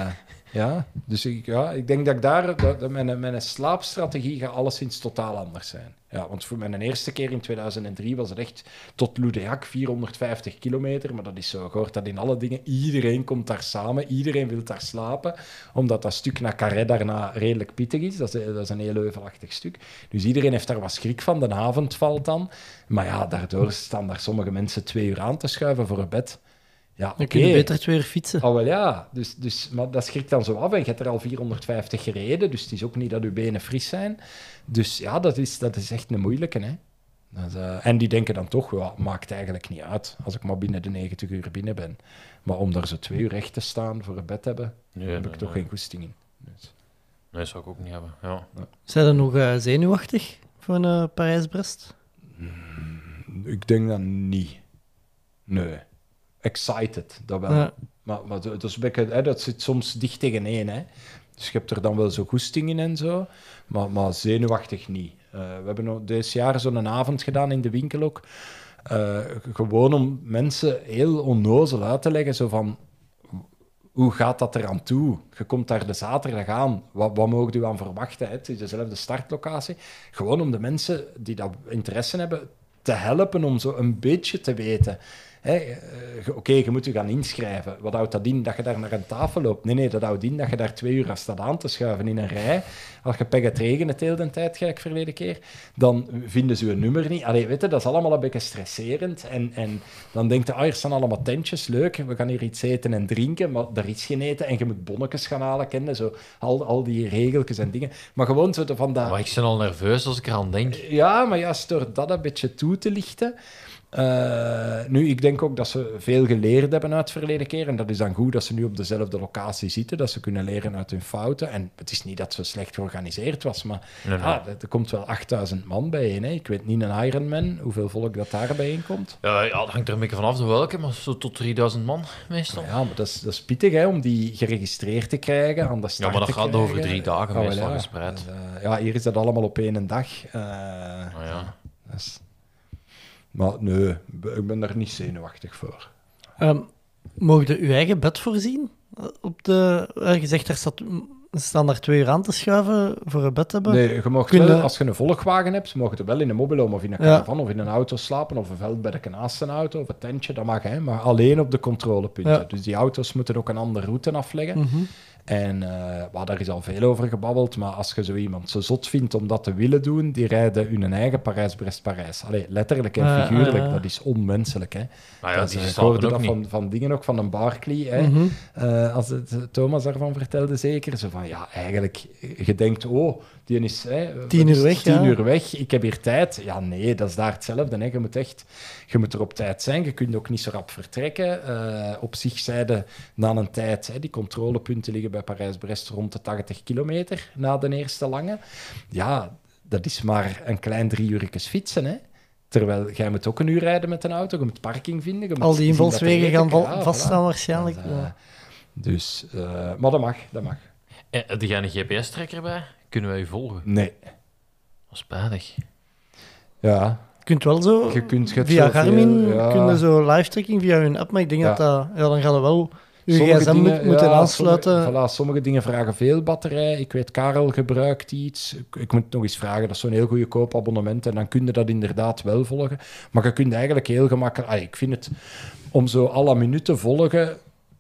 Speaker 7: Dus ik denk dat ik daar... Mijn slaapstrategie gaat alleszins totaal anders zijn. Ja, want voor mijn eerste keer in 2003 was het echt tot Loudéac 450 kilometer. Maar dat is zo, je hoort dat in alle dingen. Iedereen komt daar samen, iedereen wil daar slapen. Omdat dat stuk naar Carré daarna redelijk pittig is. Dat is een heel heuvelachtig stuk. Dus iedereen heeft daar wat schrik van. De avond valt dan. Maar ja, daardoor staan daar sommige mensen 2 uur aan te schuiven voor een bed. Ja,
Speaker 6: dan kun je beter 2 uur fietsen.
Speaker 7: Oh, wel ja. Dus, maar dat schrikt dan zo af. En je hebt er al 450 gereden. Dus het is ook niet dat je benen fris zijn. Dus ja, dat is echt een moeilijke. Hè? En die denken dan toch, maakt eigenlijk niet uit als ik maar binnen de 90 uur binnen ben. Maar om daar zo 2 uur recht te staan voor een bed hebben, heb ik toch geen goesting in. Dus.
Speaker 8: Nee, dat zou ik ook niet hebben. Ja.
Speaker 6: Zijn er nog zenuwachtig voor een Parijs-Brest?
Speaker 7: Ik denk dat niet. Nee. Excited, dat wel. Ja. Maar dat is een beetje, dat zit soms dicht tegen één. Hè. Dus je hebt er dan wel zo goesting in en zo, maar zenuwachtig niet. We hebben dit jaar zo'n avond gedaan in de winkel ook. Gewoon om mensen heel onnozel uit te leggen, zo van... Hoe gaat dat eraan toe? Je komt daar de zaterdag aan. Wat mogen u aan verwachten? Hè? Het is dezelfde startlocatie. Gewoon om de mensen die dat interesse hebben te helpen om zo een beetje te weten... Oké, je moet je gaan inschrijven. Wat houdt dat in? Dat je daar naar een tafel loopt? Nee, dat houdt in dat je daar 2 uur staat aan te schuiven in een rij. Als je pech het regent de hele tijd, gelijk verleden keer, dan vinden ze je nummer niet. Allee, weet je, dat is allemaal een beetje stresserend. En dan denk je, hier staan allemaal tentjes, leuk, we gaan hier iets eten en drinken, maar er is geen eten en je moet bonnetjes gaan halen, kennen, zo, al die regeltjes en dingen. Maar gewoon zo van dat...
Speaker 8: Maar ik ben al nerveus als ik eraan denk.
Speaker 7: Ja, maar juist door dat een beetje toe te lichten... Nu, ik denk ook dat ze veel geleerd hebben uit het verleden keer. En dat is dan goed dat ze nu op dezelfde locatie zitten. Dat ze kunnen leren uit hun fouten. En het is niet dat ze slecht georganiseerd was, maar er komt wel 8000 man bijeen. Hè. Ik weet niet een Ironman, hoeveel volk dat daar bijeen komt.
Speaker 8: Ja, dat hangt er een beetje vanaf de welke, maar zo tot 3000 man meestal.
Speaker 7: Ja, maar dat is pittig hè, om die geregistreerd te krijgen, aan de start.
Speaker 8: Ja, maar dat gaat over 3 dagen meestal gespreid.
Speaker 7: Hier is dat allemaal op 1 dag. Maar nee, ik ben daar niet zenuwachtig voor.
Speaker 6: Mocht je uw eigen bed voorzien? Je zegt, staan daar 2 uur aan te schuiven voor een bed hebben?
Speaker 7: Nee, je mag wel, als je een volgwagen hebt, mag je wel in een mobilhome of in een caravan of in een auto slapen of een veldbedje naast een auto of een tentje, dat mag, hè, maar alleen op de controlepunten. Ja. Dus die auto's moeten ook een andere route afleggen. Mm-hmm. En daar is al veel over gebabbeld, maar als je zo iemand zo zot vindt om dat te willen doen, die rijden hun eigen Parijs-Brest-Parijs. Allee, letterlijk en figuurlijk, dat is onmenselijk. Hè.
Speaker 8: Ik
Speaker 7: hoorde dat van dingen ook, van een Barkley, hè. Mm-hmm. Als Thomas daarvan vertelde zeker, zo van, ja, eigenlijk, je denkt, die is
Speaker 6: 10 uur weg.
Speaker 7: 10 uur weg, ik heb hier tijd. Ja, nee, dat is daar hetzelfde. Hè. Je moet er op tijd zijn, je kunt ook niet zo rap vertrekken. Op zich zeiden na een tijd, hè, die controlepunten liggen bij Parijs-Brest rond de 80 kilometer na de eerste lange. Ja, dat is maar een klein 3 uurtjes fietsen, hè. Terwijl jij moet ook 1 uur rijden met een auto, je moet parking vinden. Je moet
Speaker 6: al die invalswegen gaan vaststaan waarschijnlijk.
Speaker 7: Dus, maar dat mag.
Speaker 8: Heb jij een GPS-trekker bij? Kunnen wij u volgen?
Speaker 7: Nee.
Speaker 8: Dat is spijtig.
Speaker 7: Ja.
Speaker 6: kunt wel zo,
Speaker 7: Je kunt het
Speaker 6: via
Speaker 7: zoveel,
Speaker 6: Garmin,
Speaker 7: ja.
Speaker 6: kun je zo live tracking via hun app, maar ik denk
Speaker 7: Ja.
Speaker 6: dan gaan we wel je
Speaker 7: Sommige
Speaker 6: gsm
Speaker 7: dingen,
Speaker 6: moeten
Speaker 7: ja,
Speaker 6: aansluiten.
Speaker 7: Sommige dingen vragen veel batterij. Ik weet, Karel gebruikt iets. Ik moet het nog eens vragen. Dat is zo'n heel goede koopabonnement. En dan kun je dat inderdaad wel volgen. Maar je kunt eigenlijk heel gemakkelijk... ik vind het... Om zo alle minuten volgen...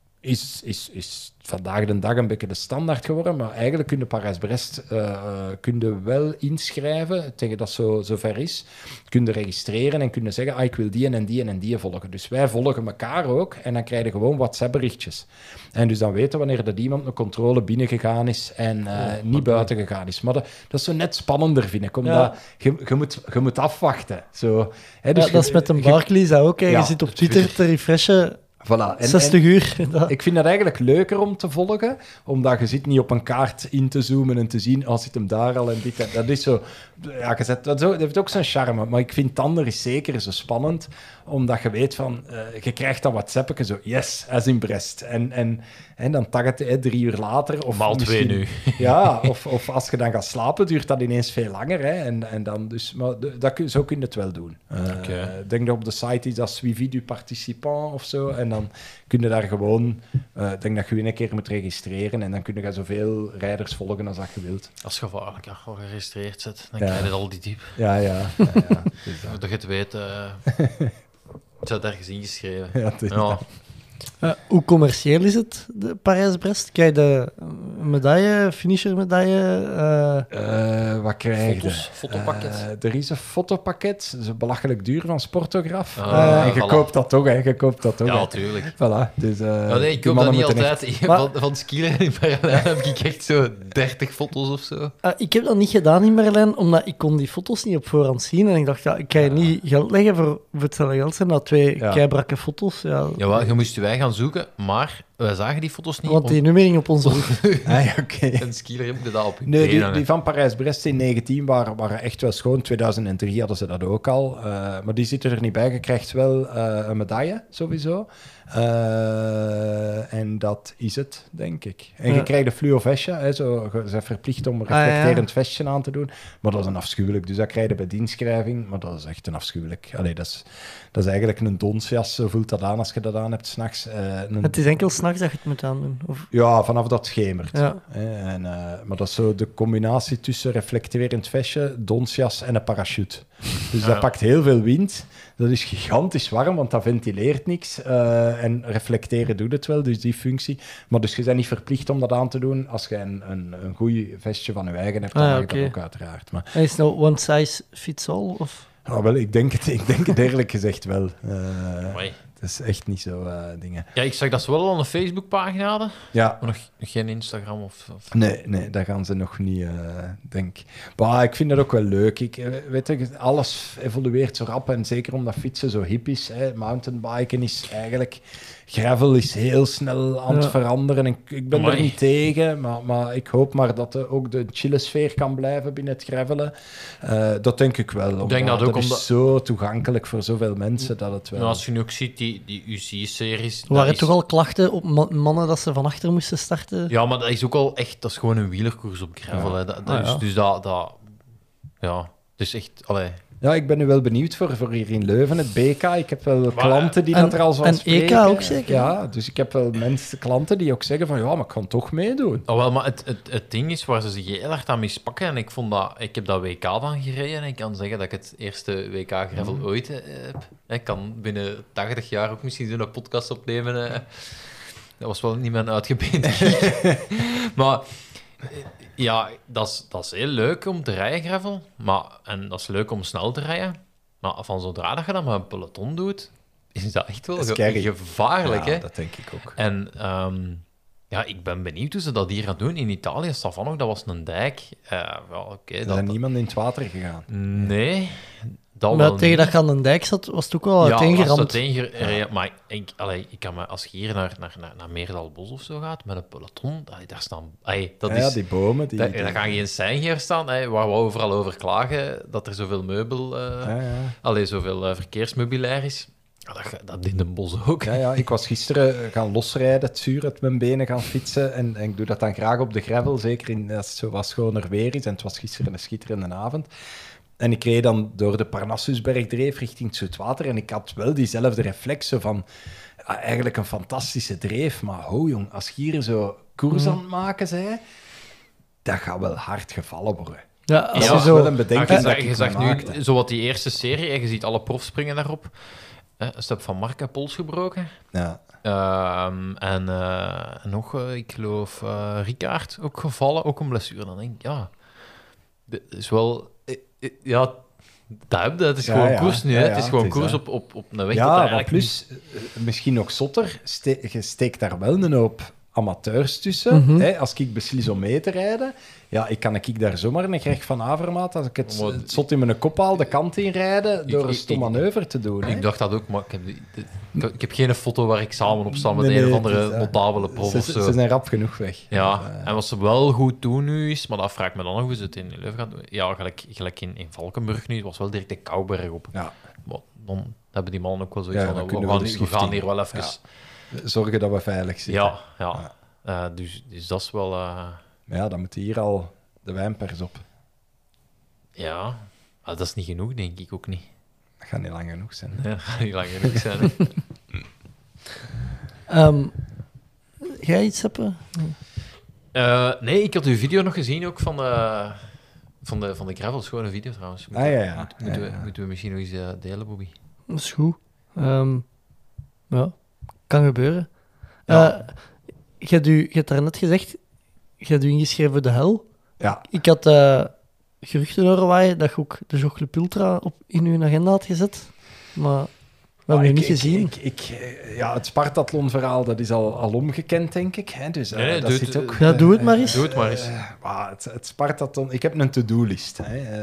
Speaker 7: Is vandaag de dag een beetje de standaard geworden. Maar eigenlijk kun je Parijs-Brest kun je wel inschrijven tegen dat zo ver is. Kun je registreren en kun je zeggen, ik wil die en die en die volgen. Dus wij volgen elkaar ook en dan krijg je gewoon WhatsApp-berichtjes. En dus dan weten wanneer dat iemand een controle binnengegaan is en niet buiten gegaan is. Maar dat is zo net spannender, vind ik. Omdat je moet afwachten. Zo, hè, dus
Speaker 6: dat is met een Barclays ook. Hè.
Speaker 7: Ja,
Speaker 6: Je zit op Twitter te refreshen.
Speaker 7: Voilà.
Speaker 6: 60 uur.
Speaker 7: Ik vind dat eigenlijk leuker om te volgen, omdat je zit niet op een kaart in te zoomen en te zien, zit hem daar al en dit en dat is zo... Ja, dat heeft ook zijn charme, maar ik vind het ander is zeker zo spannend, omdat je weet van, je krijgt dat WhatsAppje zo, yes, hij is in Brest. En dan tag het 3 uur later. Of
Speaker 8: maal 2 nu.
Speaker 7: Ja, of als je dan gaat slapen, duurt dat ineens veel langer. Hè, en dan dus, maar zo kun je het wel doen. Ik denk dat op de site is dat Suivi du Participant of zo. En dan kun je daar gewoon... Ik denk dat je een keer moet registreren en dan kun je zoveel rijders volgen als dat je wilt.
Speaker 8: Als je al geregistreerd zit, dan krijg je al die diep.
Speaker 7: Ja. Dus
Speaker 8: dat je het weet, het staat ergens ingeschreven.
Speaker 7: Ja, het is dat.
Speaker 6: Hoe commercieel is het, de Parijs-Brest? Krijg je de medaille, finisher-medaille?
Speaker 7: Wat krijg je?
Speaker 8: Fotopakket.
Speaker 7: Er is een fotopakket. Dat is belachelijk duur van Sportograf. En je
Speaker 8: voilà.
Speaker 7: koopt dat toch, hè? Je koopt dat toch,
Speaker 8: Ja,
Speaker 7: hè?
Speaker 8: natuurlijk.
Speaker 7: Voilà. Dus,
Speaker 8: Nee, ik
Speaker 7: die
Speaker 8: koop dat
Speaker 7: mannen
Speaker 8: niet
Speaker 7: moeten
Speaker 8: altijd. Van skiën in Berlijn heb ik echt zo 30 foto's of zo.
Speaker 6: Ik heb dat niet gedaan in Berlijn, omdat ik kon die foto's niet op voorhand zien. En ik dacht, ik kan je niet geld leggen voor hetzelfde geld zijn dat 2 keibrakke foto's. Ja.
Speaker 8: Jawel, je moest wij gaan zoeken, maar wij zagen die foto's niet.
Speaker 6: Want die nummering op onze rug.
Speaker 7: Oké.
Speaker 8: En skieler heb je dat op je
Speaker 7: Nee,
Speaker 8: been hangen.
Speaker 7: die van Parijs-Brest in 19 waren echt wel schoon. 2003 hadden ze dat ook al. Maar die zitten er niet bij. Je krijgt wel een medaille, sowieso. En dat is het, denk ik. En je krijgt een fluo vestje. Hè, ze zijn verplicht om een reflecterend vestje aan te doen. Maar dat is een afschuwelijk. Dus dat krijg je bij de inschrijving. Maar dat is echt een afschuwelijk. Allee, dat is eigenlijk een donsjas. Zo voelt dat aan als je dat aan hebt s'nachts.
Speaker 6: Het is enkel s'nachts dat je het moet aandoen. Of...
Speaker 7: Ja, vanaf dat het schemert.
Speaker 6: Ja.
Speaker 7: Maar dat is zo de combinatie tussen reflecterend vestje, donsjas en een parachute. Dus dat pakt heel veel wind. Dat is gigantisch warm, want dat ventileert niks. En reflecteren doet het wel, dus die functie. Maar dus je bent niet verplicht om dat aan te doen. Als je een goed vestje van je eigen hebt, dan mag je dat ook uiteraard. Maar...
Speaker 6: En is het nou one size fits all? Of...
Speaker 7: wel, ik denk het eerlijk gezegd wel.
Speaker 8: Amai.
Speaker 7: Het is echt niet zo dingen.
Speaker 8: Ja, ik zag dat ze wel al een Facebookpagina hadden,
Speaker 7: Ja.
Speaker 8: maar nog geen Instagram of...
Speaker 7: Nee, dat gaan ze nog niet, denk ik. Maar ik vind dat ook wel leuk. Weet je, alles evolueert zo rap en zeker omdat fietsen zo hip is. Hè. Mountainbiken is eigenlijk... Gravel is heel snel aan het veranderen. En ik ben er niet tegen, maar ik hoop maar dat ook de chille sfeer kan blijven binnen het gravelen. Dat denk ik wel.
Speaker 8: Ik denk dat ook
Speaker 7: is zo toegankelijk voor zoveel mensen dat het wel...
Speaker 8: Nou, als je nu ook ziet, die UCI-series...
Speaker 6: Er waren toch al klachten op mannen dat ze van achter moesten starten?
Speaker 8: Ja, maar dat is ook al echt... Dat is gewoon een wielerkoers op gravel. Hè. Dus dat... Ja, het is echt... Allee...
Speaker 7: Ja, ik ben nu wel benieuwd voor hier in Leuven, het BK. Ik heb wel klanten die dat er al van spreken.
Speaker 6: En EK ook zeker?
Speaker 7: Ja, dus ik heb wel klanten die ook zeggen van, ja, maar ik kan toch meedoen.
Speaker 8: Oh, wel, maar het ding is waar ze zich heel erg aan mispakken. En ik heb dat WK dan gereden. En ik kan zeggen dat ik het eerste WK gravel ooit heb. Ik kan binnen 80 jaar ook misschien zo'n podcast opnemen. Dat was wel niet mijn uitgebeend. Maar... Ja, dat is heel leuk om te rijden, gravel. En dat is leuk om snel te rijden. Maar van zodra dat je dat met een peloton doet, is dat echt wel gevaarlijk.
Speaker 7: Ja,
Speaker 8: hè?
Speaker 7: dat denk ik ook.
Speaker 8: En ik ben benieuwd hoe ze dat hier gaan doen. In Italië, Stefano, dat was een dijk.
Speaker 7: Er is niemand in het water gegaan.
Speaker 8: Nee, dat
Speaker 6: maar
Speaker 8: wel
Speaker 6: tegen
Speaker 8: niet.
Speaker 6: dat je aan een dijk zat, was het ook wel uiteengeramd.
Speaker 8: Maar ik kan me, als je hier naar Meerdalbos of zo gaat, met een peloton, daar staan...
Speaker 7: Die bomen...
Speaker 8: Daar gaan geen seingever staan, waar we overal over klagen, dat er zoveel meubel... zoveel verkeersmeubilair is. Dat in Den Bosch ook.
Speaker 7: Ja, ik was gisteren gaan losrijden, het zuur uit mijn benen gaan fietsen. En ik doe dat dan graag op de gravel, zeker als het zo wat schoner weer is. En het was gisteren een schitterende avond. En ik reed dan door de Parnassusbergdreef richting het Zoetwater en ik had wel diezelfde reflexen van eigenlijk een fantastische dreef, maar jong, als je hier zo koers aan het maken bent, dat gaat wel hard gevallen worden.
Speaker 6: Ja, als
Speaker 7: Dat
Speaker 6: je
Speaker 7: was wel
Speaker 6: zo...
Speaker 7: een bedenking dat
Speaker 8: Je
Speaker 7: ik
Speaker 8: zag
Speaker 7: me
Speaker 8: nu,
Speaker 7: maakte.
Speaker 8: zo wat die eerste serie, en je ziet alle profs springen daarop. Step van Marca, pols gebroken.
Speaker 7: Ja.
Speaker 8: En nog, ik geloof, Rickaard ook gevallen, ook een blessure. Dan denk ik, ja, dit is wel... ja, dat heb je, het is
Speaker 7: Ja,
Speaker 8: gewoon
Speaker 7: ja.
Speaker 8: koers nu.
Speaker 7: Ja,
Speaker 8: Hè.
Speaker 7: ja,
Speaker 8: Het is gewoon
Speaker 7: het is
Speaker 8: koers
Speaker 7: dat.
Speaker 8: op een weg dat
Speaker 7: Ja, maar
Speaker 8: eigenlijk
Speaker 7: plus, misschien nog zotter, je steekt daar wel een hoop amateurs tussen.
Speaker 6: Mhm.
Speaker 7: Hè? Als ik beslis om mee te rijden, ja, kan ik daar zomaar een Greg van Avermaat, als ik het
Speaker 8: Maar-
Speaker 7: zot in mijn kop haal, de kant in rijden, door een stom manoeuvre te doen. Hè?
Speaker 8: Ik dacht dat ook, maar ik heb geen foto waar ik samen op sta met
Speaker 7: Nee,
Speaker 8: een of
Speaker 7: het
Speaker 8: andere
Speaker 7: is,
Speaker 8: notabele prof of zo.
Speaker 7: Ze zijn rap genoeg weg.
Speaker 8: Ja,
Speaker 7: Dus,
Speaker 8: en wat ze wel goed doen nu is, maar dat vraag ik me dan nog hoe ze het in Leuven gaan doen. Ja, gelijk in Valkenburg nu, het was wel direct de Kouberg op.
Speaker 7: Ja.
Speaker 8: Maar dan hebben die mannen ook wel zoiets
Speaker 7: Ja,
Speaker 8: van,
Speaker 7: dan
Speaker 8: we
Speaker 7: kunnen
Speaker 8: gaan,
Speaker 7: we de
Speaker 8: we gaan
Speaker 7: schifting.
Speaker 8: hier wel even...
Speaker 7: Ja. Zorgen dat we veilig zitten.
Speaker 8: Ja. Dus dat is wel...
Speaker 7: Ja, dan moet hier al de wijnpers op.
Speaker 8: ja, dat is niet genoeg, denk ik ook niet.
Speaker 7: Dat gaat niet lang genoeg zijn.
Speaker 8: Ja, dat gaat niet lang genoeg zijn. Hè.
Speaker 6: Ga je iets hebben?
Speaker 8: Nee, ik had uw video nog gezien ook van de gravel. Schone video trouwens.
Speaker 7: Ja.
Speaker 8: Moeten we misschien nog eens delen, Bobby?
Speaker 6: Dat is goed. Ja, kan gebeuren.
Speaker 8: Ja.
Speaker 6: Je hebt daarnet gezegd, je hebt u ingeschreven voor de hel.
Speaker 7: Ja.
Speaker 6: Ik had geruchten horen waaien dat je ook de Jogclub Ultra in uw agenda had gezet. Maar we hebben u niet gezien.
Speaker 7: Ja, het Spartathlon-verhaal, dat is al omgekend, denk ik. Hè? Dus
Speaker 8: Nee,
Speaker 7: dat
Speaker 8: doe
Speaker 7: zit
Speaker 8: het,
Speaker 7: ook...
Speaker 6: Ja, doe het maar eens.
Speaker 8: Doe het maar eens.
Speaker 7: Het Spartathlon... Ik heb een to-do-list.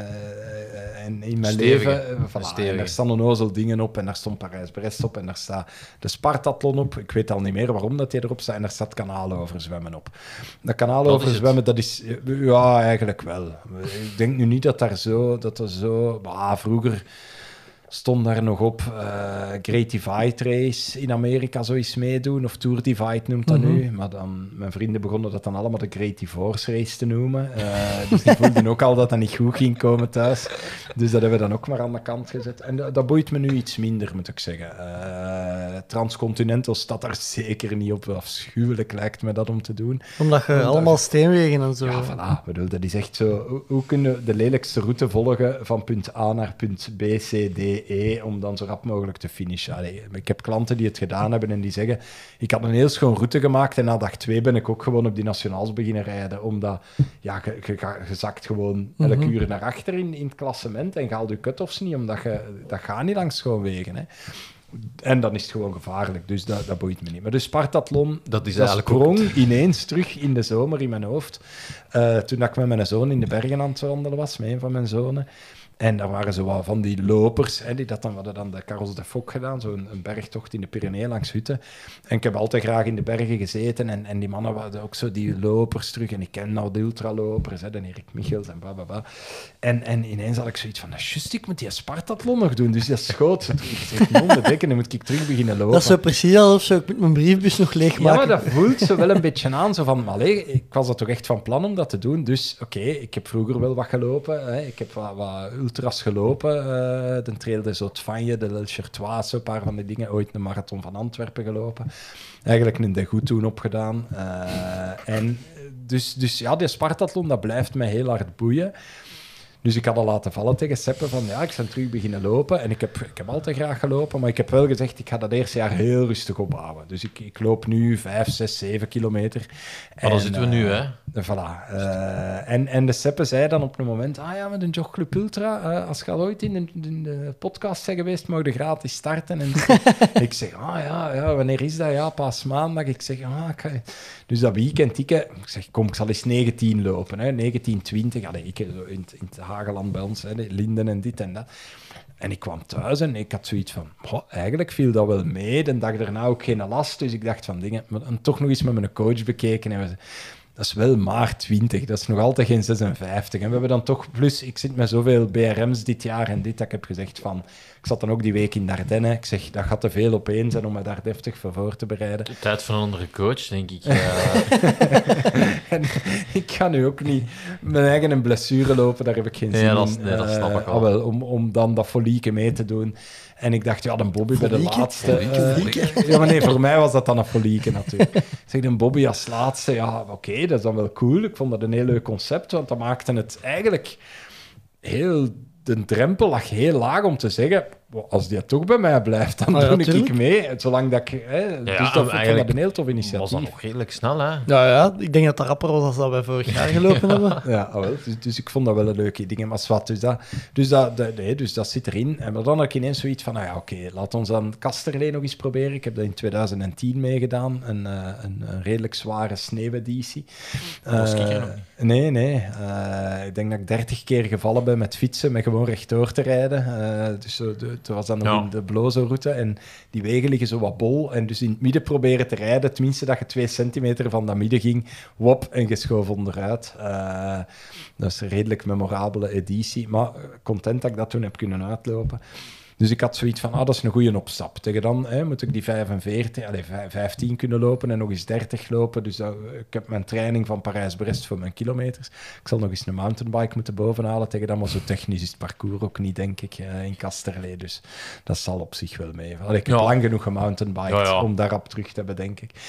Speaker 7: En in mijn
Speaker 8: Stevige.
Speaker 7: leven... voilà,
Speaker 8: Stevige.
Speaker 7: en daar staan onnozel dingen op. En daar stond Parijs-Brest op. En daar staat de Spartathlon op. Ik weet al niet meer waarom dat die erop staat. En daar staat kanaaloverzwemmen op. Dat kanaaloverzwemmen, dat is... Ja, eigenlijk wel. Ik denk nu niet dat er zo... Vroeger... stond daar nog op Great Divide Race in Amerika zou eens meedoen, of Tour Divide noemt dat nu. Maar dan, mijn vrienden begonnen dat dan allemaal de Great Divorce Race te noemen. Dus die voelden ook al dat dat niet goed ging komen thuis. Dus dat hebben we dan ook maar aan de kant gezet. En dat boeit me nu iets minder, moet ik zeggen. Transcontinental staat daar zeker niet op. Afschuwelijk lijkt me dat om te doen.
Speaker 6: Omdat je allemaal steenwegen en zo...
Speaker 7: Ja, voilà. Bedoel, dat is echt zo... Hoe kunnen we de lelijkste route volgen van punt A naar punt B, C, D, E, om dan zo rap mogelijk te finishen? Allee, ik heb klanten die het gedaan hebben en die zeggen... Ik had een heel schoon route gemaakt en na dag 2 ben ik ook gewoon op die nationaals beginnen rijden. Omdat, ja, je zakt gewoon elk uur naar achter in het klassement en je haalt je cut-offs niet, omdat dat gaat niet langs schoonwegen, hè. En dan is het gewoon gevaarlijk, dus dat boeit me niet. Maar dus Spartathlon,
Speaker 8: Dat is
Speaker 7: dat
Speaker 8: eigenlijk
Speaker 7: sprong
Speaker 8: ook
Speaker 7: ineens terug in de zomer in mijn hoofd. Toen ik met mijn zoon in de bergen aan het wandelen was, met een van mijn zonen. En daar waren zo wat van die lopers, hè, die hadden dan de Carros de Foc gedaan, zo'n bergtocht in de Pyreneeën langs hutten. En ik heb altijd graag in de bergen gezeten en die mannen waren ook zo die lopers terug. En ik ken nou de ultralopers, hè, de Erik Michels en blablabla. En ineens had ik zoiets van, just, ik moet die Spartathlon nog doen. Dus dat schoot zo terug. Ik zeg, non, dan moet ik terug beginnen lopen.
Speaker 6: Dat is zo precies alsof zo, ik moet mijn briefbus nog
Speaker 7: Ja,
Speaker 6: leegmaken.
Speaker 7: maar dat voelt zo wel een beetje aan. Zo van, maar allee, ik was er toch echt van plan om dat te doen. Dus oké, ik heb vroeger wel wat gelopen. Hè. Ik heb wat ultras gelopen. De Trail des Hautes-Fagnes, de L'Elchertois, een paar van die dingen. Ooit een marathon van Antwerpen gelopen. Eigenlijk een Degout toen opgedaan. En dus ja, die Spartathlon, dat blijft mij heel hard boeien. Dus ik had al laten vallen tegen Seppe van ja, ik zou terug beginnen lopen. En ik heb altijd graag gelopen, maar ik heb wel gezegd, ik ga dat eerste jaar heel rustig opbouwen. Dus ik loop nu 5, 6, 7 kilometer.
Speaker 8: Maar dan zitten we nu, hè?
Speaker 7: Voilà. En de Seppe zei dan op een moment, met een Jogclub Ultra, als je al ooit in de podcast bent geweest, mag je gratis starten. En ik zeg, wanneer is dat? Ja, pas maandag. Ik zeg, dus dat weekend, ik zeg, kom, ik zal eens 19 lopen. Hè. 19, 20, ik zo in het Hageland bij ons, hè, Linden en dit en dat. En ik kwam thuis en ik had zoiets van, eigenlijk viel dat wel mee. De dag daarna ook geen last, dus ik dacht van dingen, maar toch nog eens met mijn coach bekeken. En dat is wel maar 20. Dat is nog altijd geen 56. En we hebben dan toch... Plus, ik zit met zoveel BRM's dit jaar en dit, dat ik heb gezegd van... Ik zat dan ook die week in Dardenne. Ik zeg, dat gaat te veel opeen zijn om me daar deftig voor te bereiden.
Speaker 8: Tijd van een andere coach, denk ik.
Speaker 7: En ik ga nu ook niet mijn eigen blessure lopen, daar heb ik geen zin in.
Speaker 8: Dat snap ik wel.
Speaker 7: Wel, om dan dat folieke mee te doen. En ik dacht, ja, de Bobby bij de laatste... ja, maar nee, voor mij was dat dan een folieke natuurlijk. Ik zeg, de Bobby als laatste, ja, oké, dat is dan wel cool. Ik vond dat een heel leuk concept, want dat maakte het eigenlijk heel... De drempel lag heel laag om te zeggen, als die toch bij mij blijft, dan doe ik mee. Zolang dat ik... dus dat vond ik een heel tof initiatief.
Speaker 8: Was dat nog redelijk snel, hè?
Speaker 6: Ja, ik denk dat dat rapper was als dat wij vorig jaar gelopen hebben.
Speaker 7: Ja, wel. Dus ik vond dat wel een leuke ding. Maar zwart, dus dat zit erin. En dan had ik ineens zoiets van, oké, laat ons dan Kasterlee nog eens proberen. Ik heb dat in 2010 meegedaan. Een redelijk zware sneeuweditie.
Speaker 8: Was ik er nog niet?
Speaker 7: Nee. Ik denk dat ik 30 keer gevallen ben met fietsen, met gewoon rechtdoor te rijden. Dus het was dan nog in de Blozo-route. En die wegen liggen zo wat bol. En dus in het midden proberen te rijden. Tenminste dat je 2 centimeter van dat midden ging. Wop, en geschoven onderuit. Dat is een redelijk memorabele editie. Maar content dat ik dat toen heb kunnen uitlopen. Dus ik had zoiets van, dat is een goede opstap. Tegen dan moet ik die 15 kunnen lopen en nog eens 30 lopen. Dus ik heb mijn training van Parijs-Brest voor mijn kilometers. Ik zal nog eens een mountainbike moeten bovenhalen tegen dan, maar zo technisch is het parcours ook niet, denk ik, in Kasterlee. Dus dat zal op zich wel mee. Ik heb lang genoeg gemountainbiked om daarop terug te hebben, denk ik.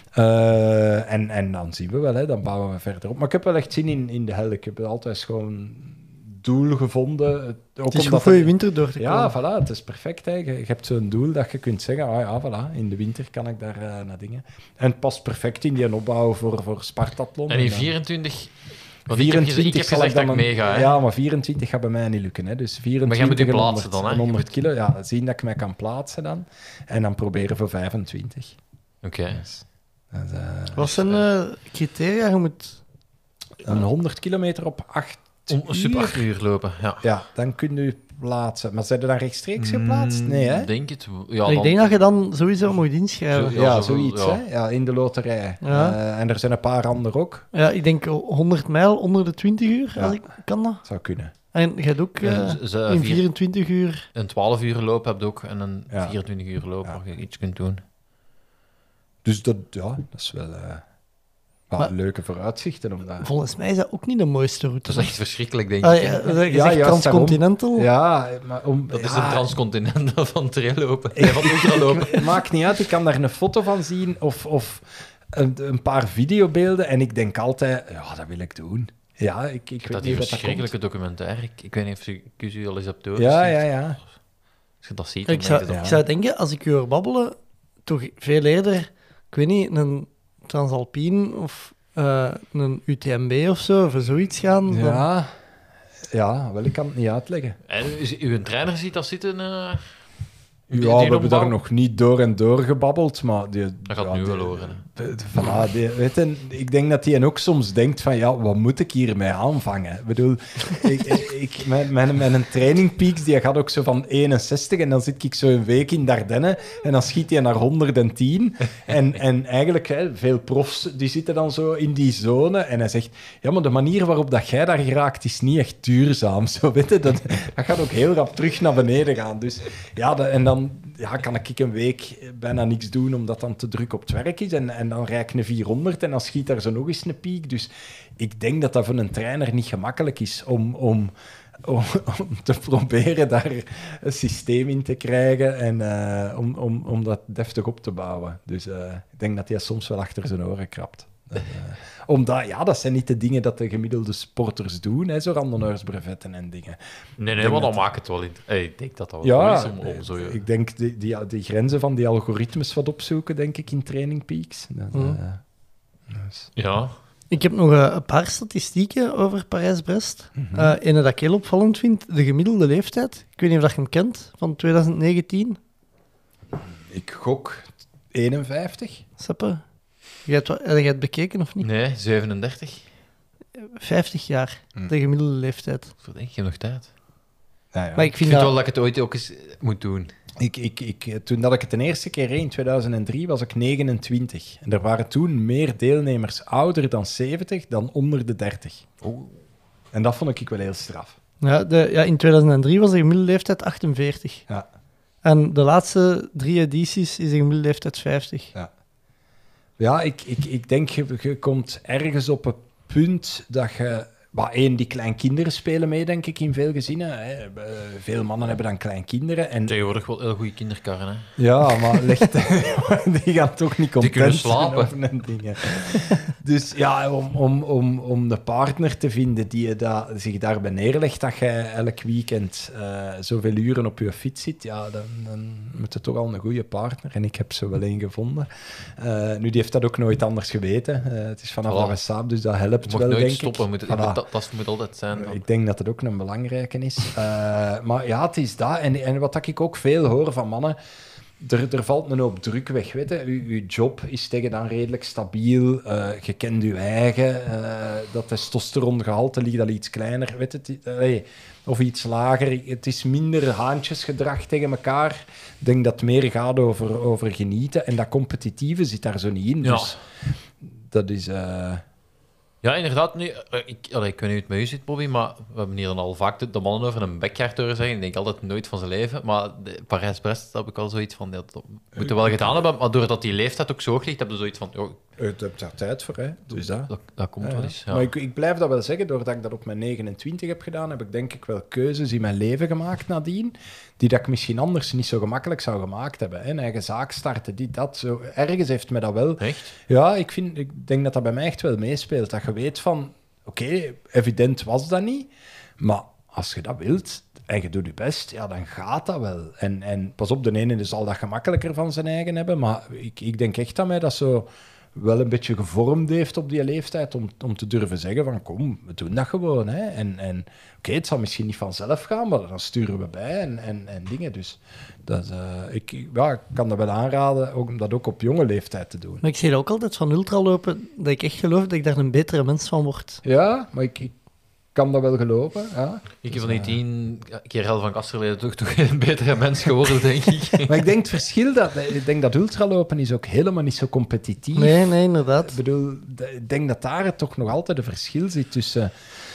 Speaker 7: En dan zien we wel, dan bouwen we verder op. Maar ik heb wel echt zin in de hel. Ik heb altijd gewoon... doel gevonden.
Speaker 6: Het is goed voor je winter door te komen.
Speaker 7: Ja, voilà, het is perfect. Hè. Je hebt zo'n doel dat je kunt zeggen, voilà, in de winter kan ik daar naar dingen. En het past perfect in die opbouw voor Spartathlon.
Speaker 8: En in 24... Want ik heb gezegd dat ik meega. Hè?
Speaker 7: Ja, maar 24 gaat bij mij niet lukken. Hè. Dus 24
Speaker 8: maar jij moet je plaatsen dan, hè?
Speaker 7: 100 kilo. Ja, zien dat ik mij kan plaatsen dan. En dan proberen voor 25.
Speaker 8: Oké.
Speaker 7: Dus,
Speaker 6: wat zijn criteria? Je moet...
Speaker 7: Een 100 kilometer op 8
Speaker 8: super 8 uur lopen, ja.
Speaker 7: Ja, dan kun je plaatsen. Maar zijn er dan rechtstreeks geplaatst? Nee, hè?
Speaker 8: Denk het. Ja,
Speaker 6: ik denk dat je dan sowieso moet inschrijven.
Speaker 7: Zoiets, hè? Ja, in de loterij.
Speaker 6: Ja.
Speaker 7: En er zijn een paar anderen ook.
Speaker 6: Ja, ik denk 100 mijl onder de 20 uur, als ik kan dat.
Speaker 7: Zou kunnen.
Speaker 6: En je hebt ook in 24 uur...
Speaker 8: Een 12 uur loop heb je ook en een 24 uur loop waar je iets kunt doen.
Speaker 7: Dus dat is wel... leuke vooruitzichten om dat...
Speaker 6: Volgens mij is dat ook niet de mooiste route.
Speaker 8: Dat is echt verschrikkelijk, denk ik.
Speaker 6: Je zegt transcontinental.
Speaker 7: Ja, maar
Speaker 8: dat is een transcontinental van traillopen. Van ultralopen.
Speaker 7: Maakt niet uit, ik kan daar een foto van zien of een paar videobeelden en ik denk altijd, dat wil ik doen. Ja, ik weet
Speaker 8: dat
Speaker 7: niet
Speaker 8: die
Speaker 7: wat
Speaker 8: verschrikkelijke documentaire. Ik weet niet of ik u al eens heb doorgestuurd.
Speaker 7: Ja.
Speaker 8: Als je dat ziet,
Speaker 6: ik zou denken, als ik u hoor babbelen, toch veel eerder, ik weet niet, een Transalpine of een UTMB of zo, of zoiets gaan.
Speaker 7: Ja, wel, ik kan het niet uitleggen.
Speaker 8: En uw trainer ziet dat zitten...
Speaker 7: we hebben daar nog niet door en door gebabbeld, maar... Dat
Speaker 8: gaat nu wel horen.
Speaker 7: Ik denk dat hij ook soms denkt van, wat moet ik hiermee aanvangen? Ik bedoel, mijn trainingpeaks, die gaat ook zo van 61 en dan zit ik zo een week in Dardenne en dan schiet hij naar 110. En eigenlijk, veel profs, die zitten dan zo in die zone en hij zegt, ja, maar de manier waarop dat jij daar geraakt is niet echt duurzaam. Zo, weet je, dat gaat ook heel rap terug naar beneden gaan. Dus en dan kan ik een week bijna niks doen, omdat dan te druk op het werk is. En dan rijd ik een 400 en dan schiet daar zo nog eens een piek. Dus ik denk dat dat voor een trainer niet gemakkelijk is om te proberen daar een systeem in te krijgen en om dat deftig op te bouwen. Dus ik denk dat hij soms wel achter zijn oren krabt. Omdat, dat zijn niet de dingen dat de gemiddelde sporters doen, hè, zo randonneursbrevetten en dingen.
Speaker 8: Nee, maar dan maakt het wel in. Ik denk dat dat wel is om zo...
Speaker 7: Ik denk die grenzen van die algoritmes wat opzoeken, denk ik, in Training Peaks.
Speaker 8: Ja.
Speaker 6: Ik heb nog een paar statistieken over Parijs-Brest. Ene dat ik heel opvallend vind, de gemiddelde leeftijd. Ik weet niet of je hem kent, van 2019.
Speaker 7: Ik gok 51.
Speaker 6: Seppe? Heb je het bekeken of niet?
Speaker 8: Nee, 37.
Speaker 6: 50 jaar, de gemiddelde leeftijd.
Speaker 8: Zo denk je nog tijd.
Speaker 7: Ja.
Speaker 6: Maar ik vind
Speaker 8: wel dat ik het ooit ook eens moet doen.
Speaker 7: Toen dat ik het de eerste keer reed, in 2003, was ik 29. En er waren toen meer deelnemers ouder dan 70 dan onder de 30. En dat vond ik wel heel straf.
Speaker 6: Ja, in 2003 was de gemiddelde leeftijd 48.
Speaker 7: Ja.
Speaker 6: En de laatste 3 edities is de gemiddelde leeftijd 50.
Speaker 7: Ja, ik denk, je komt ergens op een punt dat je... Maar die kleinkinderen spelen mee, denk ik, in veel gezinnen. Hè. Veel mannen hebben dan kleinkinderen. En...
Speaker 8: Tegenwoordig wel heel goede kinderkarren, hè?
Speaker 7: Ja, maar die gaan toch niet content
Speaker 8: kunnen slapen.
Speaker 7: zijn over dingen. Dus ja, om de partner te vinden die zich daarbij neerlegt, dat je elk weekend zoveel uren op je fiets zit, ja, dan moet je toch al een goede partner. En ik heb zo wel één gevonden. Nu, die heeft dat ook nooit anders geweten. Het is vanaf de saap, dus dat helpt wel, denk ik.
Speaker 8: Stoppen, dat moet altijd zijn. Dan.
Speaker 7: Ik denk dat het ook een belangrijke is. Maar ja, het is dat. En wat ik ook veel hoor van mannen, er valt een hoop druk weg. Weet je? Uw job is tegen dan redelijk stabiel. Je kent je eigen. Dat testosterongehalte ligt al iets kleiner. Weet je, of iets lager. Het is minder haantjesgedrag tegen elkaar. Ik denk dat het meer gaat over genieten. En dat competitieve zit daar zo niet in.
Speaker 8: Ja.
Speaker 7: Dus dat is...
Speaker 8: Ja, inderdaad. Nu, ik weet niet hoe het met u zit, Bobby, maar we hebben hier dan al vaak de mannen over een backyard horen zeggen. Ik denk altijd nooit van zijn leven. Maar Parijs-Brest heb ik al zoiets van... Dat moeten we wel gedaan hebben, maar doordat die leeftijd ook zo hoog ligt, heb je zoiets van...
Speaker 7: Je hebt daar tijd voor, hè? Dus
Speaker 8: dat komt wel eens. Ja.
Speaker 7: Maar ik blijf dat wel zeggen, doordat ik dat op mijn 29 heb gedaan, heb ik denk ik wel keuzes in mijn leven gemaakt nadien, die dat ik misschien anders niet zo gemakkelijk zou gemaakt hebben. Hè? Een eigen zaak starten, dat. Zo. Ergens heeft me dat wel...
Speaker 8: Echt?
Speaker 7: Ja, ik denk dat dat bij mij echt wel meespeelt. Dat je weet van, oké, evident was dat niet, maar als je dat wilt en je doet je best, ja, dan gaat dat wel. En pas op, de ene zal dat gemakkelijker van zijn eigen hebben, maar ik denk echt dat mij dat zo wel een beetje gevormd heeft op die leeftijd om te durven zeggen van, kom, we doen dat gewoon. Hè? En oké, het zal misschien niet vanzelf gaan, maar dan sturen we bij en dingen. Dus dat, ik kan dat wel aanraden om dat ook op jonge leeftijd te doen.
Speaker 6: Maar ik zie ook altijd van ultralopen, dat ik echt geloof dat ik daar een betere mens van word.
Speaker 7: Ja, maar ik kan dat wel geloven. Ja.
Speaker 8: Ik heb van die 10 keer Hel van Kasterleden toch een betere mens geworden, denk ik.
Speaker 7: Maar ik denk het verschil, ik denk dat ultralopen is ook helemaal niet zo competitief.
Speaker 6: Nee, inderdaad.
Speaker 7: Ik bedoel, ik denk dat daar toch nog altijd een verschil zit tussen...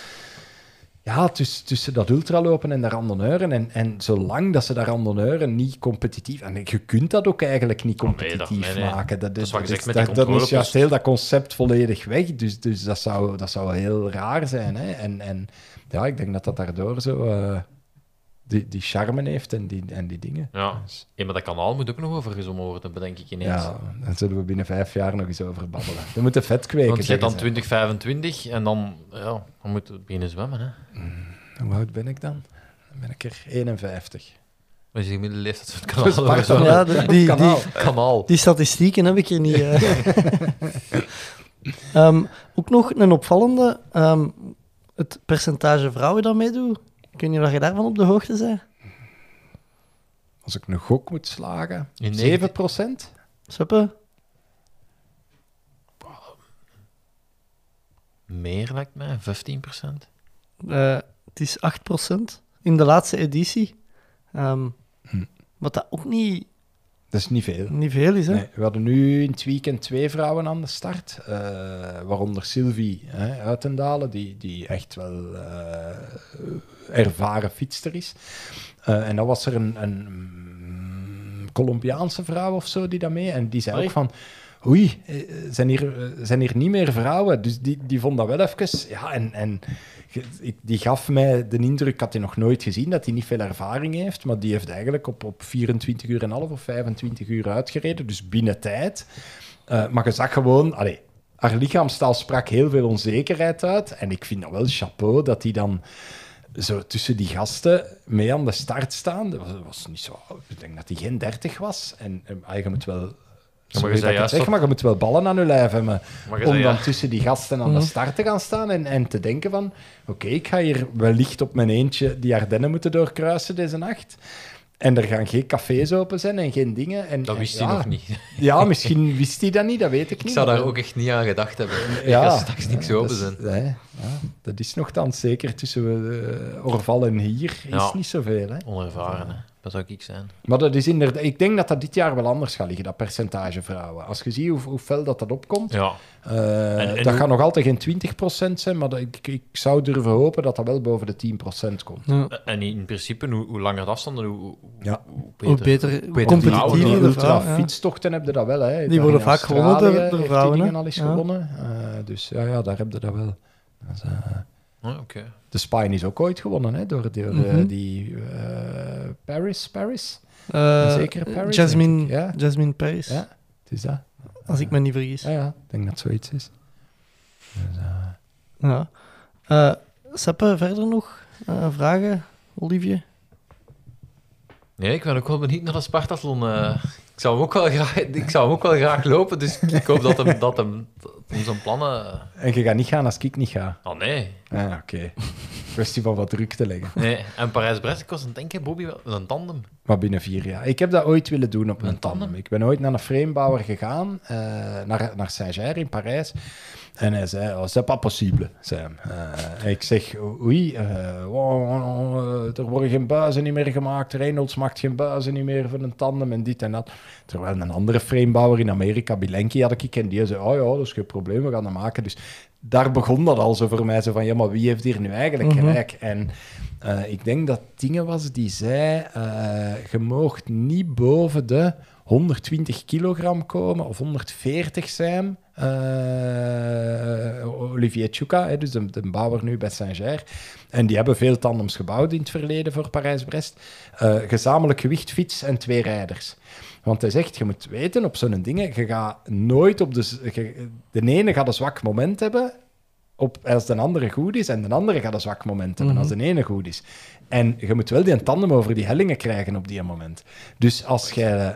Speaker 7: Ja, tussen dat ultralopen en de randonneuren. En zolang dat ze de randonneuren niet competitief... En je kunt dat ook eigenlijk niet competitief maken. Dat is juist heel dat concept volledig weg. Dus dat zou heel raar zijn. Hè? En ja, ik denk dat dat daardoor zo... Die charme heeft en die dingen.
Speaker 8: Ja. Dus. Ja, maar dat kanaal moet ook nog overgezommen worden, bedenk ik ineens.
Speaker 7: Ja, daar zullen we binnen 5 jaar nog eens over babbelen. We moeten vet kweken.
Speaker 8: Want je hebt dan 2025 en dan moet je beginnen zwemmen. Hè?
Speaker 7: Hoe oud ben ik dan? Dan ben ik er 51.
Speaker 8: Wat is die gemiddelde leeftijd van het kanaal?
Speaker 6: Ja,
Speaker 8: kanaal.
Speaker 6: Die statistieken heb ik hier niet. Ook nog een opvallende, het percentage vrouwen dat meedoet. Ik weet niet of je daarvan op de hoogte bent.
Speaker 7: Als ik een gok moet slagen, 7%?
Speaker 6: Suppe?
Speaker 8: Meer lijkt mij, 15%.
Speaker 6: Het is 8% in de laatste editie. Wat dat ook niet...
Speaker 7: Dat is niet veel.
Speaker 6: Niet veel is, hè? Nee,
Speaker 7: we hadden nu in het weekend 2 vrouwen aan de start. Waaronder Sylvie Uitendalen, die echt wel ervaren fietster is. En dan was er een Colombiaanse vrouw of zo die dat mee. En die zei ook van... Oei, zijn hier niet meer vrouwen? Dus die vond dat wel even... Ja, en die gaf mij de indruk, ik had die nog nooit gezien, dat hij niet veel ervaring heeft, maar die heeft eigenlijk op 24,5 uur of 25 uur uitgereden, dus binnen tijd. Maar je zag gewoon... haar lichaamstaal sprak heel veel onzekerheid uit. En ik vind dat wel chapeau dat die dan zo tussen die gasten mee aan de start staan. Dat was niet zo... Ik denk dat hij geen 30 was. En je moet wel... maar je moet wel ballen aan je lijf hebben om dan tussen die gasten aan de start te gaan staan en te denken van oké, ik ga hier wellicht op mijn eentje die Ardennen moeten doorkruisen deze nacht. En er gaan geen cafés open zijn en geen dingen.
Speaker 8: Dat wist hij nog niet.
Speaker 7: Ja, misschien wist hij dat niet, dat weet ik niet.
Speaker 8: Ik zou daar ook echt niet aan gedacht hebben. Ik ga straks niks open zijn.
Speaker 7: dat is nogthans zeker tussen Orval en hier is
Speaker 8: Ja.
Speaker 7: niet zoveel. Hè?
Speaker 8: Onervaren, hè. Dat zou ik zijn.
Speaker 7: Maar dat is inderdaad, ik denk dat dat dit jaar wel anders gaat liggen, dat percentage vrouwen. Als je ziet hoe fel dat opkomt,
Speaker 8: Ja. En
Speaker 7: dat
Speaker 8: hoe-
Speaker 7: gaat nog altijd geen 20% zijn, maar ik zou durven hopen dat dat wel boven de 10% komt.
Speaker 6: Ja.
Speaker 8: En in principe, hoe langer de afstanden, hoe
Speaker 7: Ja.
Speaker 6: Hoe beter
Speaker 8: vrouwen
Speaker 7: Die
Speaker 6: competitiever de vrouw. Ja.
Speaker 7: ultra-fietstochten heb je dat wel. Hè.
Speaker 6: Die worden
Speaker 7: In
Speaker 6: vaak gewonnen
Speaker 7: Australië
Speaker 6: door
Speaker 7: heeft
Speaker 6: vrouwen,
Speaker 7: die
Speaker 6: hè.
Speaker 7: dingen al eens
Speaker 6: Ja.
Speaker 7: gewonnen. Dus ja, daar heb je dat wel. Dat is,
Speaker 8: Oh, oké.
Speaker 7: de Spine is ook ooit gewonnen, hè, door die Paris. Zeker Paris,
Speaker 6: Jasmine,
Speaker 7: denk ik. Ja.
Speaker 6: Jasmine Paris,
Speaker 7: Ja, het is dat.
Speaker 6: als ik me niet vergis.
Speaker 7: Ja, ik denk dat zoiets is. Dus,
Speaker 6: Ja. Seppe, verder nog vragen, Olivier?
Speaker 8: Nee, ik ben ook wel benieuwd naar de Spartathlon. Ik zou hem ook wel graag lopen, dus ik hoop dat hem zijn plannen...
Speaker 7: En je gaat niet gaan als ik niet ga.
Speaker 8: Oh, nee.
Speaker 7: Ah, oké. Kwestie van wat druk te leggen.
Speaker 8: Nee, en Parijs-Brest kost een denk ik, Bobby, wel een tandem.
Speaker 7: Maar binnen 4 jaar. Ik heb dat ooit willen doen op een tandem. Ik ben ooit naar een framebouwer gegaan, naar Saint-Ger in Parijs. En hij zei, oh, c'est pas possible, zei hem. En ik zeg, oei, er worden geen buizen niet meer gemaakt. Reynolds maakt geen buizen niet meer voor een tandem en dit en dat. Terwijl een andere framebouwer in Amerika, Bilenki, had ik en die zei, oh ja, dat is geen probleem, we gaan dat maken. Dus daar begon dat al zo voor mij, zo van, ja, maar wie heeft hier nu eigenlijk gelijk? En ik denk dat dingen was die zei, je moogt niet boven de 120 kilogram komen of 140 zijn. Olivier Tchouka, hè, dus de bouwer nu bij Saint-Ger. En die hebben veel tandems gebouwd in het verleden voor Parijs-Brest. Gezamenlijk gewicht, fiets en 2 rijders. Want hij zegt, je moet weten, op zo'n dingen, je gaat nooit op de ene gaat een zwak moment hebben als de andere goed is, en de andere gaat een zwak moment hebben als de ene goed is. En je moet wel die tandem over die hellingen krijgen op die moment. Dus als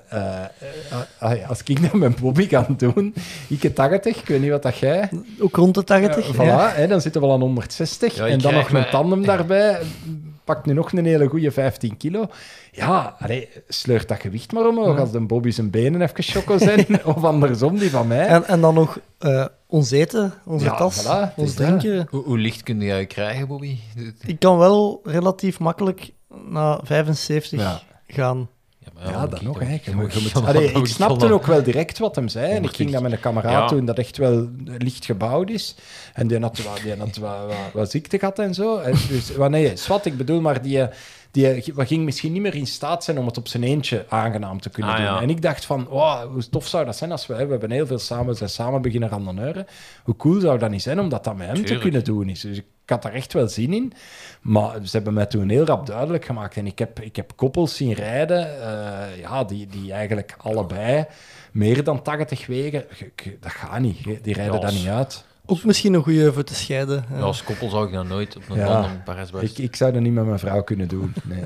Speaker 7: ik dat met Bobby kan doen, ik 80, ik weet niet wat dat jij...
Speaker 6: Ook rond de 80.
Speaker 7: Voilà,
Speaker 6: ja.
Speaker 7: hè, dan zitten we al aan 160.
Speaker 8: Ja,
Speaker 7: en dan nog
Speaker 8: krijg
Speaker 7: een tandem daarbij. Pakt nu nog een hele goede 15 kilo. Ja, sleurt dat gewicht maar omhoog. Als de Bobby zijn benen even choco zijn. Of andersom, die van mij.
Speaker 6: En dan nog ons eten, onze
Speaker 7: Ja,
Speaker 6: tas,
Speaker 7: voilà, het
Speaker 6: ons
Speaker 7: is dat.
Speaker 6: drinken.
Speaker 8: Hoe licht kun jij krijgen, Bobby?
Speaker 6: Ik kan wel relatief makkelijk naar 75
Speaker 7: Ja.
Speaker 6: gaan.
Speaker 8: maar
Speaker 7: Ja, dat nog. Hè. Je moet-
Speaker 8: Allee,
Speaker 7: ik snapte ook wel direct wat hem zei. En ik ging dat
Speaker 8: 120.
Speaker 7: met een kameraad
Speaker 8: Ja.
Speaker 7: doen dat echt wel licht gebouwd is. En die had wat ziekte gehad en zo. En dus, nee, zwart, ik bedoel, maar die ging misschien niet meer in staat zijn om het op zijn eentje aangenaam te kunnen doen.
Speaker 8: Ja.
Speaker 7: En ik dacht van, hoe tof zou dat zijn als we hebben heel veel samen beginnen randonneuren. Hoe cool zou dat niet zijn om dat met hem te kunnen doen is. Dus ik had daar echt wel zin in. Maar ze hebben mij toen heel rap duidelijk gemaakt. En ik heb koppels zien rijden, die eigenlijk allebei meer dan 80 wegen. Dat gaat niet. Die rijden dat niet uit.
Speaker 6: Ook misschien een goede voor te scheiden.
Speaker 8: Ja, als koppel zou ik dat nooit op een
Speaker 7: Ja.
Speaker 8: tandem Parijs-Brest.
Speaker 7: Ik zou dat niet met mijn vrouw kunnen doen. Nee.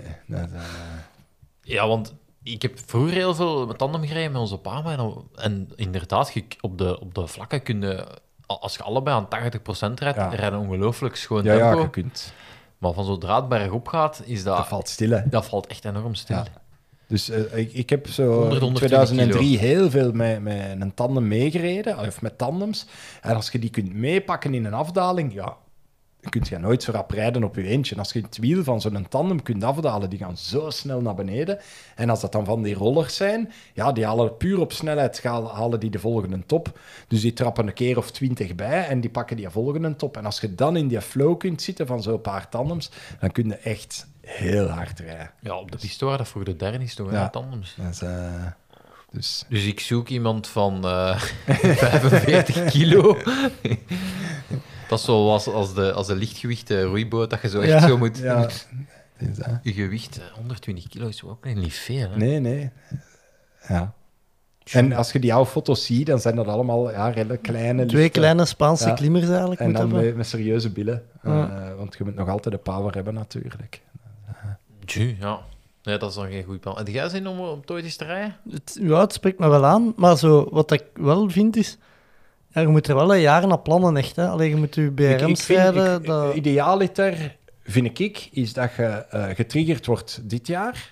Speaker 8: Ja, want ik heb vroeger heel veel met tandem gereden met onze pa. En inderdaad, op de vlakken kun je, als je allebei aan 80% rijdt, rijden ongelooflijk schoon tempo.
Speaker 7: Ja, je kunt.
Speaker 8: Maar van zodra het bergop gaat, is dat...
Speaker 7: Dat valt stil, hè.
Speaker 8: Dat valt echt enorm stil.
Speaker 7: Ja. Dus ik heb zo
Speaker 8: 100,
Speaker 7: in 2003 heel veel met een tandem meegereden, of met tandems. En als je die kunt meepakken in een afdaling, ja, dan kun je nooit zo rap rijden op je eentje. En als je het wiel van zo'n tandem kunt afdalen, die gaan zo snel naar beneden. En als dat dan van die rollers zijn, ja, die halen puur op snelheid, halen die de volgende top. Dus die trappen een keer of 20 bij en die pakken die volgende top. En als je dan in die flow kunt zitten van zo'n paar tandems, dan kun je echt heel hard rijden.
Speaker 8: Ja, op de piste waar dat voor de derde is toch, hè, tandems.
Speaker 7: Dat is,
Speaker 8: Dus ik zoek iemand van 45 kilo. Dat is zoals als de lichtgewicht roeiboot, dat je zo echt zo moet...
Speaker 7: Ja, is dat.
Speaker 8: Je gewicht, 120 kilo is ook niet veel, hè?
Speaker 7: Nee. Ja. En als je die oude foto's ziet, dan zijn dat allemaal redelijk kleine...
Speaker 6: 2
Speaker 7: lichte-
Speaker 6: kleine Spaanse
Speaker 7: Ja.
Speaker 6: klimmers eigenlijk
Speaker 7: En
Speaker 6: moet
Speaker 7: dan
Speaker 6: hebben.
Speaker 7: met serieuze billen.
Speaker 6: Ja.
Speaker 7: Want je moet nog altijd de power hebben, natuurlijk.
Speaker 8: Ja. Nee, dat is dan geen goed plan. Heb jij zin om op ooit eens te rijden?
Speaker 6: Het spreekt me wel aan, maar zo, wat ik wel vind is... Ja, je moet er wel een jaar naar plannen, echt. Hè. Alleen je moet je BRM's rijden.
Speaker 7: Idealiter, vind ik, is dat je getriggerd wordt dit jaar.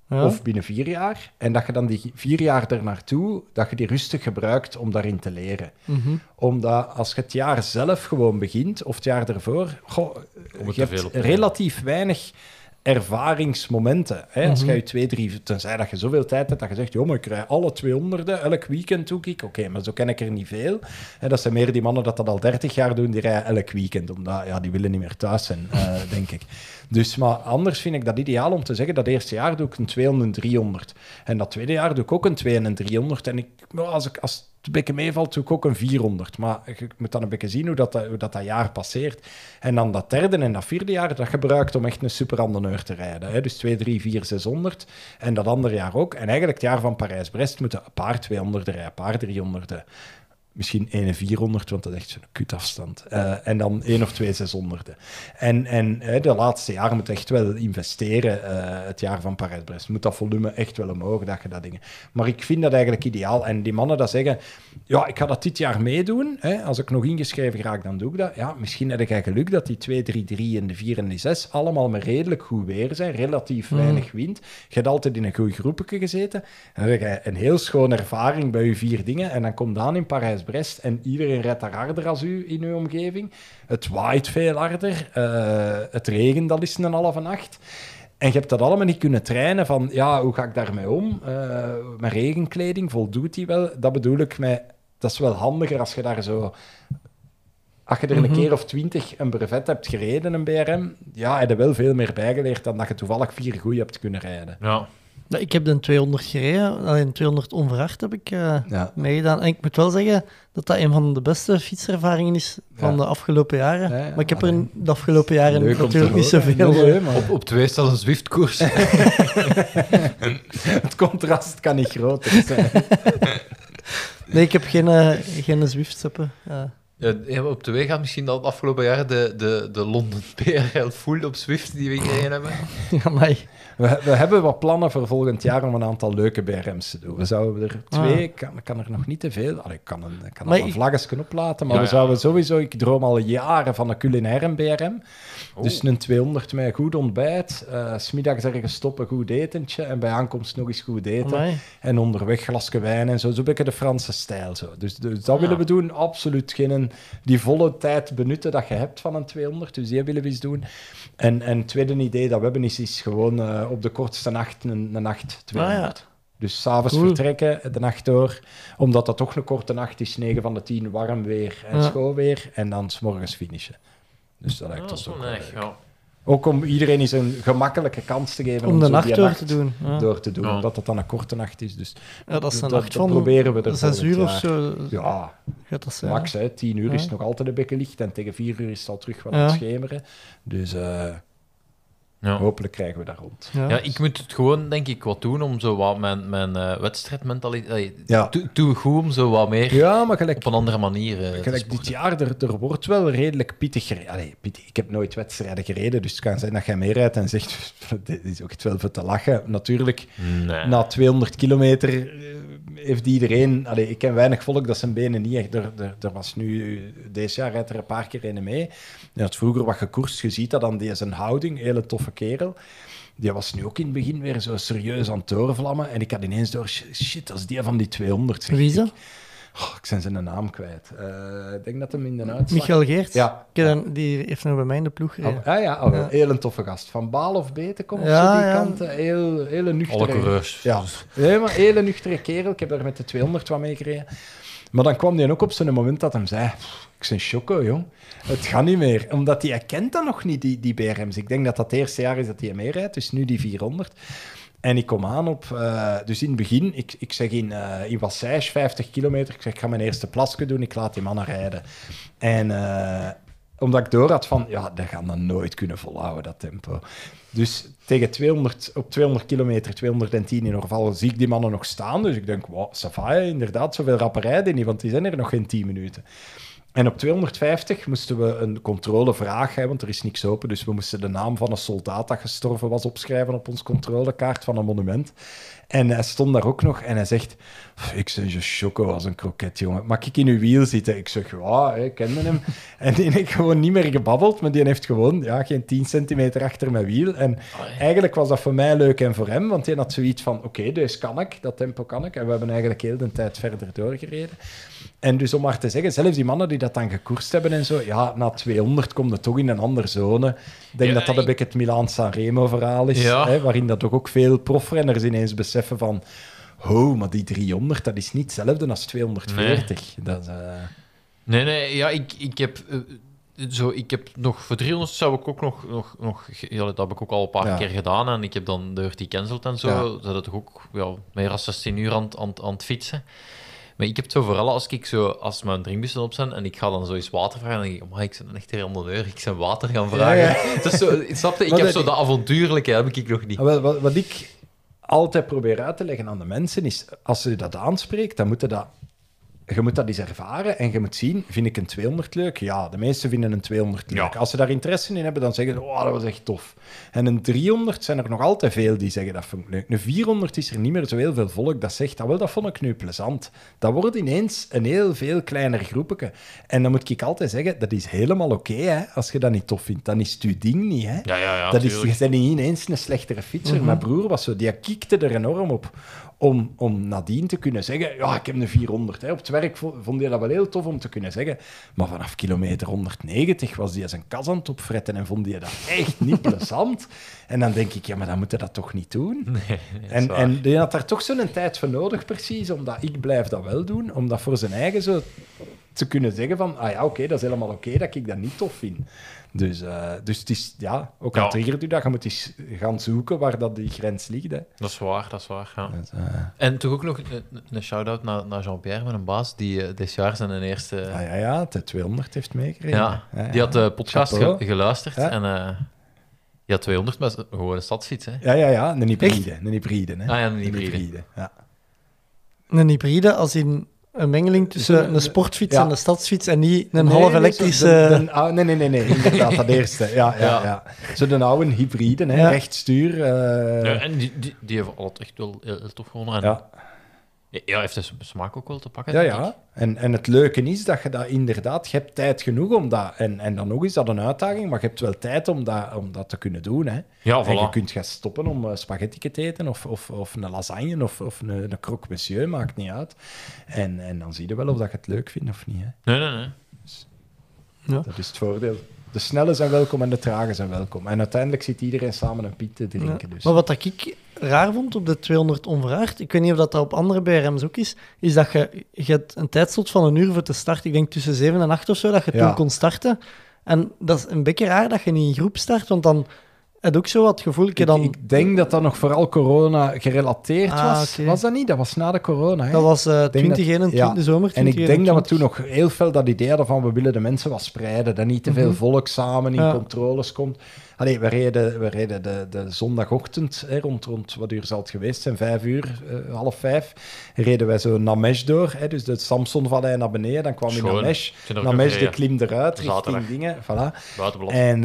Speaker 6: Ja.
Speaker 7: of binnen 4 jaar. En dat je dan die 4 jaar ernaartoe, dat je die rustig gebruikt om daarin te leren. Omdat als je het jaar zelf gewoon begint, of het jaar ervoor, je hebt relatief weinig ervaringsmomenten. Hè? Als je 2, 3, tenzij dat je zoveel tijd hebt dat je zegt, joh, maar ik krijg alle 200, elk weekend doe ik. Oké, maar zo ken ik er niet veel. Hè, dat zijn meer die mannen dat al 30 jaar doen, die rijden elk weekend, omdat die willen niet meer thuis zijn, denk ik. Dus, maar anders vind ik dat ideaal om te zeggen, dat eerste jaar doe ik een 200, 300. En dat tweede jaar doe ik ook een 200 en 300. En als het een beetje meevalt, doe ik ook een 400. Maar je moet dan een beetje zien hoe dat jaar passeert. En dan dat derde en dat vierde jaar, dat gebruikt om echt een superrandonneur te rijden. Hè? Dus 2, 3, 4, 600. En dat andere jaar ook. En eigenlijk het jaar van Parijs-Brest moeten een paar 200 rijden, een paar 300. Misschien 1 400, want dat is echt zo'n kutafstand. En dan 1 of 2 600. En de laatste jaren moet echt wel investeren. Het jaar van Parijs-Brest moet dat volume echt wel omhoog, dat je dat dingen. Maar ik vind dat eigenlijk ideaal. En die mannen dat zeggen, ja, ik ga dat dit jaar meedoen. Hè, als ik nog ingeschreven raak, dan doe ik dat. Ja, misschien heb jij geluk dat die 2, 3, 3 en de 4 en de 6 allemaal met redelijk goed weer zijn. Relatief weinig wind. Je hebt altijd in een goed groepje gezeten. Dan heb je een heel schone ervaring bij je 4 dingen. En dan komt dan in Parijs-Brest en iedereen rijdt daar harder als u in uw omgeving. Het waait veel harder. Het regent al eens een halve nacht. En je hebt dat allemaal niet kunnen trainen van, ja, hoe ga ik daarmee om? Met regenkleding, voldoet die wel? Dat bedoel ik met, dat is wel handiger als je daar zo... Als je er een keer of 20 een brevet hebt gereden, een BRM, ja, heb je wel veel meer bijgeleerd dan dat je toevallig 4 goeie hebt kunnen rijden.
Speaker 8: Ja.
Speaker 6: Ik heb de 200 gereden, alleen 200 onverhard heb ik meegedaan. En ik moet wel zeggen dat dat een van de beste fietservaringen is van de afgelopen jaren. Ja, maar ik heb er de afgelopen jaren natuurlijk niet zoveel.
Speaker 7: Nee,
Speaker 8: op 2 staat een Zwift-koers.
Speaker 7: Het contrast kan niet groter zijn.
Speaker 6: Nee, ik heb geen Zwift-stappen.
Speaker 8: Ja, op de weg gaat misschien dat afgelopen jaar de London PRL Full op Zwift die we gereden hebben.
Speaker 6: Ja, maar...
Speaker 7: We hebben wat plannen voor volgend jaar om een aantal leuke BRM's te doen. We zouden er 2, kan er nog niet te veel. Ik kan een vlaggesken oplaten, maar we zouden sowieso... Ik droom al jaren van een culinaire BRM. Dus een 200 met goed ontbijt, 's middags ergens stoppen, goed etentje, en bij aankomst nog eens goed eten. En onderweg glasje wijn en zo. Zo'n beetje de Franse stijl. Zo. Dus dat willen we doen. Absoluut geen... Die volle tijd benutten dat je hebt van een 200. Dus die willen we eens doen. En het tweede idee dat we hebben is gewoon op de kortste nacht een nacht 200. Dus s'avonds vertrekken, de nacht door. Omdat dat toch een korte nacht is, 9 van de 10 warm weer en schoon weer. En dan 's morgens finishen. Dus dat lijkt ons ook leuk. Ook om iedereen eens een gemakkelijke kans te geven
Speaker 6: om de nacht door te doen.
Speaker 7: Door te doen, omdat dat dan een korte nacht is. Dus
Speaker 6: dat is een nacht van
Speaker 7: proberen we er
Speaker 6: 6 uur of zo.
Speaker 7: Ja,
Speaker 6: gaat dat zijn,
Speaker 7: max. 10 uur is het nog altijd een beetje licht en tegen 4 uur is het al terug wat aan het schemeren. Dus hopelijk krijgen we dat rond.
Speaker 8: Ja, ik moet het gewoon, denk ik, wat doen om zo wat mijn wedstrijdmentaliteit... Doe goed om zo wat meer op een andere manier
Speaker 7: gelijk dit jaar, er wordt wel redelijk pittig gereden. Ik heb nooit wedstrijden gereden, dus het kan zijn dat jij meerijdt en zegt, dit is ook echt wel voor te lachen. Natuurlijk, na 200 kilometer heeft iedereen... ik ken weinig volk dat zijn benen niet echt... Er was nu... Deze jaar rijdt er een paar keer een mee. Je had vroeger wat gekoerst. Je ziet dat aan die zijn houding. Hele toffe kerel. Die was nu ook in het begin weer zo serieus aan het doorvlammen. En ik had ineens door... Shit, dat is die van die 200.
Speaker 6: Wie is dat?
Speaker 7: Ik ben zijn naam kwijt. Ik denk dat hem in de uitslag...
Speaker 6: Michael Geert?
Speaker 7: Ja.
Speaker 6: Die heeft nog bij mij in de ploeg gereden.
Speaker 7: Heel een toffe gast. Van Baal of Beten komt die kant. Hele nuchtere...
Speaker 8: Alle coureurs.
Speaker 7: Ja, helemaal hele nuchtere kerel. Ik heb daar met de 200 wat mee gereden. Maar dan kwam hij ook op zo'n moment dat hij zei... Ik ben choco, jong. Het gaat niet meer. Omdat hij kent dan nog niet, die BRM's. Ik denk dat dat het eerste jaar is dat hij mee rijdt. Dus nu die 400. En ik kom aan op... dus in het begin, ik zeg in Wassage, 50 kilometer, ik zeg, ik ga mijn eerste plasje doen, ik laat die mannen rijden. En omdat ik door had van, dat gaan dan nooit kunnen volhouden, dat tempo. Dus tegen 200, op 200 kilometer, 210 in ieder geval, zie ik die mannen nog staan. Dus ik denk, wow, Safaya, inderdaad, zoveel rapper rijden niet, want die zijn er nog geen 10 minuten. En op 250 moesten we een controlevraag hebben, want er is niks open. Dus we moesten de naam van een soldaat dat gestorven was opschrijven op ons controlekaart van een monument. En hij stond daar ook nog en hij zegt... Ik zeg, choco als een kroket, jongen. Mag ik in uw wiel zitten? Ik zeg, ja, ik kende hem. En die heeft gewoon niet meer gebabbeld, maar die heeft gewoon geen 10 centimeter achter mijn wiel. En eigenlijk was dat voor mij leuk en voor hem, want die had zoiets van, oké, dus kan ik, dat tempo kan ik. En we hebben eigenlijk heel de tijd verder doorgereden. En dus om maar te zeggen, zelfs die mannen die dat dan gekoerst hebben en zo, ja, na 200 komt het toch in een andere zone. Ik denk dat een beetje het Milaan-Sanremo verhaal is, waarin dat ook veel profrenners ineens beseffen van... Oh, maar die 300, dat is niet hetzelfde als 240.
Speaker 8: Nee.
Speaker 7: Dat is,
Speaker 8: Nee, ja, ik heb nog... Voor 300 zou ik ook nog ja, dat heb ik ook al een paar keer gedaan. En ik heb dan de Hurtie gecanceld en zo. Ja. Dat toch ook meer dan 16 uur aan het fietsen. Maar ik heb het zo vooral als mijn drinkbussen op zijn en ik ga dan zo eens water vragen, dan denk ik, ik ben echt een randonneur, ik ben water gaan vragen. Ja. Het is zo, snap je? Ik heb zo dat avontuurlijke, heb ik nog niet.
Speaker 7: Wat ik altijd probeer uit te leggen aan de mensen is, als je dat aanspreekt, dan moet je moet dat eens ervaren en je moet zien, vind ik een 200 leuk? Ja, de meesten vinden een 200 leuk. Ja. Als ze daar interesse in hebben, dan zeggen ze, dat was echt tof. En een 300 zijn er nog altijd veel die zeggen, dat vond ik leuk. Een 400 is er niet meer zo heel veel volk dat zegt, dat vond ik nu plezant. Dat wordt ineens een heel veel kleiner groepje. En dan moet ik altijd zeggen, dat is helemaal oké, als je dat niet tof vindt. Dan is het je ding niet, hè.
Speaker 8: Ja,
Speaker 7: dat is, je bent niet ineens een slechtere fietser. Mm-hmm. Mijn broer was zo, die kikte er enorm op. Om nadien te kunnen zeggen, ik heb een 400. Hè. Op het werk vond hij dat wel heel tof om te kunnen zeggen. Maar vanaf kilometer 190 was hij zijn kas aan het opfretten en vond hij dat echt niet plezant. En dan denk ik, maar dan moet je dat toch niet doen? Nee, en die had daar toch zo'n tijd voor nodig, precies, omdat ik blijf dat wel doen, om dat voor zijn eigen zo te kunnen zeggen van, oké, dat is helemaal oké dat ik dat niet tof vind. Dus het is, ook al triggert u dat, je moet eens gaan zoeken waar dat die grens ligt. Hè.
Speaker 8: Dat is waar, ja. Dus, en toch ook nog een shout-out naar Jean-Pierre, mijn baas, die dit jaar zijn eerste...
Speaker 7: de 200 heeft meegereden.
Speaker 8: Ja, die had de podcast geluisterd en... die had 200 met gewoon een stadsfiets, hè.
Speaker 7: Ja, een hybride. Een hybride, hè.
Speaker 8: Een hybride.
Speaker 7: Ja.
Speaker 6: Een hybride als in... Een mengeling tussen een sportfiets en een stadsfiets en niet een half elektrische...
Speaker 7: Nee, inderdaad, dat eerste. Ja. Zo de oude hybride, hè, rechtstuur.
Speaker 8: En die hebben altijd echt wel heel tof gewonnen. Ja, heeft de smaak ook wel te pakken.
Speaker 7: Ja. En het leuke is dat je dat inderdaad... Je hebt tijd genoeg om dat... En dan nog is dat een uitdaging, maar je hebt wel tijd om dat te kunnen doen. Hè.
Speaker 8: Ja, voilà.
Speaker 7: En je kunt gaan stoppen om spaghetti te eten of een lasagne of een croque monsieur, maakt niet uit. En dan zie je wel of dat je het leuk vindt of niet. Hè.
Speaker 8: Nee.
Speaker 7: Dus, dat is het voordeel. De snelle zijn welkom en de trage zijn welkom. En uiteindelijk zit iedereen samen een piet te drinken. Dus.
Speaker 6: Maar wat ik raar vond op de 200 onverhaard, ik weet niet of dat op andere BRM's ook is dat je hebt een tijdslot van 1 uur voor te starten. Ik denk tussen 7 en 8 of zo, dat je toen kon starten. En dat is een beetje raar dat je niet in groep start, want dan heb je ook zo wat gevoel...
Speaker 7: Ik denk dat dat nog vooral corona gerelateerd was. Okay. Was dat niet? Dat was na de corona. Hè?
Speaker 6: Dat was 2021, de zomer.
Speaker 7: En ik denk dat we toen nog heel veel dat idee hadden van we willen de mensen wat spreiden, dat niet te veel volk samen in controles komt. Allee, we reden de zondagochtend, rond wat uur zal het geweest zijn, 5 uur, 4:30, reden wij zo Namesh door, dus de Samsonvallei naar beneden, dan kwam in Namesh. Namesh, die klimde eruit, richting dingen, voilà.
Speaker 8: Buitenblad.
Speaker 7: En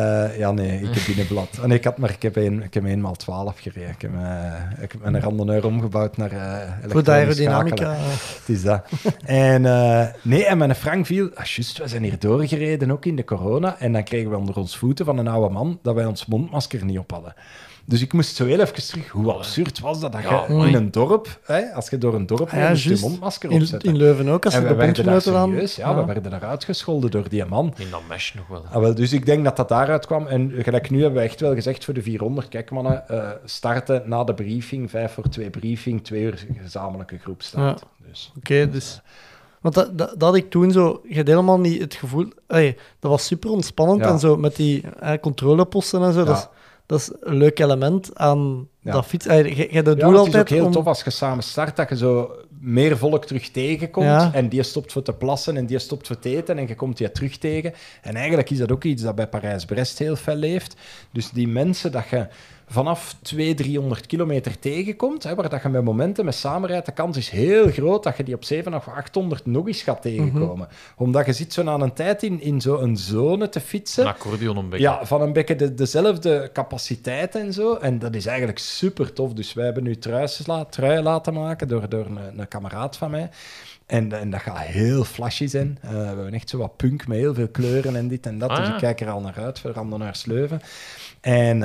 Speaker 7: ik heb binnenblad. En ik heb 1x12 gereden. Ik heb een randonneur omgebouwd naar
Speaker 6: voor de aerodynamica.
Speaker 7: Het is dat. En mijn Frank viel, juist, we zijn hier doorgereden, ook in de corona, en dan kregen we onder ons voeten van een oude man dat wij ons mondmasker niet op hadden. Dus ik moest zo heel even terug... Hoe absurd was dat? Dat je in een dorp... als je door een dorp ging, moest je mondmasker opzetten.
Speaker 6: In Leuven ook, als je de bondgenoten aan...
Speaker 7: we werden daar uitgescholden door die man.
Speaker 8: In Namesh nog wel.
Speaker 7: Dus ik denk dat daaruit kwam. En gelijk nu hebben we echt wel gezegd voor de 400, kijk mannen, starten na de briefing, 5 voor 2 briefing, 2 uur gezamenlijke groep start.
Speaker 6: Ja. Dus. Oké, dus... Want dat had ik toen zo... Je had helemaal niet het gevoel... dat was super ontspannend en zo, met die controleposten en zo. Ja. Dat is een leuk element aan dat fiets. Je dat doel altijd...
Speaker 7: Het is ook heel tof als je samen start, dat je zo meer volk terug tegenkomt. Ja. En die stopt voor te plassen en die stopt voor te eten en je komt die terug tegen. En eigenlijk is dat ook iets dat bij Parijs-Brest heel fel leeft. Dus die mensen dat je vanaf 200-300 kilometer tegenkomt, hè, waar dat je met momentum met samenrijdt, de kans is heel groot dat je die op 700 of 800 nog eens gaat tegenkomen. Omdat je zit zo na een tijd in zo'n zone te fietsen.
Speaker 8: Een accordeon een beetje.
Speaker 7: Ja, van een beetje dezelfde capaciteit en zo. En dat is eigenlijk super tof. Dus wij hebben nu truien laten maken door een kameraad van mij. En dat gaat heel flashy zijn. We hebben echt zo wat punk met heel veel kleuren en dit en dat. Dus ik kijk er al naar uit, voor Randen naar Sleuven. En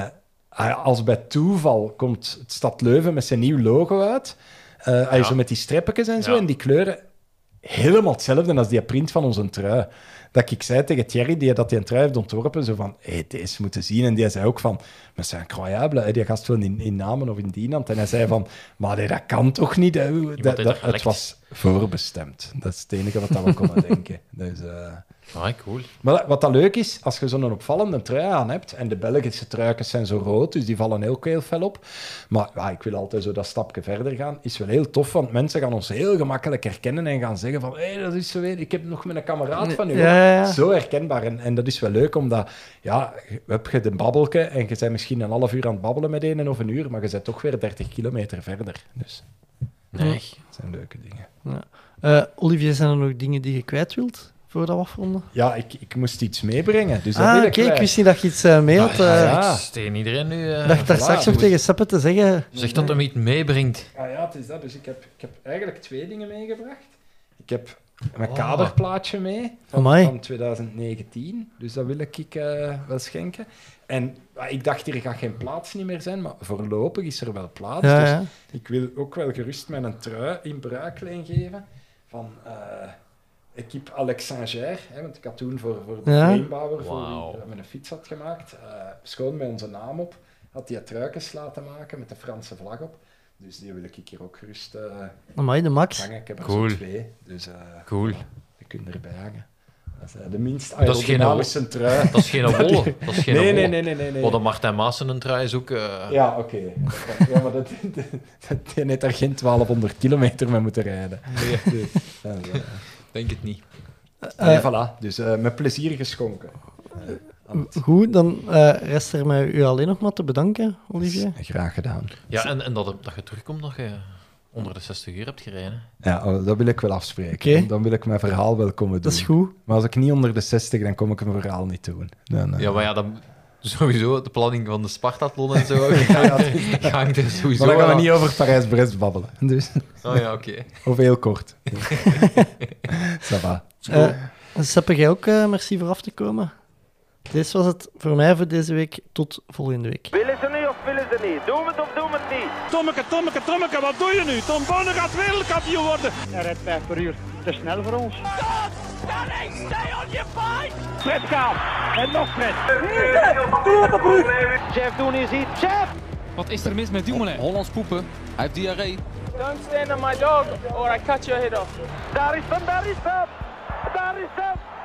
Speaker 7: als bij toeval komt het Stad Leuven met zijn nieuw logo uit. Zo met die streppetjes en zo en die kleuren. Helemaal hetzelfde als die print van onze trui. Dat ik zei tegen Thierry, die een trui heeft ontworpen, zo van, deze moeten zien. En die zei ook van, maar c'est incroyable, die gast wel in Namen of in Dienand. En hij zei van, maar dat kan toch niet? Het was voorbestemd. Dat is het enige wat we konden denken. Dus,
Speaker 8: cool.
Speaker 7: Maar wat dat leuk is, als je zo'n opvallende trui aan hebt, en de Belgische truikens zijn zo rood, dus die vallen ook heel fel op. Maar ik wil altijd zo dat stapje verder gaan. Is wel heel tof, want mensen gaan ons heel gemakkelijk herkennen en gaan zeggen van, dat is zo weer, ik heb nog met een kameraad van u.
Speaker 6: Ja. Zo
Speaker 7: herkenbaar. En dat is wel leuk, omdat heb je de babbelke en je bent misschien een half uur aan het babbelen met een of een uur, maar je bent toch weer 30 kilometer verder. Dus
Speaker 8: nee.
Speaker 7: Dat zijn leuke dingen.
Speaker 6: Ja. Olivier, zijn er nog dingen die je kwijt wilt voordat we afronden?
Speaker 7: Ja, ik moest iets meebrengen. Dus dat wil ik
Speaker 6: ik wist niet dat je iets mee had.
Speaker 8: Ik steen iedereen nu...
Speaker 6: dacht daar straks nog tegen Seppe te zeggen.
Speaker 8: Zeg dat hem iets meebrengt.
Speaker 7: Het is dat. Dus ik heb eigenlijk 2 dingen meegebracht. Ik heb mijn kaderplaatje mee van 2019. Dus dat wil ik wel schenken. En ik dacht, hier gaat geen plaats niet meer zijn, maar voorlopig is er wel plaats. Dus ik wil ook wel gerust mijn trui in bruikleen geven van Equipe Alex Saint-Ger. Want ik had toen voor de frambouwer, voor die mijn fiets had gemaakt, schoon met onze naam op, had die truikens laten maken met de Franse vlag op. Dus die wil ik hier ook gerust
Speaker 6: Amai, de Max.
Speaker 7: hangen. Ik heb er
Speaker 8: Cool.
Speaker 7: zo 2. Dus
Speaker 8: Cool.
Speaker 7: die kunnen erbij hangen. Dat is de minst
Speaker 8: Dat is geen
Speaker 7: aerodynamische trui.
Speaker 8: Dat is geen wollen. Dat is geen wollen.
Speaker 7: Nee.
Speaker 8: Wat de Martijn Maassen een trui is ook...
Speaker 7: Ja, oké. Ja, maar die heeft daar geen 1200 kilometer mee moeten rijden.
Speaker 8: Nee.
Speaker 7: Dus,
Speaker 8: Denk het niet.
Speaker 7: voilà. Dus met plezier geschonken.
Speaker 6: Goed, dan rest er mij u alleen nog maar te bedanken, Olivier.
Speaker 7: Graag gedaan.
Speaker 8: Ja, en dat je terugkomt nog je onder de 60 uur hebt gereden.
Speaker 7: Ja, dat wil ik wel afspreken.
Speaker 6: Oké.
Speaker 7: Dan wil ik mijn verhaal wel komen doen.
Speaker 6: Dat is goed.
Speaker 7: Maar als ik niet onder de 60, dan kom ik mijn verhaal niet doen. Dan,
Speaker 8: Ja, maar dan... Sowieso, de planning van de Spartathlon en zo. Hangt er sowieso
Speaker 7: maar dan gaan we
Speaker 8: aan.
Speaker 7: niet over Parijs-Brest babbelen. Dus.
Speaker 8: Oh ja, oké.
Speaker 7: Of heel kort. Ça va.
Speaker 6: Seppe, jij ook merci voor af te komen. Dit was het voor mij voor deze week. Tot volgende week.
Speaker 1: Willen ze nu of willen ze niet? Doen we het of doen we het niet?
Speaker 2: Tommeke, wat doe je nu? Tom Bonne gaat wereldkampioen worden.
Speaker 3: Hij rijdt 5 per uur. Te snel voor ons.
Speaker 1: Stay on your fight!
Speaker 3: Fred Kaap. En nog Fred.
Speaker 1: Jeff Doen is hier. Jeff!
Speaker 4: Wat is er mis met Dumoulin? Hollands poepen. Hij heeft diarree.
Speaker 5: Don't stand on my dog or I cut your head off.
Speaker 1: Daar is hem, daar is hem! Daar is hem!